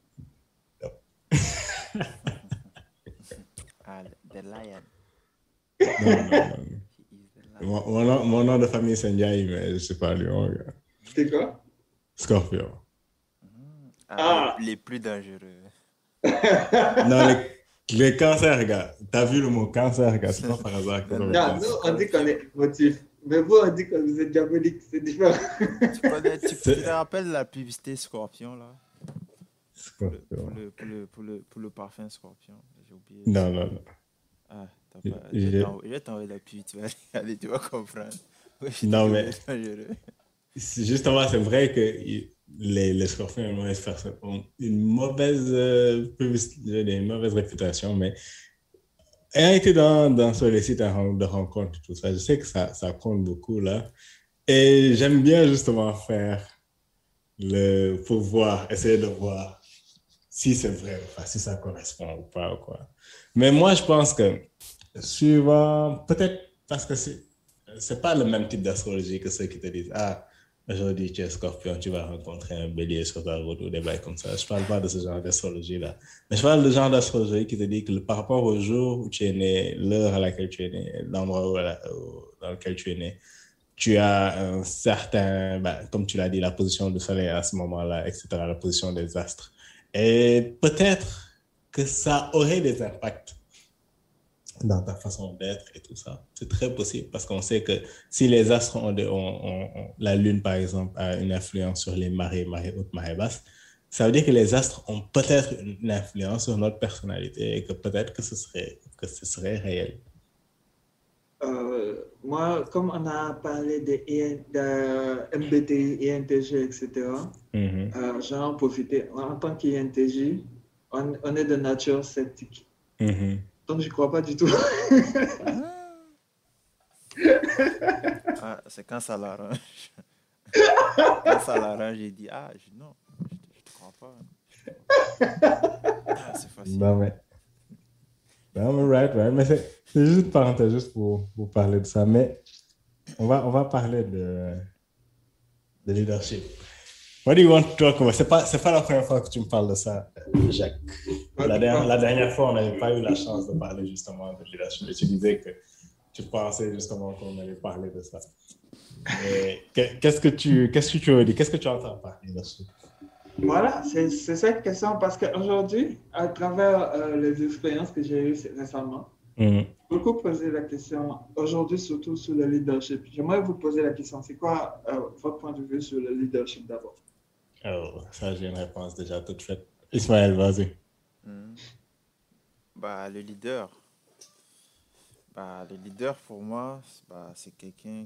Ah, the lion. Non, non, non. He is the lion. Mon nom de famille c'est Ndiaye, mais je ne sais pas Lion, gars. C'est quoi? Scorpion. Ah! Les plus dangereux. Non, les cancers, gars. T'as vu le mot cancer, gars? C'est pas par hasard que Non, ça non, va Non, être nous, cancer. on dit qu'on est motif. Mais vous, on dit que vous êtes diabolique. C'est différent. tu te rappelles la publicité Scorpion là? Scorpion. Pour le parfum Scorpion. J'ai oublié. Non, non, non. Ah, t'as Je- pas. je- Je vais t'envoyer la pub, tu vas regarder, tu vas comprendre. Oui, je Non, dis que mais vous êtes dangereux. justement, c'est vrai que les scorpions ont une mauvaise publicité, une mauvaise réputation, mais ayant été sur les sites de rencontres, tout ça, je sais que ça compte beaucoup là. Et j'aime bien justement faire pour voir, essayer de voir si c'est vrai, enfin, si ça correspond ou pas, ou quoi. Mais moi, je pense que suivant, peut-être parce que c'est pas le même type d'astrologie que ceux qui te disent, ah, aujourd'hui tu es scorpion, tu vas rencontrer un bélier sur ta route ou des bails comme ça. Je parle pas de ce genre d'astrologie-là. Mais je parle de genre d'astrologie qui te dit que par rapport au jour où tu es né, l'heure à laquelle tu es né, l'endroit dans lequel tu es né, tu as un certain, comme tu l'as dit, la position du soleil à ce moment-là, etc., la position des astres. Et peut-être que ça aurait des impacts dans ta façon d'être et tout ça. C'est très possible parce qu'on sait que si les astres la Lune, par exemple, a une influence sur les marées hautes, marées basses, ça veut dire que les astres ont peut-être une influence sur notre personnalité et que peut-être que ce serait réel. Moi, comme on a parlé de MBTI, INTG, etc., j'en ai profité. En tant qu'INTJ, on est de nature sceptique. Donc, je ne crois pas du tout. Ah, c'est quand ça l'arrange. Quand ça l'arrange, j'ai dit, non, je te crois pas. Ah, c'est facile. Non, mais right. Mais c'est juste une parenthèse, juste pour parler de ça. Mais on va parler de leadership. What do you want to talk about? C'est pas la première fois que tu me parles de ça, Jacques. La dernière fois, on n'avait pas eu la chance de parler justement de leadership. Et tu disais que tu pensais justement qu'on allait parler de ça. Mais qu'est-ce que tu veux dire? Qu'est-ce que tu entends par leadership? Voilà, c'est cette question parce qu'aujourd'hui, à travers les expériences que j'ai eues récemment, beaucoup posé la question, aujourd'hui surtout sur le leadership. J'aimerais vous poser la question, c'est quoi votre point de vue sur le leadership d'abord? Oh, ça, j'ai une réponse déjà toute faite. Ismaël, vas-y. Le leader pour moi, c'est quelqu'un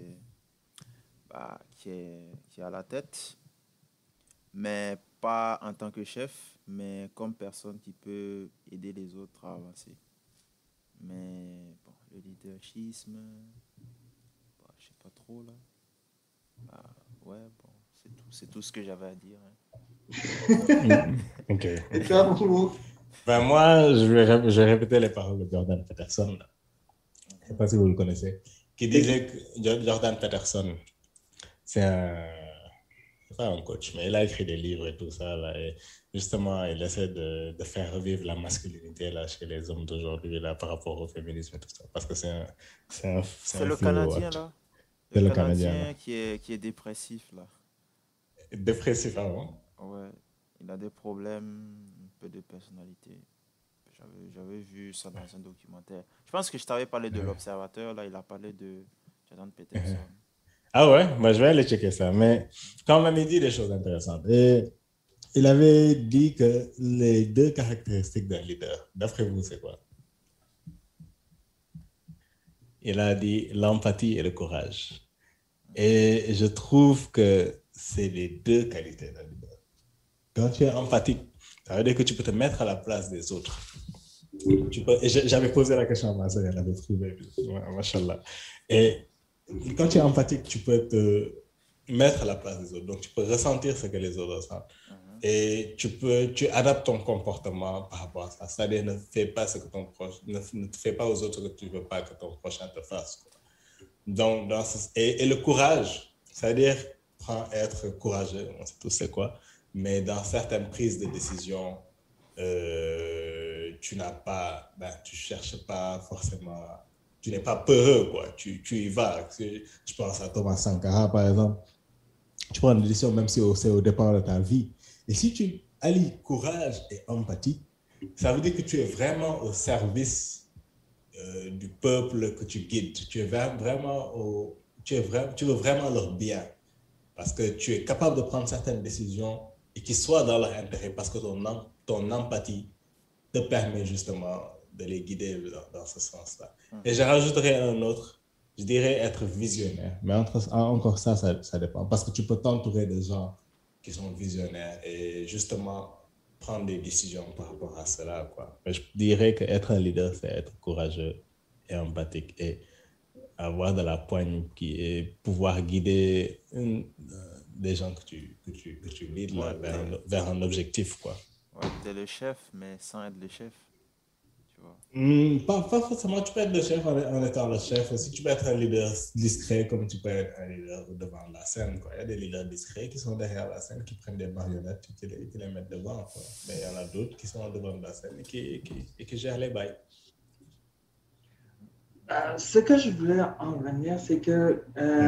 qui est à la tête, mais pas en tant que chef, mais comme personne qui peut aider les autres à avancer. Mais bon, le leadershisme, je sais pas trop là. Ouais, bon, c'est tout ce que j'avais à dire. Ok. Et toi, Momo? Ben moi, je vais répéter les paroles de Jordan Peterson. Je ne sais pas si vous le connaissez. Qui disait que Jordan Peterson, c'est pas un coach, mais il a écrit des livres et tout ça. Là, et justement, il essaie de faire revivre la masculinité là, chez les hommes d'aujourd'hui là, par rapport au féminisme et tout ça. Parce que c'est un le fléau, Canadien là. C'est Le le Canadien Canadien là. qui est dépressif là. Dépressif avant. Ouais, il a des problèmes, un peu de personnalité. J'avais vu ça dans un documentaire. Je pense que je t'avais parlé de l'Observateur, là, il a parlé de Jordan Peterson. Ah ouais, moi je vais aller checker ça. Mais quand même, il dit des choses intéressantes. Et il avait dit que les deux caractéristiques d'un leader, d'après vous, c'est quoi? Il a dit l'empathie et le courage. Et je trouve que c'est les deux qualités d'un leader. Quand tu es empathique, ça veut dire que tu peux te mettre à la place des autres. J'avais posé la question à ma soeur, elle avait trouvé. Machallah. Et quand tu es empathique, tu peux te mettre à la place des autres. Donc, tu peux ressentir ce que les autres ressentent. Et tu adaptes ton comportement par rapport à ça. C'est-à-dire, ne fais pas ce que ne te fais pas aux autres ce que tu ne veux pas que ton prochain te fasse. Donc, et le courage, c'est-à-dire être courageux, on sait tous c'est quoi, mais dans certaines prises de décision, tu cherches pas forcément, tu n'es pas peureux, quoi. Tu y vas. Je pense à Thomas Sankara, par exemple. Tu prends une décision même si c'est au départ de ta vie. Et si tu allies courage et empathie, ça veut dire que tu es vraiment au service du peuple que tu guides. Tu veux vraiment leur bien. Parce que tu es capable de prendre certaines décisions et qui soient dans leur intérêt parce que ton empathie te permet justement de les guider dans ce sens-là. Et je rajouterai un autre, je dirais être visionnaire. Mais encore ça dépend. Parce que tu peux t'entourer de gens qui sont visionnaires et justement prendre des décisions par rapport à cela, quoi. Mais je dirais qu'être un leader, c'est être courageux et empathique et avoir de la poigne et pouvoir guider des gens que tu leads vers un objectif, quoi. Ouais, t'es le chef, mais sans être le chef. Tu vois. Pas forcément, tu peux être le chef en étant le chef. Aussi, tu peux être un leader discret comme tu peux être un leader devant la scène, quoi. Il y a des leaders discrets qui sont derrière la scène, qui prennent des marionnettes et qui les mettent devant, quoi. Mais il y en a d'autres qui sont devant la scène et qui gèrent les bails. Ce que je voulais en venir, c'est que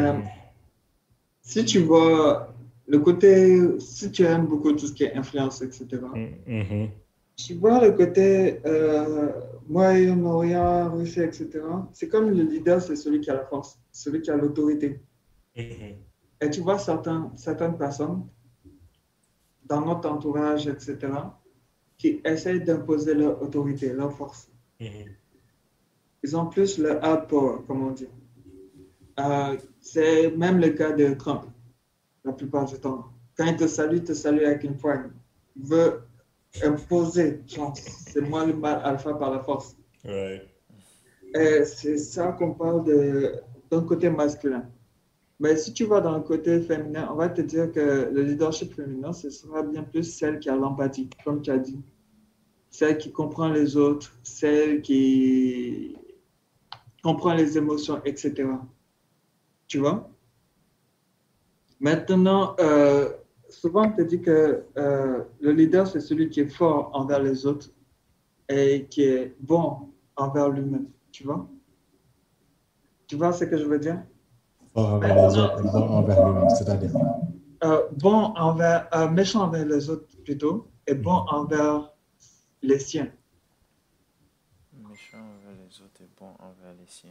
si tu vois le côté, si tu aimes beaucoup tout ce qui est influence, etc., tu vois le côté Moyen-Orient, Russie, etc., c'est comme le leader, c'est celui qui a la force, celui qui a l'autorité. Et tu vois certaines personnes dans notre entourage, etc., qui essayent d'imposer leur autorité, leur force. Ils ont plus le hard power, comme on dit. C'est même le cas de Trump, la plupart du temps. Quand il te salue avec une poigne. Il veut imposer, genre, c'est moi le mal alpha par la force. Ouais. Et c'est ça qu'on parle d'un côté masculin. Mais si tu vas dans le côté féminin, on va te dire que le leadership féminin, ce sera bien plus celle qui a l'empathie, comme tu as dit. Celle qui comprend les autres, celle qui comprend les émotions, etc. Tu vois? Maintenant, souvent on te dit que le leader, c'est celui qui est fort envers les autres et qui est bon envers lui-même. Tu vois? Tu vois ce que je veux dire? Fort envers les autres et bon envers lui-même, c'est-à-dire. Bon envers, méchant envers les autres plutôt, et bon envers les siens. Méchant envers les autres et bon envers les siens.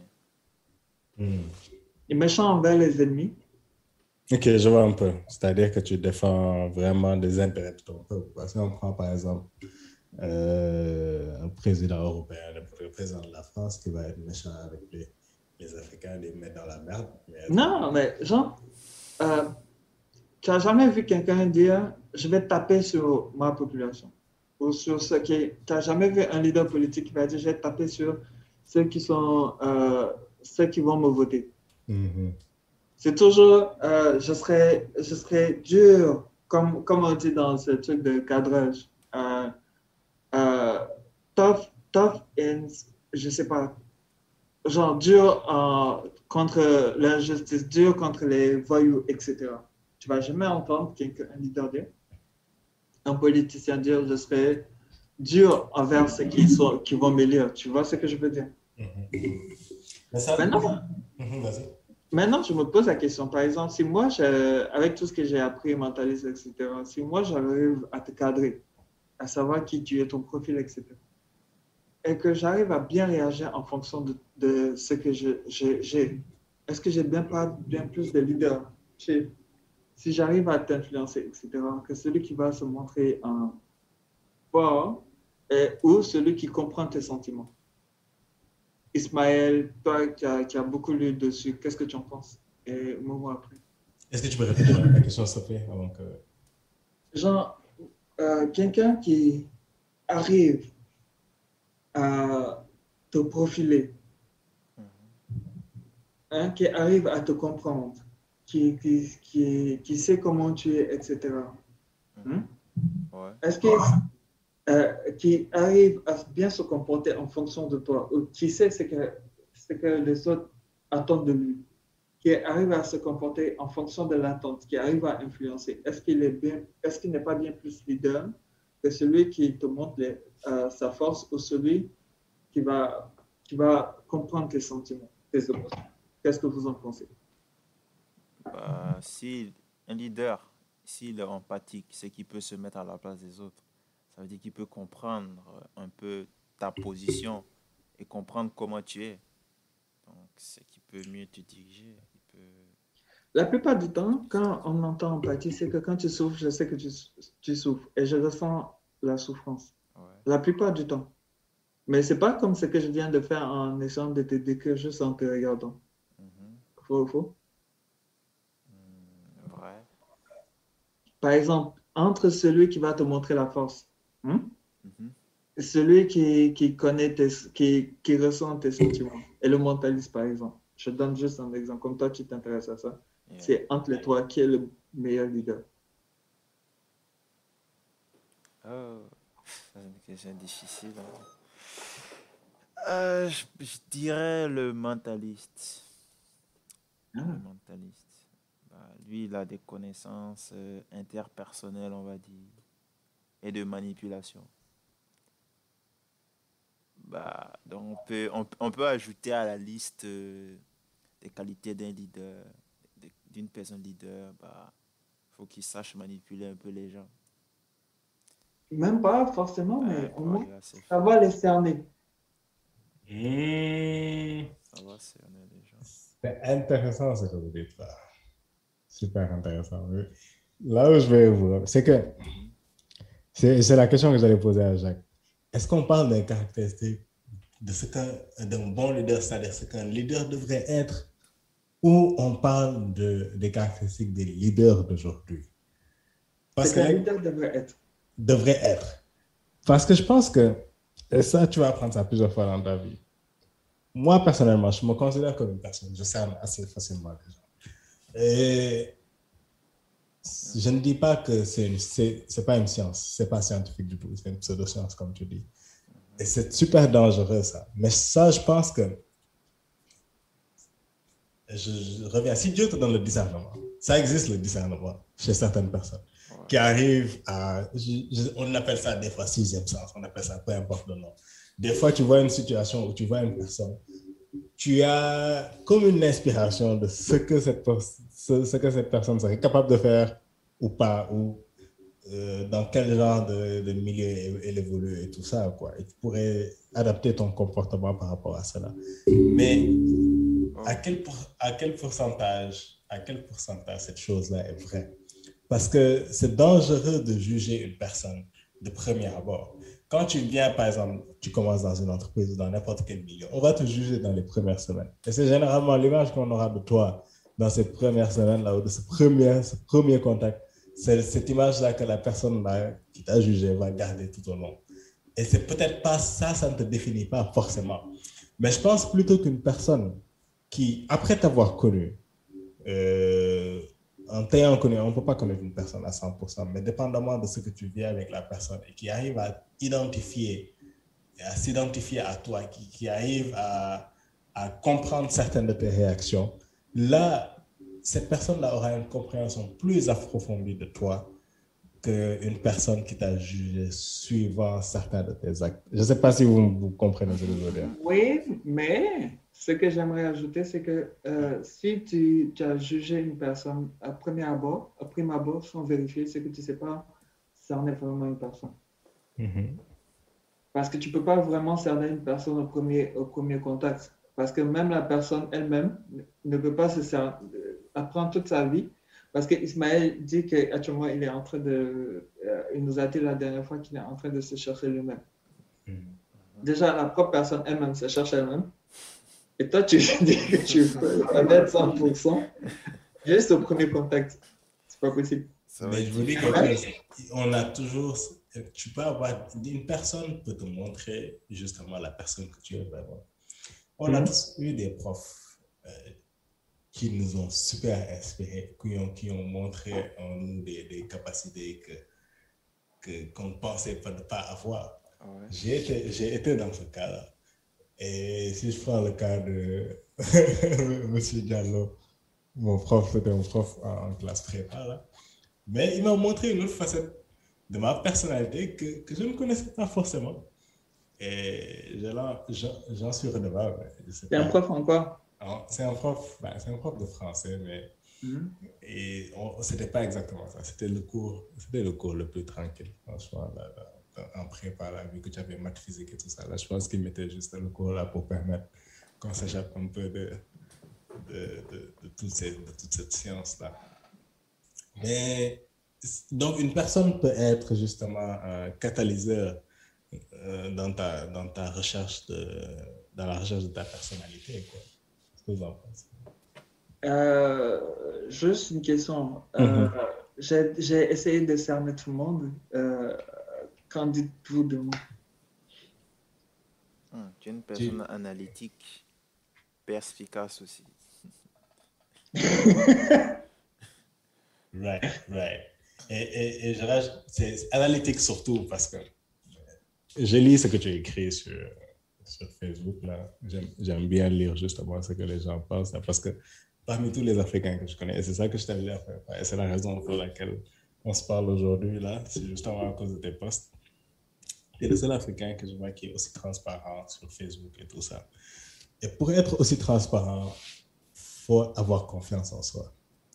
Et méchant envers les ennemis. Ok, je vois un peu. C'est-à-dire que tu défends vraiment des intérêts de ton peuple. Parce qu'on prend par exemple un président européen, le président de la France, qui va être méchant avec les Africains, les mettre dans la merde. Non, mais genre, tu n'as jamais vu quelqu'un dire je vais taper sur ma population ou sur ce qui. Tu n'as jamais vu un leader politique qui va dire je vais taper sur ceux qui sont ceux qui vont me voter. C'est toujours je serai dur, comme on dit dans ce truc de cadrage. Tough and je sais pas, genre dur contre l'injustice, dur contre les voyous, etc. Tu vas jamais entendre un leader dire, un politicien dire je serai dur envers ceux qui vont m'élire. Tu vois ce que je veux dire? Maintenant, je me pose la question. Par exemple, si moi, avec tout ce que j'ai appris, mentaliste, etc., si moi, j'arrive à te cadrer, à savoir qui tu es, ton profil, etc., et que j'arrive à bien réagir en fonction de ce que j'ai, est-ce que j'ai bien plus de leader? Si j'arrive à t'influencer, etc., que celui qui va se montrer fort ou celui qui comprend tes sentiments. Ismaël, toi qui as beaucoup lu dessus, qu'est-ce que tu en penses? Et moi après. Est-ce que tu peux répéter la question, s'il te plaît, avant que... Genre, quelqu'un qui arrive à te profiler, qui arrive à te comprendre, qui sait comment tu es, etc. Ouais. Est-ce qui arrive à bien se comporter en fonction de toi, ou qui sait ce que les autres attendent de lui, qui arrive à se comporter en fonction de l'attente, qui arrive à influencer, est-ce qu'il n'est pas bien plus leader que celui qui te montre sa force ou celui qui va comprendre tes sentiments, tes émotions? Qu'est-ce que vous en pensez? Si un leader, s'il est empathique, c'est qu'il peut se mettre à la place des autres. Ça veut dire qu'il peut comprendre un peu ta position et comprendre comment tu es. Donc, c'est qu'il peut mieux te diriger. La plupart du temps, quand on entend empathie, c'est que quand tu souffres, je sais que tu souffres et je ressens la souffrance. Ouais. La plupart du temps. Mais c'est pas comme ce que je viens de faire en essayant de te décrire juste en te regardant. Faux? Vrai. Par exemple, entre celui qui va te montrer la force, celui qui connaît qui ressent tes sentiments, et le mentaliste, par exemple. Je donne juste un exemple. Comme toi, tu t'intéresses à ça. Yeah. C'est entre les trois, qui est le meilleur leader? Oh, c'est une question difficile. Je dirais le mentaliste. Le mentaliste. Lui, il a des connaissances interpersonnelles, on va dire, et de manipulation. Donc on peut ajouter à la liste des qualités d'un leader, d'une personne leader. Faut qu'il sache manipuler un peu les gens. Même pas forcément, mais au moins ça va les cerner. Ça va cerner les gens. C'est intéressant ce que vous dites là. Super intéressant. Là où je vais vous, c'est que c'est la question que j'allais poser à Jacques. Est-ce qu'on parle d'un caractéristique de ce d'un bon leader, c'est-à-dire ce qu'un leader devrait être, ou on parle des caractéristiques des leaders d'aujourd'hui? Parce qu'un leader devrait être. Parce que je pense que, et ça, tu vas apprendre ça plusieurs fois dans ta vie. Moi, personnellement, je me considère comme une personne, je cerne assez facilement les gens. Et je ne dis pas que c'est pas une science, c'est pas scientifique du tout, c'est une pseudo-science, comme tu dis. Et c'est super dangereux, ça. Mais ça, je pense que, je reviens, si Dieu te donne le discernement, ça existe le discernement chez certaines personnes. Ouais. qui arrive à, on appelle ça des fois sixième sens, on appelle ça peu importe le nom. Des fois, tu vois une situation où tu vois une personne, tu as comme une inspiration de ce que cette personne serait capable de faire ou pas, ou dans quel genre de milieu elle évolue et tout ça, quoi. Et tu pourrais adapter ton comportement par rapport à cela. Mais à quel pourcentage cette chose-là est vraie? Parce que c'est dangereux de juger une personne de premier abord. Quand tu viens, par exemple, tu commences dans une entreprise ou dans n'importe quel milieu, on va te juger dans les premières semaines. Et c'est généralement l'image qu'on aura de toi dans cette première semaine-là ou de ce premier contact. C'est cette image-là que la personne là, qui t'a jugé va garder tout au long. Et c'est peut-être pas ça, ça ne te définit pas forcément. Mais je pense plutôt qu'une personne qui, après t'avoir connu, euh, en t'ayant connu, on ne peut pas connaître une personne à 100%, mais dépendamment de ce que tu vis avec la personne et qui arrive à s'identifier à toi, qui arrive à comprendre certaines de tes réactions, là, cette personne-là aura une compréhension plus approfondie de toi qu'une personne qui t'a jugé suivant certains de tes actes. Je ne sais pas si vous comprenez ce que je veux dire. Oui, mais ce que j'aimerais ajouter, c'est que si tu as jugé une personne à prime abord, sans vérifier, c'est que tu ne sais pas si on est vraiment une personne. Mm-hmm. Parce que tu ne peux pas vraiment cerner une personne au premier contact. Parce que même la personne elle-même ne peut pas apprendre toute sa vie. Parce qu'Ismaël dit qu'actuellement, il est en train il nous a dit la dernière fois qu'il est en train de se chercher lui-même. Mm-hmm. Déjà, la propre personne elle-même se cherche elle-même. Et toi, tu dis que tu peux connaître 100% juste au premier contact. C'est pas possible. Mais je vous dis quelque chose. On a toujours... Tu peux avoir... Une personne peut te montrer justement la personne que tu es vraiment. On a tous eu des profs qui nous ont super inspirés, qui ont montré en nous des capacités qu'on ne pensait pas ne pas avoir. Ouais. J'ai été dans ce cas-là. Et si je prends le cas de Monsieur Diallo, mon prof, c'était un prof en classe prépa, là. Mais il m'a montré une autre facette de ma personnalité que je ne connaissais pas forcément. Et j'en suis redevable. C'est un prof en quoi? C'est un prof de français, mais c'était pas exactement ça. C'était le cours le plus tranquille, franchement, en prépa, là, vu que tu avais maths, physique et tout ça. Là, je pense qu'il mettait juste le cours là pour permettre qu'on s'échappe un peu de toute cette science-là. Mais donc, une personne peut être justement un catalyseur dans ta recherche dans la recherche de ta personnalité, quoi. Qu'est-ce que vous en pensez? Juste une question. J'ai essayé de cerner tout le monde. Qu'en dites-vous de moi? Tu es une personne analytique, perspicace aussi. Right. Et c'est analytique surtout parce que je lis ce que tu écris sur Facebook, là. J'aime bien lire justement ce que les gens pensent, là, parce que parmi tous les Africains que je connais, et c'est ça que je t'avais à faire, et c'est la raison pour laquelle on se parle aujourd'hui, là, c'est justement à cause de tes posts. Et le seul Africain que je vois qui est aussi transparent sur Facebook et tout ça. Et pour être aussi transparent, il faut avoir confiance en soi.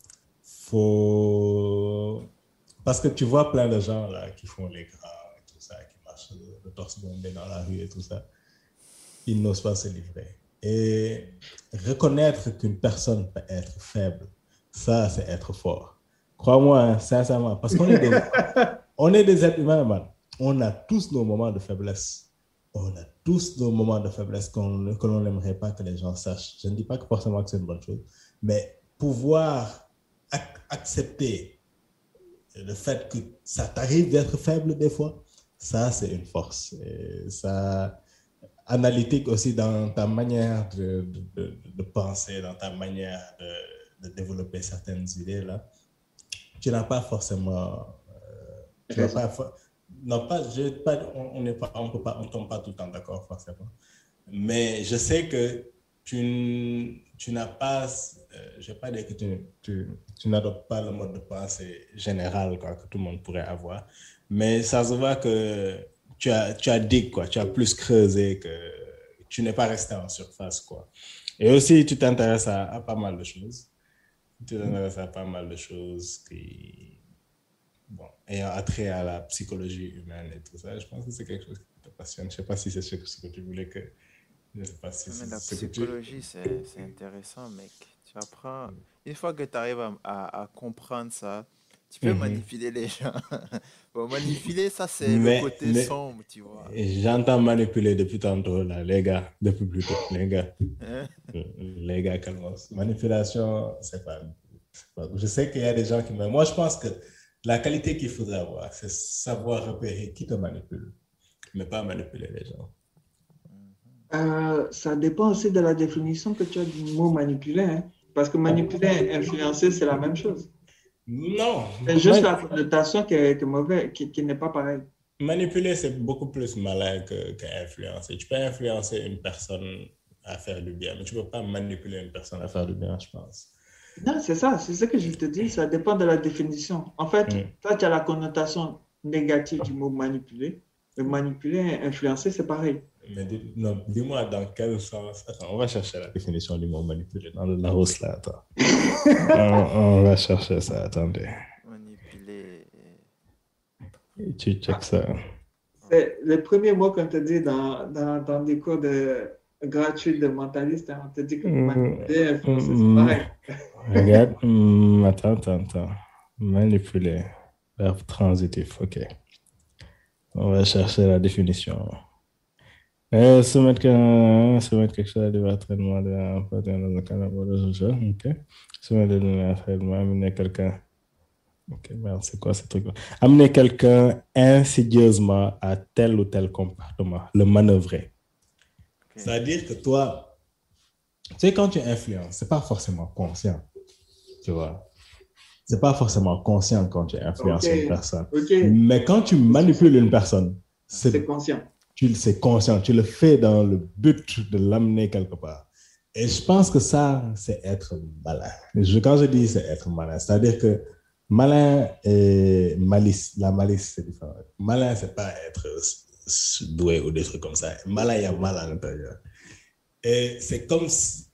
Parce que tu vois plein de gens là qui font les grands et tout ça, qui marchent le torse bombé dans la rue et tout ça. Ils n'osent pas se livrer. Et reconnaître qu'une personne peut être faible, ça, c'est être fort. Crois-moi, hein, sincèrement, parce qu'on est des êtres humains, man. On a tous nos moments de faiblesse. On a tous nos moments de faiblesse que l'on n'aimerait pas que les gens sachent. Je ne dis pas que forcément que c'est une bonne chose, mais pouvoir accepter le fait que ça t'arrive d'être faible des fois, ça, c'est une force. Et ça, analytique aussi dans ta manière de penser, dans ta manière de développer certaines idées, là. Tu n'as pas forcément... on ne tombe pas tout le temps d'accord, forcément. Mais je sais que tu n'as pas, je ne vais pas dire que tu n'adoptes pas le mode de pensée général quoi, que tout le monde pourrait avoir, mais ça se voit que tu as dit, quoi, tu as plus creusé, que tu n'es pas resté en surface, quoi. Et aussi, tu t'intéresses à pas mal de choses. Tu t'intéresses à pas mal de choses qui, bon, ayant attrait à la psychologie humaine et tout ça. Je pense que c'est quelque chose qui te passionne. Je ne sais pas si c'est ce que tu voulais que... Je ne sais pas si Mais c'est la ce que tu... psychologie, c'est intéressant, mec. Tu apprends. Une fois que tu arrives à comprendre ça, tu peux Mhm. manipuler les gens. Bon, manipuler, ça, c'est le Mais, côté mais sombre, tu vois. j'entends manipuler depuis tantôt, là, les gars, depuis plus tôt, les gars. Hein? Les gars, calmos. Manipulation, je sais qu'il y a des gens qui... Mais moi, je pense que la qualité qu'il faudrait avoir, c'est savoir repérer qui te manipule, mais pas manipuler les gens. Ça dépend aussi de la définition que tu as du mot manipuler, hein. Parce que manipuler et influencer, c'est la même chose. Non, C'est juste la connotation qui est mauvaise, qui n'est pas pareille. manipuler, c'est beaucoup plus malin qu'influencer. Tu peux influencer une personne à faire du bien, mais tu ne peux pas manipuler une personne à faire du bien, je pense. Non, c'est ça, c'est ce que je te dis, ça dépend de la définition. En fait, Mm. toi, tu as la connotation négative du mot manipuler. Mais manipuler et influencer, c'est pareil. Mais non, dis-moi dans quel sens. Attends, on va chercher la définition du mot manipuler dans le Larousse là. Attends. On va chercher ça. Attendez. Manipuler. Tu check ça. C'est le premier mot qu'on te dit dans des cours gratuits de mentaliste, hein, on te dit que manipuler et influencer, c'est pareil. Regarde. Attends. Manipuler. Verbe transitif. OK. On va chercher la définition. Soumettre quelque chose à des entraînements de dans un cadre de social. OK. Soumettre de l'entraînement, amener quelqu'un. OK, merde, c'est quoi ce truc-là? Amener quelqu'un insidieusement à tel ou tel comportement, le manœuvrer. Ok. C'est-à-dire que toi, tu sais, quand tu influences, c'est pas forcément conscient, tu vois. C'est pas forcément conscient quand tu influences une personne. Ok, Mais quand tu manipules une personne, c'est conscient. c'est conscient, tu le fais dans le but de l'amener quelque part. Et je pense que ça, c'est être malin. Quand je dis c'est être malin, c'est-à-dire que malin et malice, la malice, c'est différent. Malin, c'est pas être doué ou des trucs comme ça. Malin, il y a mal à l'intérieur. Et c'est comme,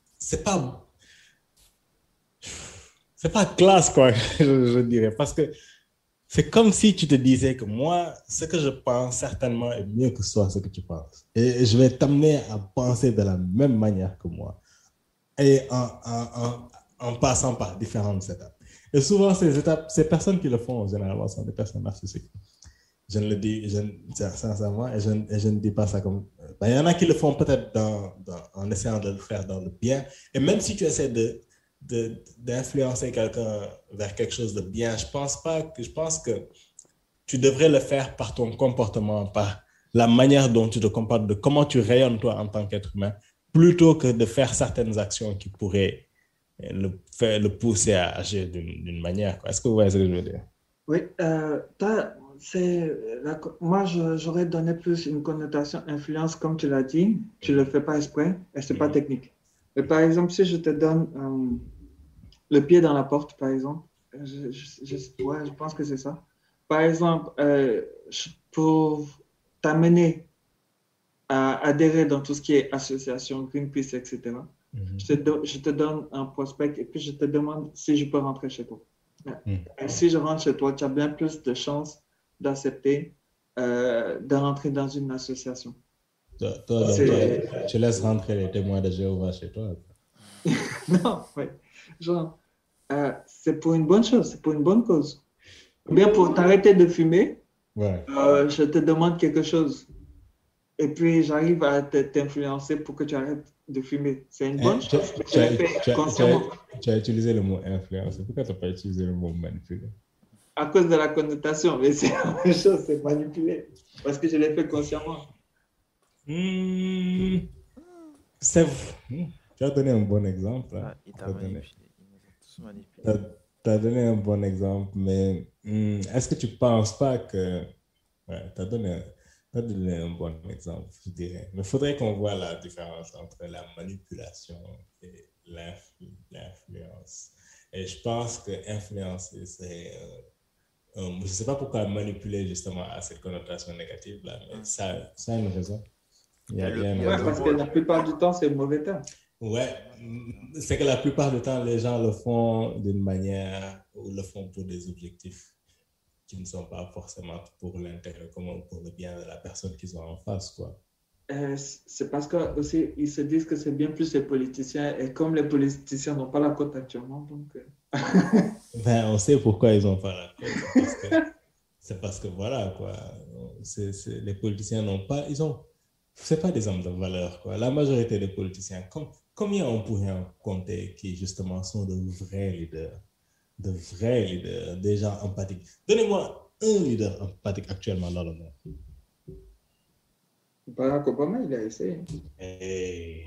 c'est pas classe, quoi, je dirais, parce que c'est comme si tu te disais que moi, ce que je pense certainement est mieux que ce que tu penses. Et je vais t'amener à penser de la même manière que moi. Et en passant par différentes étapes. Et souvent, ces étapes, ces personnes qui le font, généralement, sont des personnes narcissiques. Je ne le dis sincèrement et je ne dis pas ça comme... Ben, il y en a qui le font peut-être en essayant de le faire dans le bien. Et même si tu essaies d'influencer quelqu'un vers quelque chose de bien, je pense que tu devrais le faire par ton comportement, par la manière dont tu te comportes, de comment tu rayonnes toi en tant qu'être humain, plutôt que de faire certaines actions qui pourraient le pousser à agir d'une manière. Est-ce que vous voyez ce que je veux dire? Oui, moi, j'aurais donné plus une connotation influence, comme tu l'as dit. Tu ne le fais pas exprès et ce n'est pas technique. Mais par exemple, si je te donne le pied dans la porte, par exemple, je pense que c'est ça. Par exemple, pour t'amener à adhérer dans tout ce qui est association, Greenpeace, etc., je te donne un prospect et puis je te demande si je peux rentrer chez toi. Et si je rentre chez toi, tu as bien plus de chances d'accepter de rentrer dans une association. Toi, tu laisses rentrer les témoins de Jéhovah chez toi? Non, oui. Genre, c'est pour une bonne chose, c'est pour une bonne cause. Ou bien pour t'arrêter de fumer, je te demande quelque chose. Et puis, j'arrive à t'influencer pour que tu arrêtes de fumer. C'est une bonne chose. Tu as utilisé le mot influence. Pourquoi tu n'as pas utilisé le mot manipuler? À cause de la connotation. Mais c'est la même chose, c'est manipuler. Parce que je l'ai fait consciemment. Tu as donné un bon exemple. Hein? Il t'a manipulé. Ils nous ont tous manipulés. Tu as donné un bon exemple, mais est-ce que tu ne penses pas que... Ouais, tu as donné... Pas donner un bon exemple, je dirais. Mais il faudrait qu'on voit la différence entre la manipulation et l'influence. Et je pense que influencer, c'est... je ne sais pas pourquoi manipuler justement a cette connotation négative là, mais ça a une raison. Il y a Ouais, le parce que mot. la plupart du temps, c'est mauvais temps. Ouais, c'est que la plupart du temps, les gens le font d'une manière ou le font pour des objectifs qui ne sont pas forcément pour l'intérêt commun ou pour le bien de la personne qu'ils ont en face, quoi. C'est parce que aussi ils se disent que c'est bien plus les politiciens et comme les politiciens n'ont pas la cote actuellement, donc Ben, on sait pourquoi ils ont pas la cote. C'est parce que voilà, quoi. Les politiciens n'ont pas, c'est pas des hommes de valeur, quoi. La majorité des politiciens, combien on pourrait en compter qui, justement, sont de vrais leaders, des gens empathiques. Donnez-moi un leader empathique actuellement dans le monde. Barack Obama, il a essayé. Hey,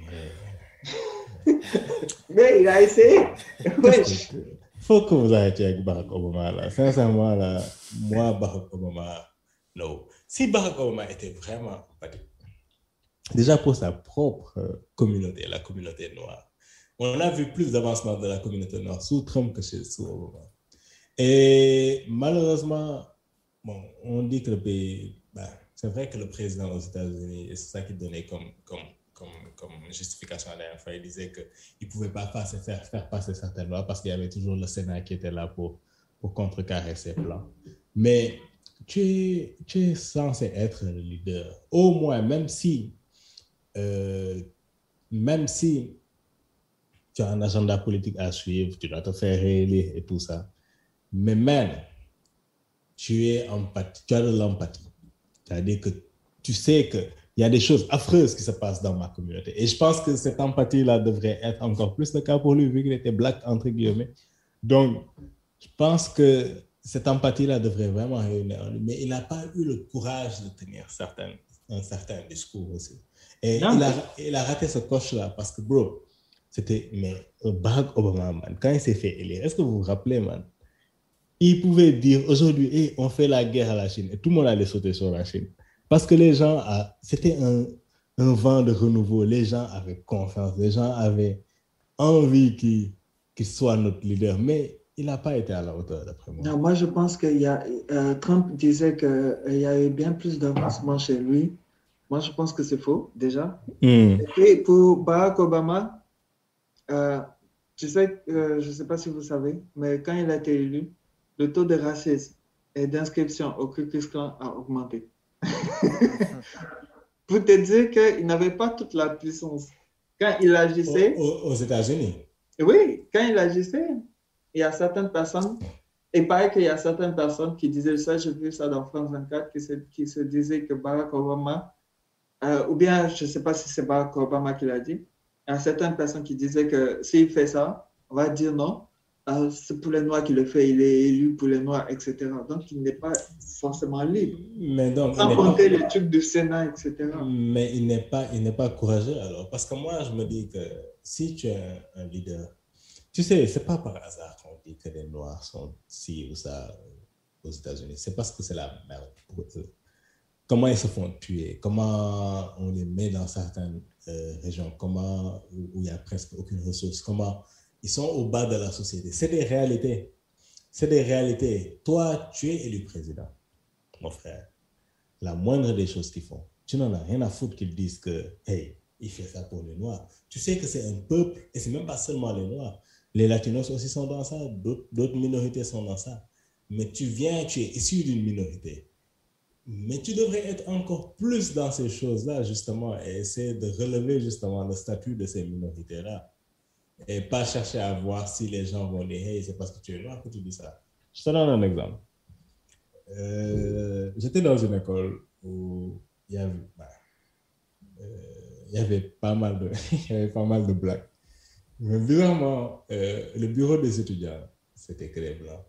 Mais il a essayé. Ouais. Faut que vous arrêtiez avec Barack Obama, là. Sincèrement, là, moi, Barack Obama, non. Si Barack Obama était vraiment empathique, déjà pour sa propre communauté, la communauté noire, on a vu plus d'avancement de la communauté noire sous Trump que sous Obama. Et malheureusement, bon, on dit que le pays, ben, c'est vrai que le président aux États-Unis, et c'est ça qu'il donnait comme justification à la dernière fois, il disait qu'il ne pouvait pas faire passer certaines lois parce qu'il y avait toujours le Sénat qui était là pour contrecarrer ses plans. Mais tu es censé être le leader, au moins, même si tu as un agenda politique à suivre, tu dois te faire réélire et tout ça. Mais même, tu as de l'empathie. C'est-à-dire que tu sais qu'il y a des choses affreuses qui se passent dans ma communauté. Et je pense que cette empathie-là devrait être encore plus le cas pour lui, vu qu'il était black, entre guillemets. Donc, je pense que cette empathie-là devrait vraiment réunir en lui. Mais il n'a pas eu le courage de tenir un certain discours aussi. Et il a raté ce coche-là parce que, bro, mais Barack Obama, man, quand il s'est fait élire, est-ce que vous vous rappelez, man? Il pouvait dire aujourd'hui, hey, on fait la guerre à la Chine. Et tout le monde allait sauter sur la Chine. Parce que les gens, c'était un vent de renouveau. Les gens avaient confiance. Les gens avaient envie qu'il soit notre leader. Mais il n'a pas été à la hauteur, d'après moi. Non, moi, je pense que Trump disait qu'il y avait bien plus d'avancement chez lui. Moi, je pense que c'est faux, déjà. Et puis, pour Barack Obama, tu sais, je ne sais pas si vous savez, mais quand il a été élu, le taux de racisme et d'inscription au Ku Klux Klan a augmenté. Pour te dire qu'il n'avait pas toute la puissance. Quand il agissait... Aux États-Unis? Oui, quand il agissait, il y a certaines personnes, et pareil qu'il y a certaines personnes qui disaient ça, j'ai vu ça dans France 24, qui se disaient que Barack Obama, ou bien je ne sais pas si c'est Barack Obama qui l'a dit, il y a certaines personnes qui disaient que s'il fait ça, on va dire non, c'est pour les Noirs qu'il le fait, il est élu pour les Noirs, etc. Donc il n'est pas forcément libre. Mais donc, sans compter les trucs du Sénat, etc. Mais il n'est pas courageux alors. Parce que moi, je me dis que si tu es un leader, tu sais, c'est pas par hasard qu'on dit que les Noirs sont ci ou ça aux États-Unis. C'est parce que c'est la merde pour eux. Comment ils se font tuer, comment on les met dans certaines régions, où il n'y a presque aucune ressource, comment ils sont au bas de la société. C'est des réalités. C'est des réalités. Toi, tu es élu président, mon frère. La moindre des choses qu'ils font, tu n'en as rien à foutre qu'ils disent que, hey, il fait ça pour les Noirs. Tu sais que c'est un peuple, et c'est même pas seulement les Noirs. Les Latinos aussi sont dans ça, d'autres minorités sont dans ça. Mais tu es issu d'une minorité. Mais tu devrais être encore plus dans ces choses-là, justement, et essayer de relever, justement, le statut de ces minorités-là. Et pas chercher à voir si les gens vont dire, hey, c'est parce que tu es noir que tu dis ça. Je te donne un exemple. J'étais dans une école où il y avait pas mal de blacks. Mais bizarrement, le bureau des étudiants, c'était que les blancs.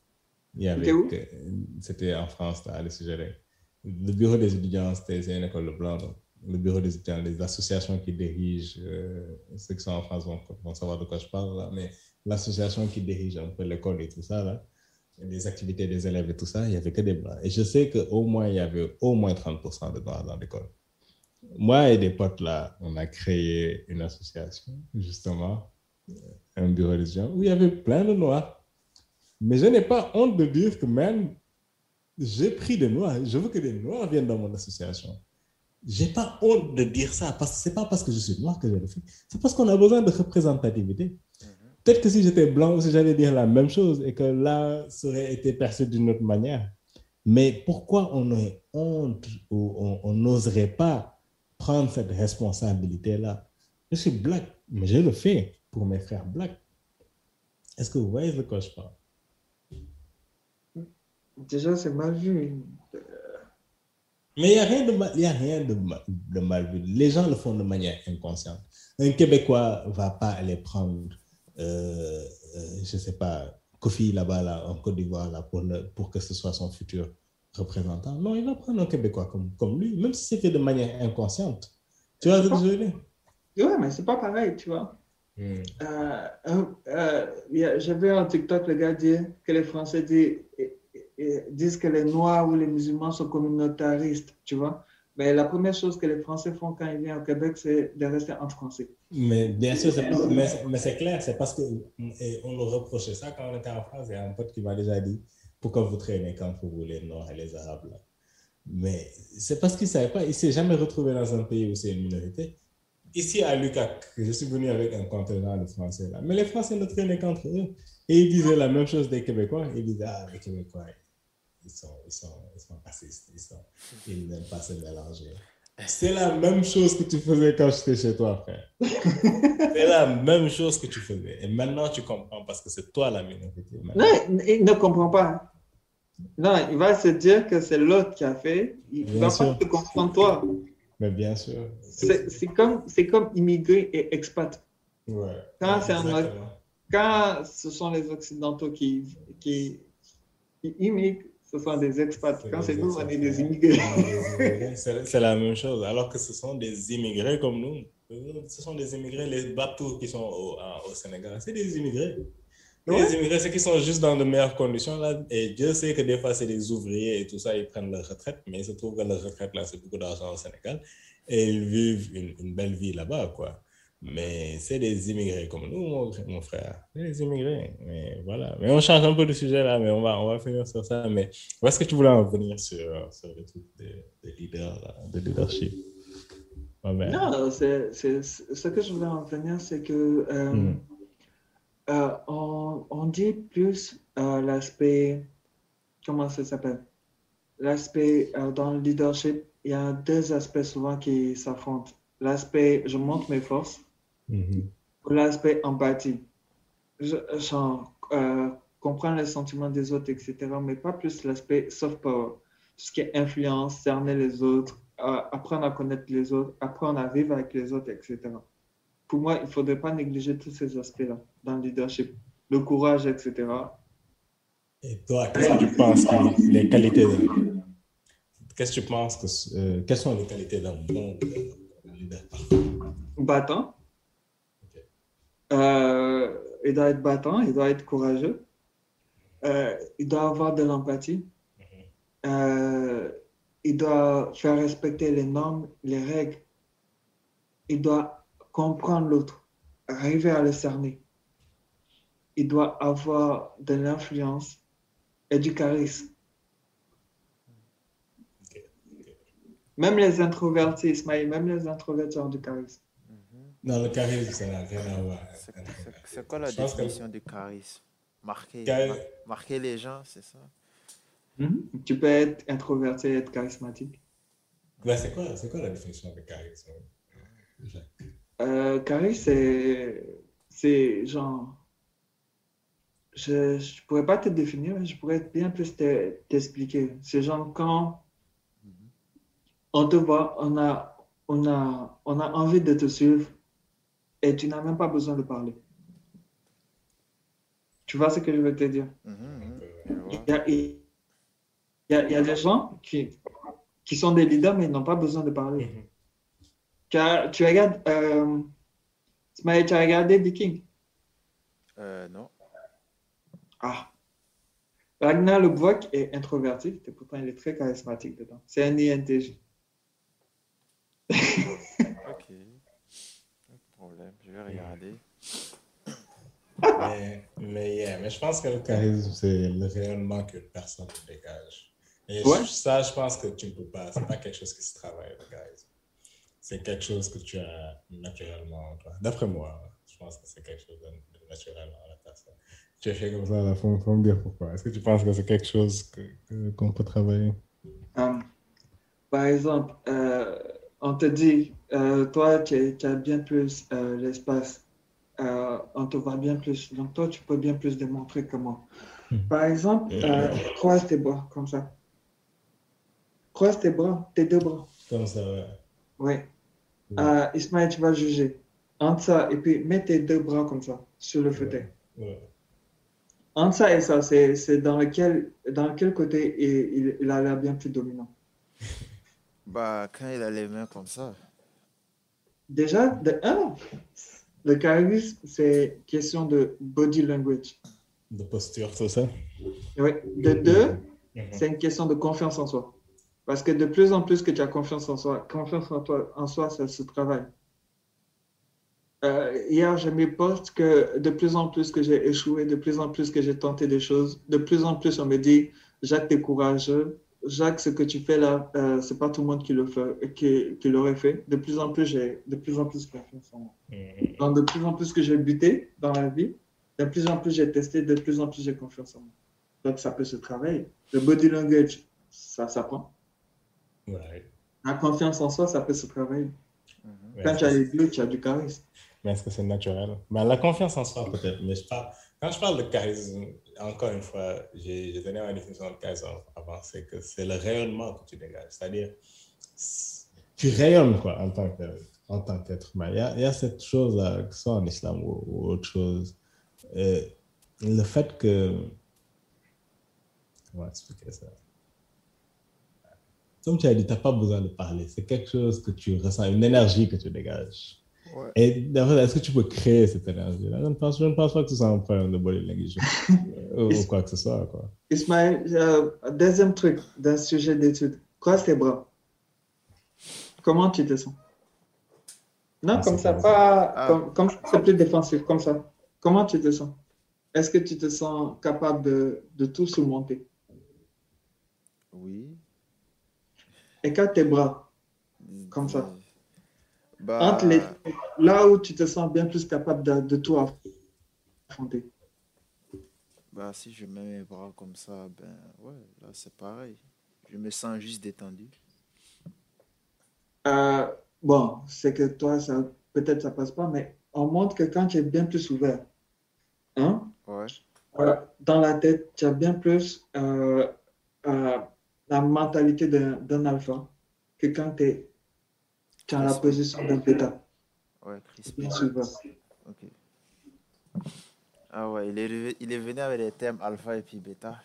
C'était en France, là, à l'ECGR. Le bureau des étudiants, c'est une école de blancs. Donc, le bureau des étudiants, les associations qui dirigent, ceux qui sont en France vont savoir de quoi je parle, là, mais l'association qui dirige un peu l'école et tout ça, là, les activités des élèves et tout ça, il n'y avait que des blancs. Et je sais qu'au moins, il y avait au moins 30% de noirs dans l'école. Moi et des potes, là, on a créé une association, justement, un bureau d'étudiants, où il y avait plein de noirs. Mais je n'ai pas honte de dire que même j'ai pris des noirs. Je veux que des noirs viennent dans mon association. J'ai pas honte de dire ça, parce que c'est pas parce que je suis noir que je le fais. C'est parce qu'on a besoin de représentativité. Peut-être que si j'étais blanc aussi, j'allais dire la même chose et que là, ça aurait été perçu d'une autre manière. Mais pourquoi on aurait honte ou on n'oserait pas prendre cette responsabilité-là? Je suis black, mais je le fais pour mes frères blacks. Est-ce que vous voyez de quoi je parle? Déjà, c'est mal vu. Mais il n'y a rien, de mal vu. Les gens le font de manière inconsciente. Un Québécois ne va pas aller prendre, je ne sais pas, Kofi là-bas, là, en Côte d'Ivoire, là, pour que ce soit son futur représentant. Non, il va prendre un Québécois comme lui, même si c'est fait de manière inconsciente. Tu vois ce que je veux dire? Ouais, mais c'est pas pareil, tu vois. J'avais un TikTok, le gars dit que les Français disent que les Noirs ou les musulmans sont communautaristes, tu vois. Mais la première chose que les Français font quand ils viennent au Québec, c'est de rester en français. Mais bien sûr, mais c'est clair, c'est parce qu'on nous reprochait ça quand on était en France. Il y a un pote qui m'a déjà dit pourquoi vous traînez quand vous les Noirs et les Arabes là. Mais c'est parce qu'il ne savait pas, il ne s'est jamais retrouvé dans un pays où c'est une minorité. Ici à Lucas, je suis venu avec un contenant de Français là. Mais les Français ne traînaient qu'entre eux. Et ils disaient la même chose des Québécois. Ils disaient, ah, les Québécois, ils sont racistes, ils n'aiment pas se mélanger. C'est la même chose que tu faisais quand j'étais chez toi, frère. C'est la même chose que tu faisais. Et maintenant, tu comprends parce que c'est toi la minorité. Non, il ne comprend pas. Non, il va se dire que c'est l'autre qui a fait. Il ne va pas te comprendre toi. Mais bien sûr. C'est comme immigré et expat. Ouais. Quand ce sont les Occidentaux qui immigrent, ce sont des expats. Quand c'est nous, on est des immigrés. C'est la même chose. Alors que ce sont des immigrés comme nous. Ce sont des immigrés, les Baptous qui sont au Sénégal, c'est des immigrés. Ouais. Les immigrés, c'est qu'ils sont juste dans de meilleures conditions là. Et Dieu sait que des fois, c'est des ouvriers et tout ça, ils prennent leur retraite. Mais il se trouve que leur retraite là, c'est beaucoup d'argent au Sénégal. Et ils vivent une belle vie là-bas, quoi. Mais c'est des immigrés comme nous, mon frère. C'est des immigrés. Mais voilà. Mais on change un peu de sujet là, mais on va finir sur ça. Mais où est-ce que tu voulais en venir sur le truc de leader, là, de leadership? Non, ce que je voulais en venir, c'est que on dit plus l'aspect, comment ça s'appelle? L'aspect dans le leadership, il y a deux aspects souvent qui s'affrontent. L'aspect je montre mes forces ou l'aspect empathie. Comprendre les sentiments des autres, etc. Mais pas plus l'aspect soft power. Tout ce qui est influence, cerner les autres, apprendre à connaître les autres, apprendre à vivre avec les autres, etc. Pour moi, il ne faudrait pas négliger tous ces aspects-là dans le leadership. Le courage, etc. Et toi, qu'est-ce que tu penses que les qualités qu'est-ce que tu penses que quelles sont les qualités d'un bon leader? Battant. Okay. Il doit être battant, il doit être courageux. Il doit avoir de l'empathie. Il doit faire respecter les normes, les règles. Il doit comprendre l'autre, arriver à le cerner. Il doit avoir de l'influence et du charisme. Même les introvertis, Ismaël, même les introvertis ont du charisme. Non, le charisme, ça n'a rien à voir. C'est quoi la définition du charisme? Marquer les gens, c'est ça? Tu peux être introverti et être charismatique. Ouais, c'est quoi la définition de charisme? Charisme, c'est genre... Je ne pourrais pas te définir, mais je pourrais bien plus t'expliquer. C'est genre quand on te voit, on a envie de te suivre et tu n'as même pas besoin de parler. Tu vois ce que je veux te dire? Il y a des gens qui sont des leaders, mais ils n'ont pas besoin de parler. Car tu regardes... Ismaël, tu as regardé Viking? Non. Ah. Ragnar Lodbrok est introverti, et pourtant il est très charismatique dedans. C'est un INTJ. Ok, pas de problème, je vais regarder. Mais je pense que le charisme, c'est le rayonnement que personne ne dégage. Et Ouais. ça, je pense que tu ne peux pas, c'est pas quelque chose qui se travaille, le charisme. C'est quelque chose que tu as naturellement en toi. D'après moi, je pense que c'est quelque chose de naturel en la personne. Tu es fait comme ça, il faut me dire pourquoi. Est-ce que tu penses que c'est quelque chose qu'on peut travailler? Euh, Par exemple, on te dit, toi, tu as bien plus l'espace. On te voit bien plus. Donc, toi, tu peux bien plus démontrer comment. Par exemple, croise tes bras comme ça. Croise tes bras, tes deux bras. Comme ça, ouais. Oui. Ouais. Ismaël, tu vas juger. Entre ça, et puis mets tes deux bras comme ça, sur le fauteuil. Ouais. Entre ça et ça, c'est dans quel côté il a l'air bien plus dominant. Bah, quand il a les mains comme ça. Déjà, le charisme, c'est question de body language. De posture, tout ça. Oui. De deux, Mhm. c'est une question de confiance en soi. Parce que de plus en plus que tu as confiance en soi, en soi, ça se travaille. Hier, je me poste que de plus en plus que j'ai échoué, de plus en plus que j'ai tenté des choses, de plus en plus on me dit, Jacques, t'es courageux. Jacques, ce que tu fais là, c'est pas tout le monde qui le fait, qui l'aurait fait. De plus en plus, j'ai de plus en plus confiance en moi. Mhm. Donc, de plus en plus que j'ai buté dans la vie, de plus en plus j'ai testé, de plus en plus j'ai confiance en moi. Donc, ça peut se travailler. Le body language, ça s'apprend. Ouais. La confiance en soi, ça peut se travailler. Mhm. Mais Quand est-ce tu que as les c'est deux, tu as du charisme. mais est-ce que c'est naturel? Ben, la confiance en soi, peut-être. Mais quand je parle de charisme, encore une fois, j'ai donné ma définition de charisme avant, c'est que c'est le rayonnement que tu dégages. C'est-à-dire, tu rayonnes quoi, en tant qu'être humain. Il y a cette chose-là, que ce soit en islam ou autre chose. Euh, le fait que. Comment expliquer ça? Comme tu as dit, tu n'as pas besoin de parler. C'est quelque chose que tu ressens, une énergie que tu dégages. Ouais. Et d'ailleurs, est-ce que tu peux créer cette énergie-là? Je ne pense pas que ce soit un problème de body language ou quoi que ce soit. Quoi. Ismaël, deuxième truc d'un sujet d'étude, croise tes bras. Comment tu te sens? Non, Ah, comme c'est ça, quoi? pas Ah, comme ça, c'est plus défensif, comme ça. Comment tu te sens? Est-ce que tu te sens capable de tout surmonter? oui. Écarte tes bras, comme ça. Euh, Entre les, Bah, là où tu te sens bien plus capable de tout affronter. si je mets mes bras comme ça, ben ouais, là c'est pareil. Je me sens juste détendu. Euh, bon, c'est que toi, ça, peut-être ça passe pas, mais on montre que quand tu es bien plus ouvert, hein, Ouais. dans la tête, tu as bien plus euh, la mentalité d'un alpha que quand tu es en la Crispé. position d'un bêta. Ouais, Bien crispé. souvent. Ok. Ah ouais, il est venu avec les thèmes alpha et puis bêta.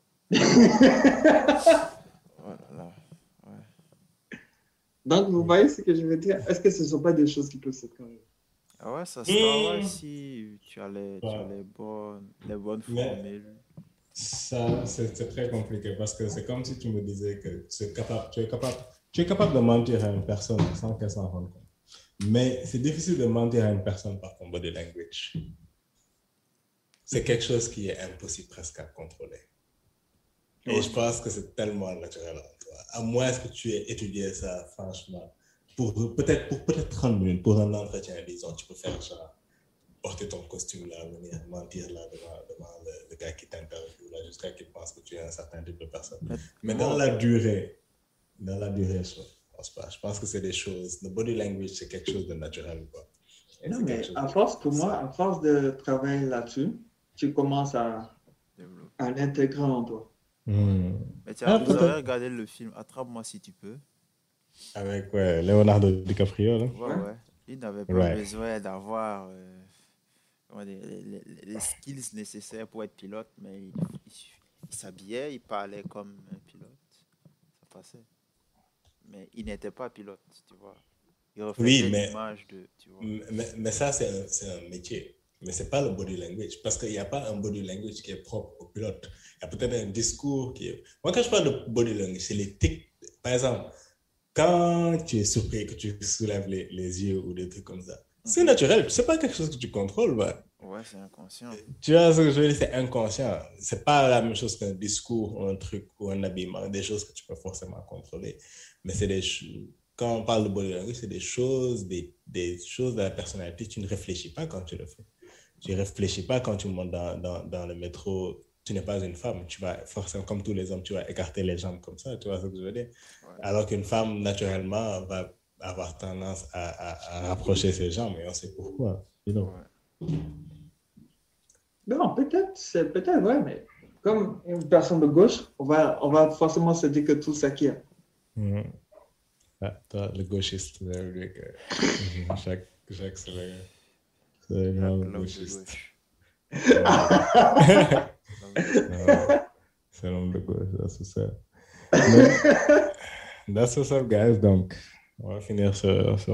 Oh là là. Ouais. Donc, vous voyez ce que je veux dire? Est-ce que ce ne sont pas des choses qui peuvent se travailler? Ah ouais, ça se travaille Mmh. si tu as Ouais. les bonnes Mais formules. ça, c'est très compliqué parce que c'est comme si tu me disais que tu es capable de mentir à une personne sans qu'elle s'en rende compte. Mais c'est difficile de mentir à une personne par ton body language. C'est quelque chose qui est impossible presque à contrôler. Et Ouais. je pense que c'est tellement naturel en toi. À moins que tu aies étudié ça, franchement, pour peut-être 30 minutes, pour un entretien, disons, tu peux faire genre, porter ton costume là, venir mentir là devant le gars qui t'interviewe là, jusqu'à qu'il pense que tu es un certain type de personne. Mais Mais bon, dans la durée, je pense pas. Je pense que c'est des choses, le body language, c'est quelque chose de naturel, quoi. Et Non, c'est quelque mais chose à de force, pour moi, ça. à force de travailler là-dessus, tu commences développe. à l'intégrer en toi. Hmm. Mais Ah, vous avez peut-être. regardé le film Attrape-moi si tu peux. Avec ouais, Leonardo DiCaprio, là. Ouais, Ouais. ouais. Il n'avait pas Ouais. besoin d'avoir comment dire, les skills nécessaires pour être pilote, mais il s'habillait, il parlait comme un pilote. Ça passait. Mais il n'était pas pilote, tu vois. Il Oui, reflétait l'image de, tu vois. mais ça, c'est un métier. Mais c'est pas le body language. Parce qu'il n'y a pas un body language qui est propre au pilote. Il y a peut-être un discours qui est... Moi, quand je parle de body language, c'est les tics. Par exemple, quand tu es surpris, que tu soulèves les yeux ou des trucs comme ça, c'est naturel. C'est pas quelque chose que tu contrôles. Bah. Ouais, c'est inconscient. Tu vois ce que je veux dire? C'est inconscient. C'est pas la même chose qu'un discours ou un truc ou un habillement. Des choses que tu peux forcément contrôler. Mais c'est des quand on parle de body language, c'est des choses de la personnalité. Tu ne réfléchis pas quand tu le fais. Tu ne réfléchis pas quand tu montes dans le métro. Tu n'es pas une femme. Tu vas forcément, comme tous les hommes, tu vas écarter les jambes comme ça. Tu vois ce que je veux dire? Ouais. Alors qu'une femme, naturellement, va avoir tendance à rapprocher ses jambes. Et on sait pourquoi. You know? Ouais. Non, peut-être, c'est peut-être vrai, mais comme une personne de gauche, on va forcément se dire que tout s'acquiert. Ah, toi, le gauchiste, Jacques, c'est le grand L'homme de gauchiste. gauche. C'est l'homme de gauche, that's what's up. Mais, that's what's up, guys. Donc, on va finir sur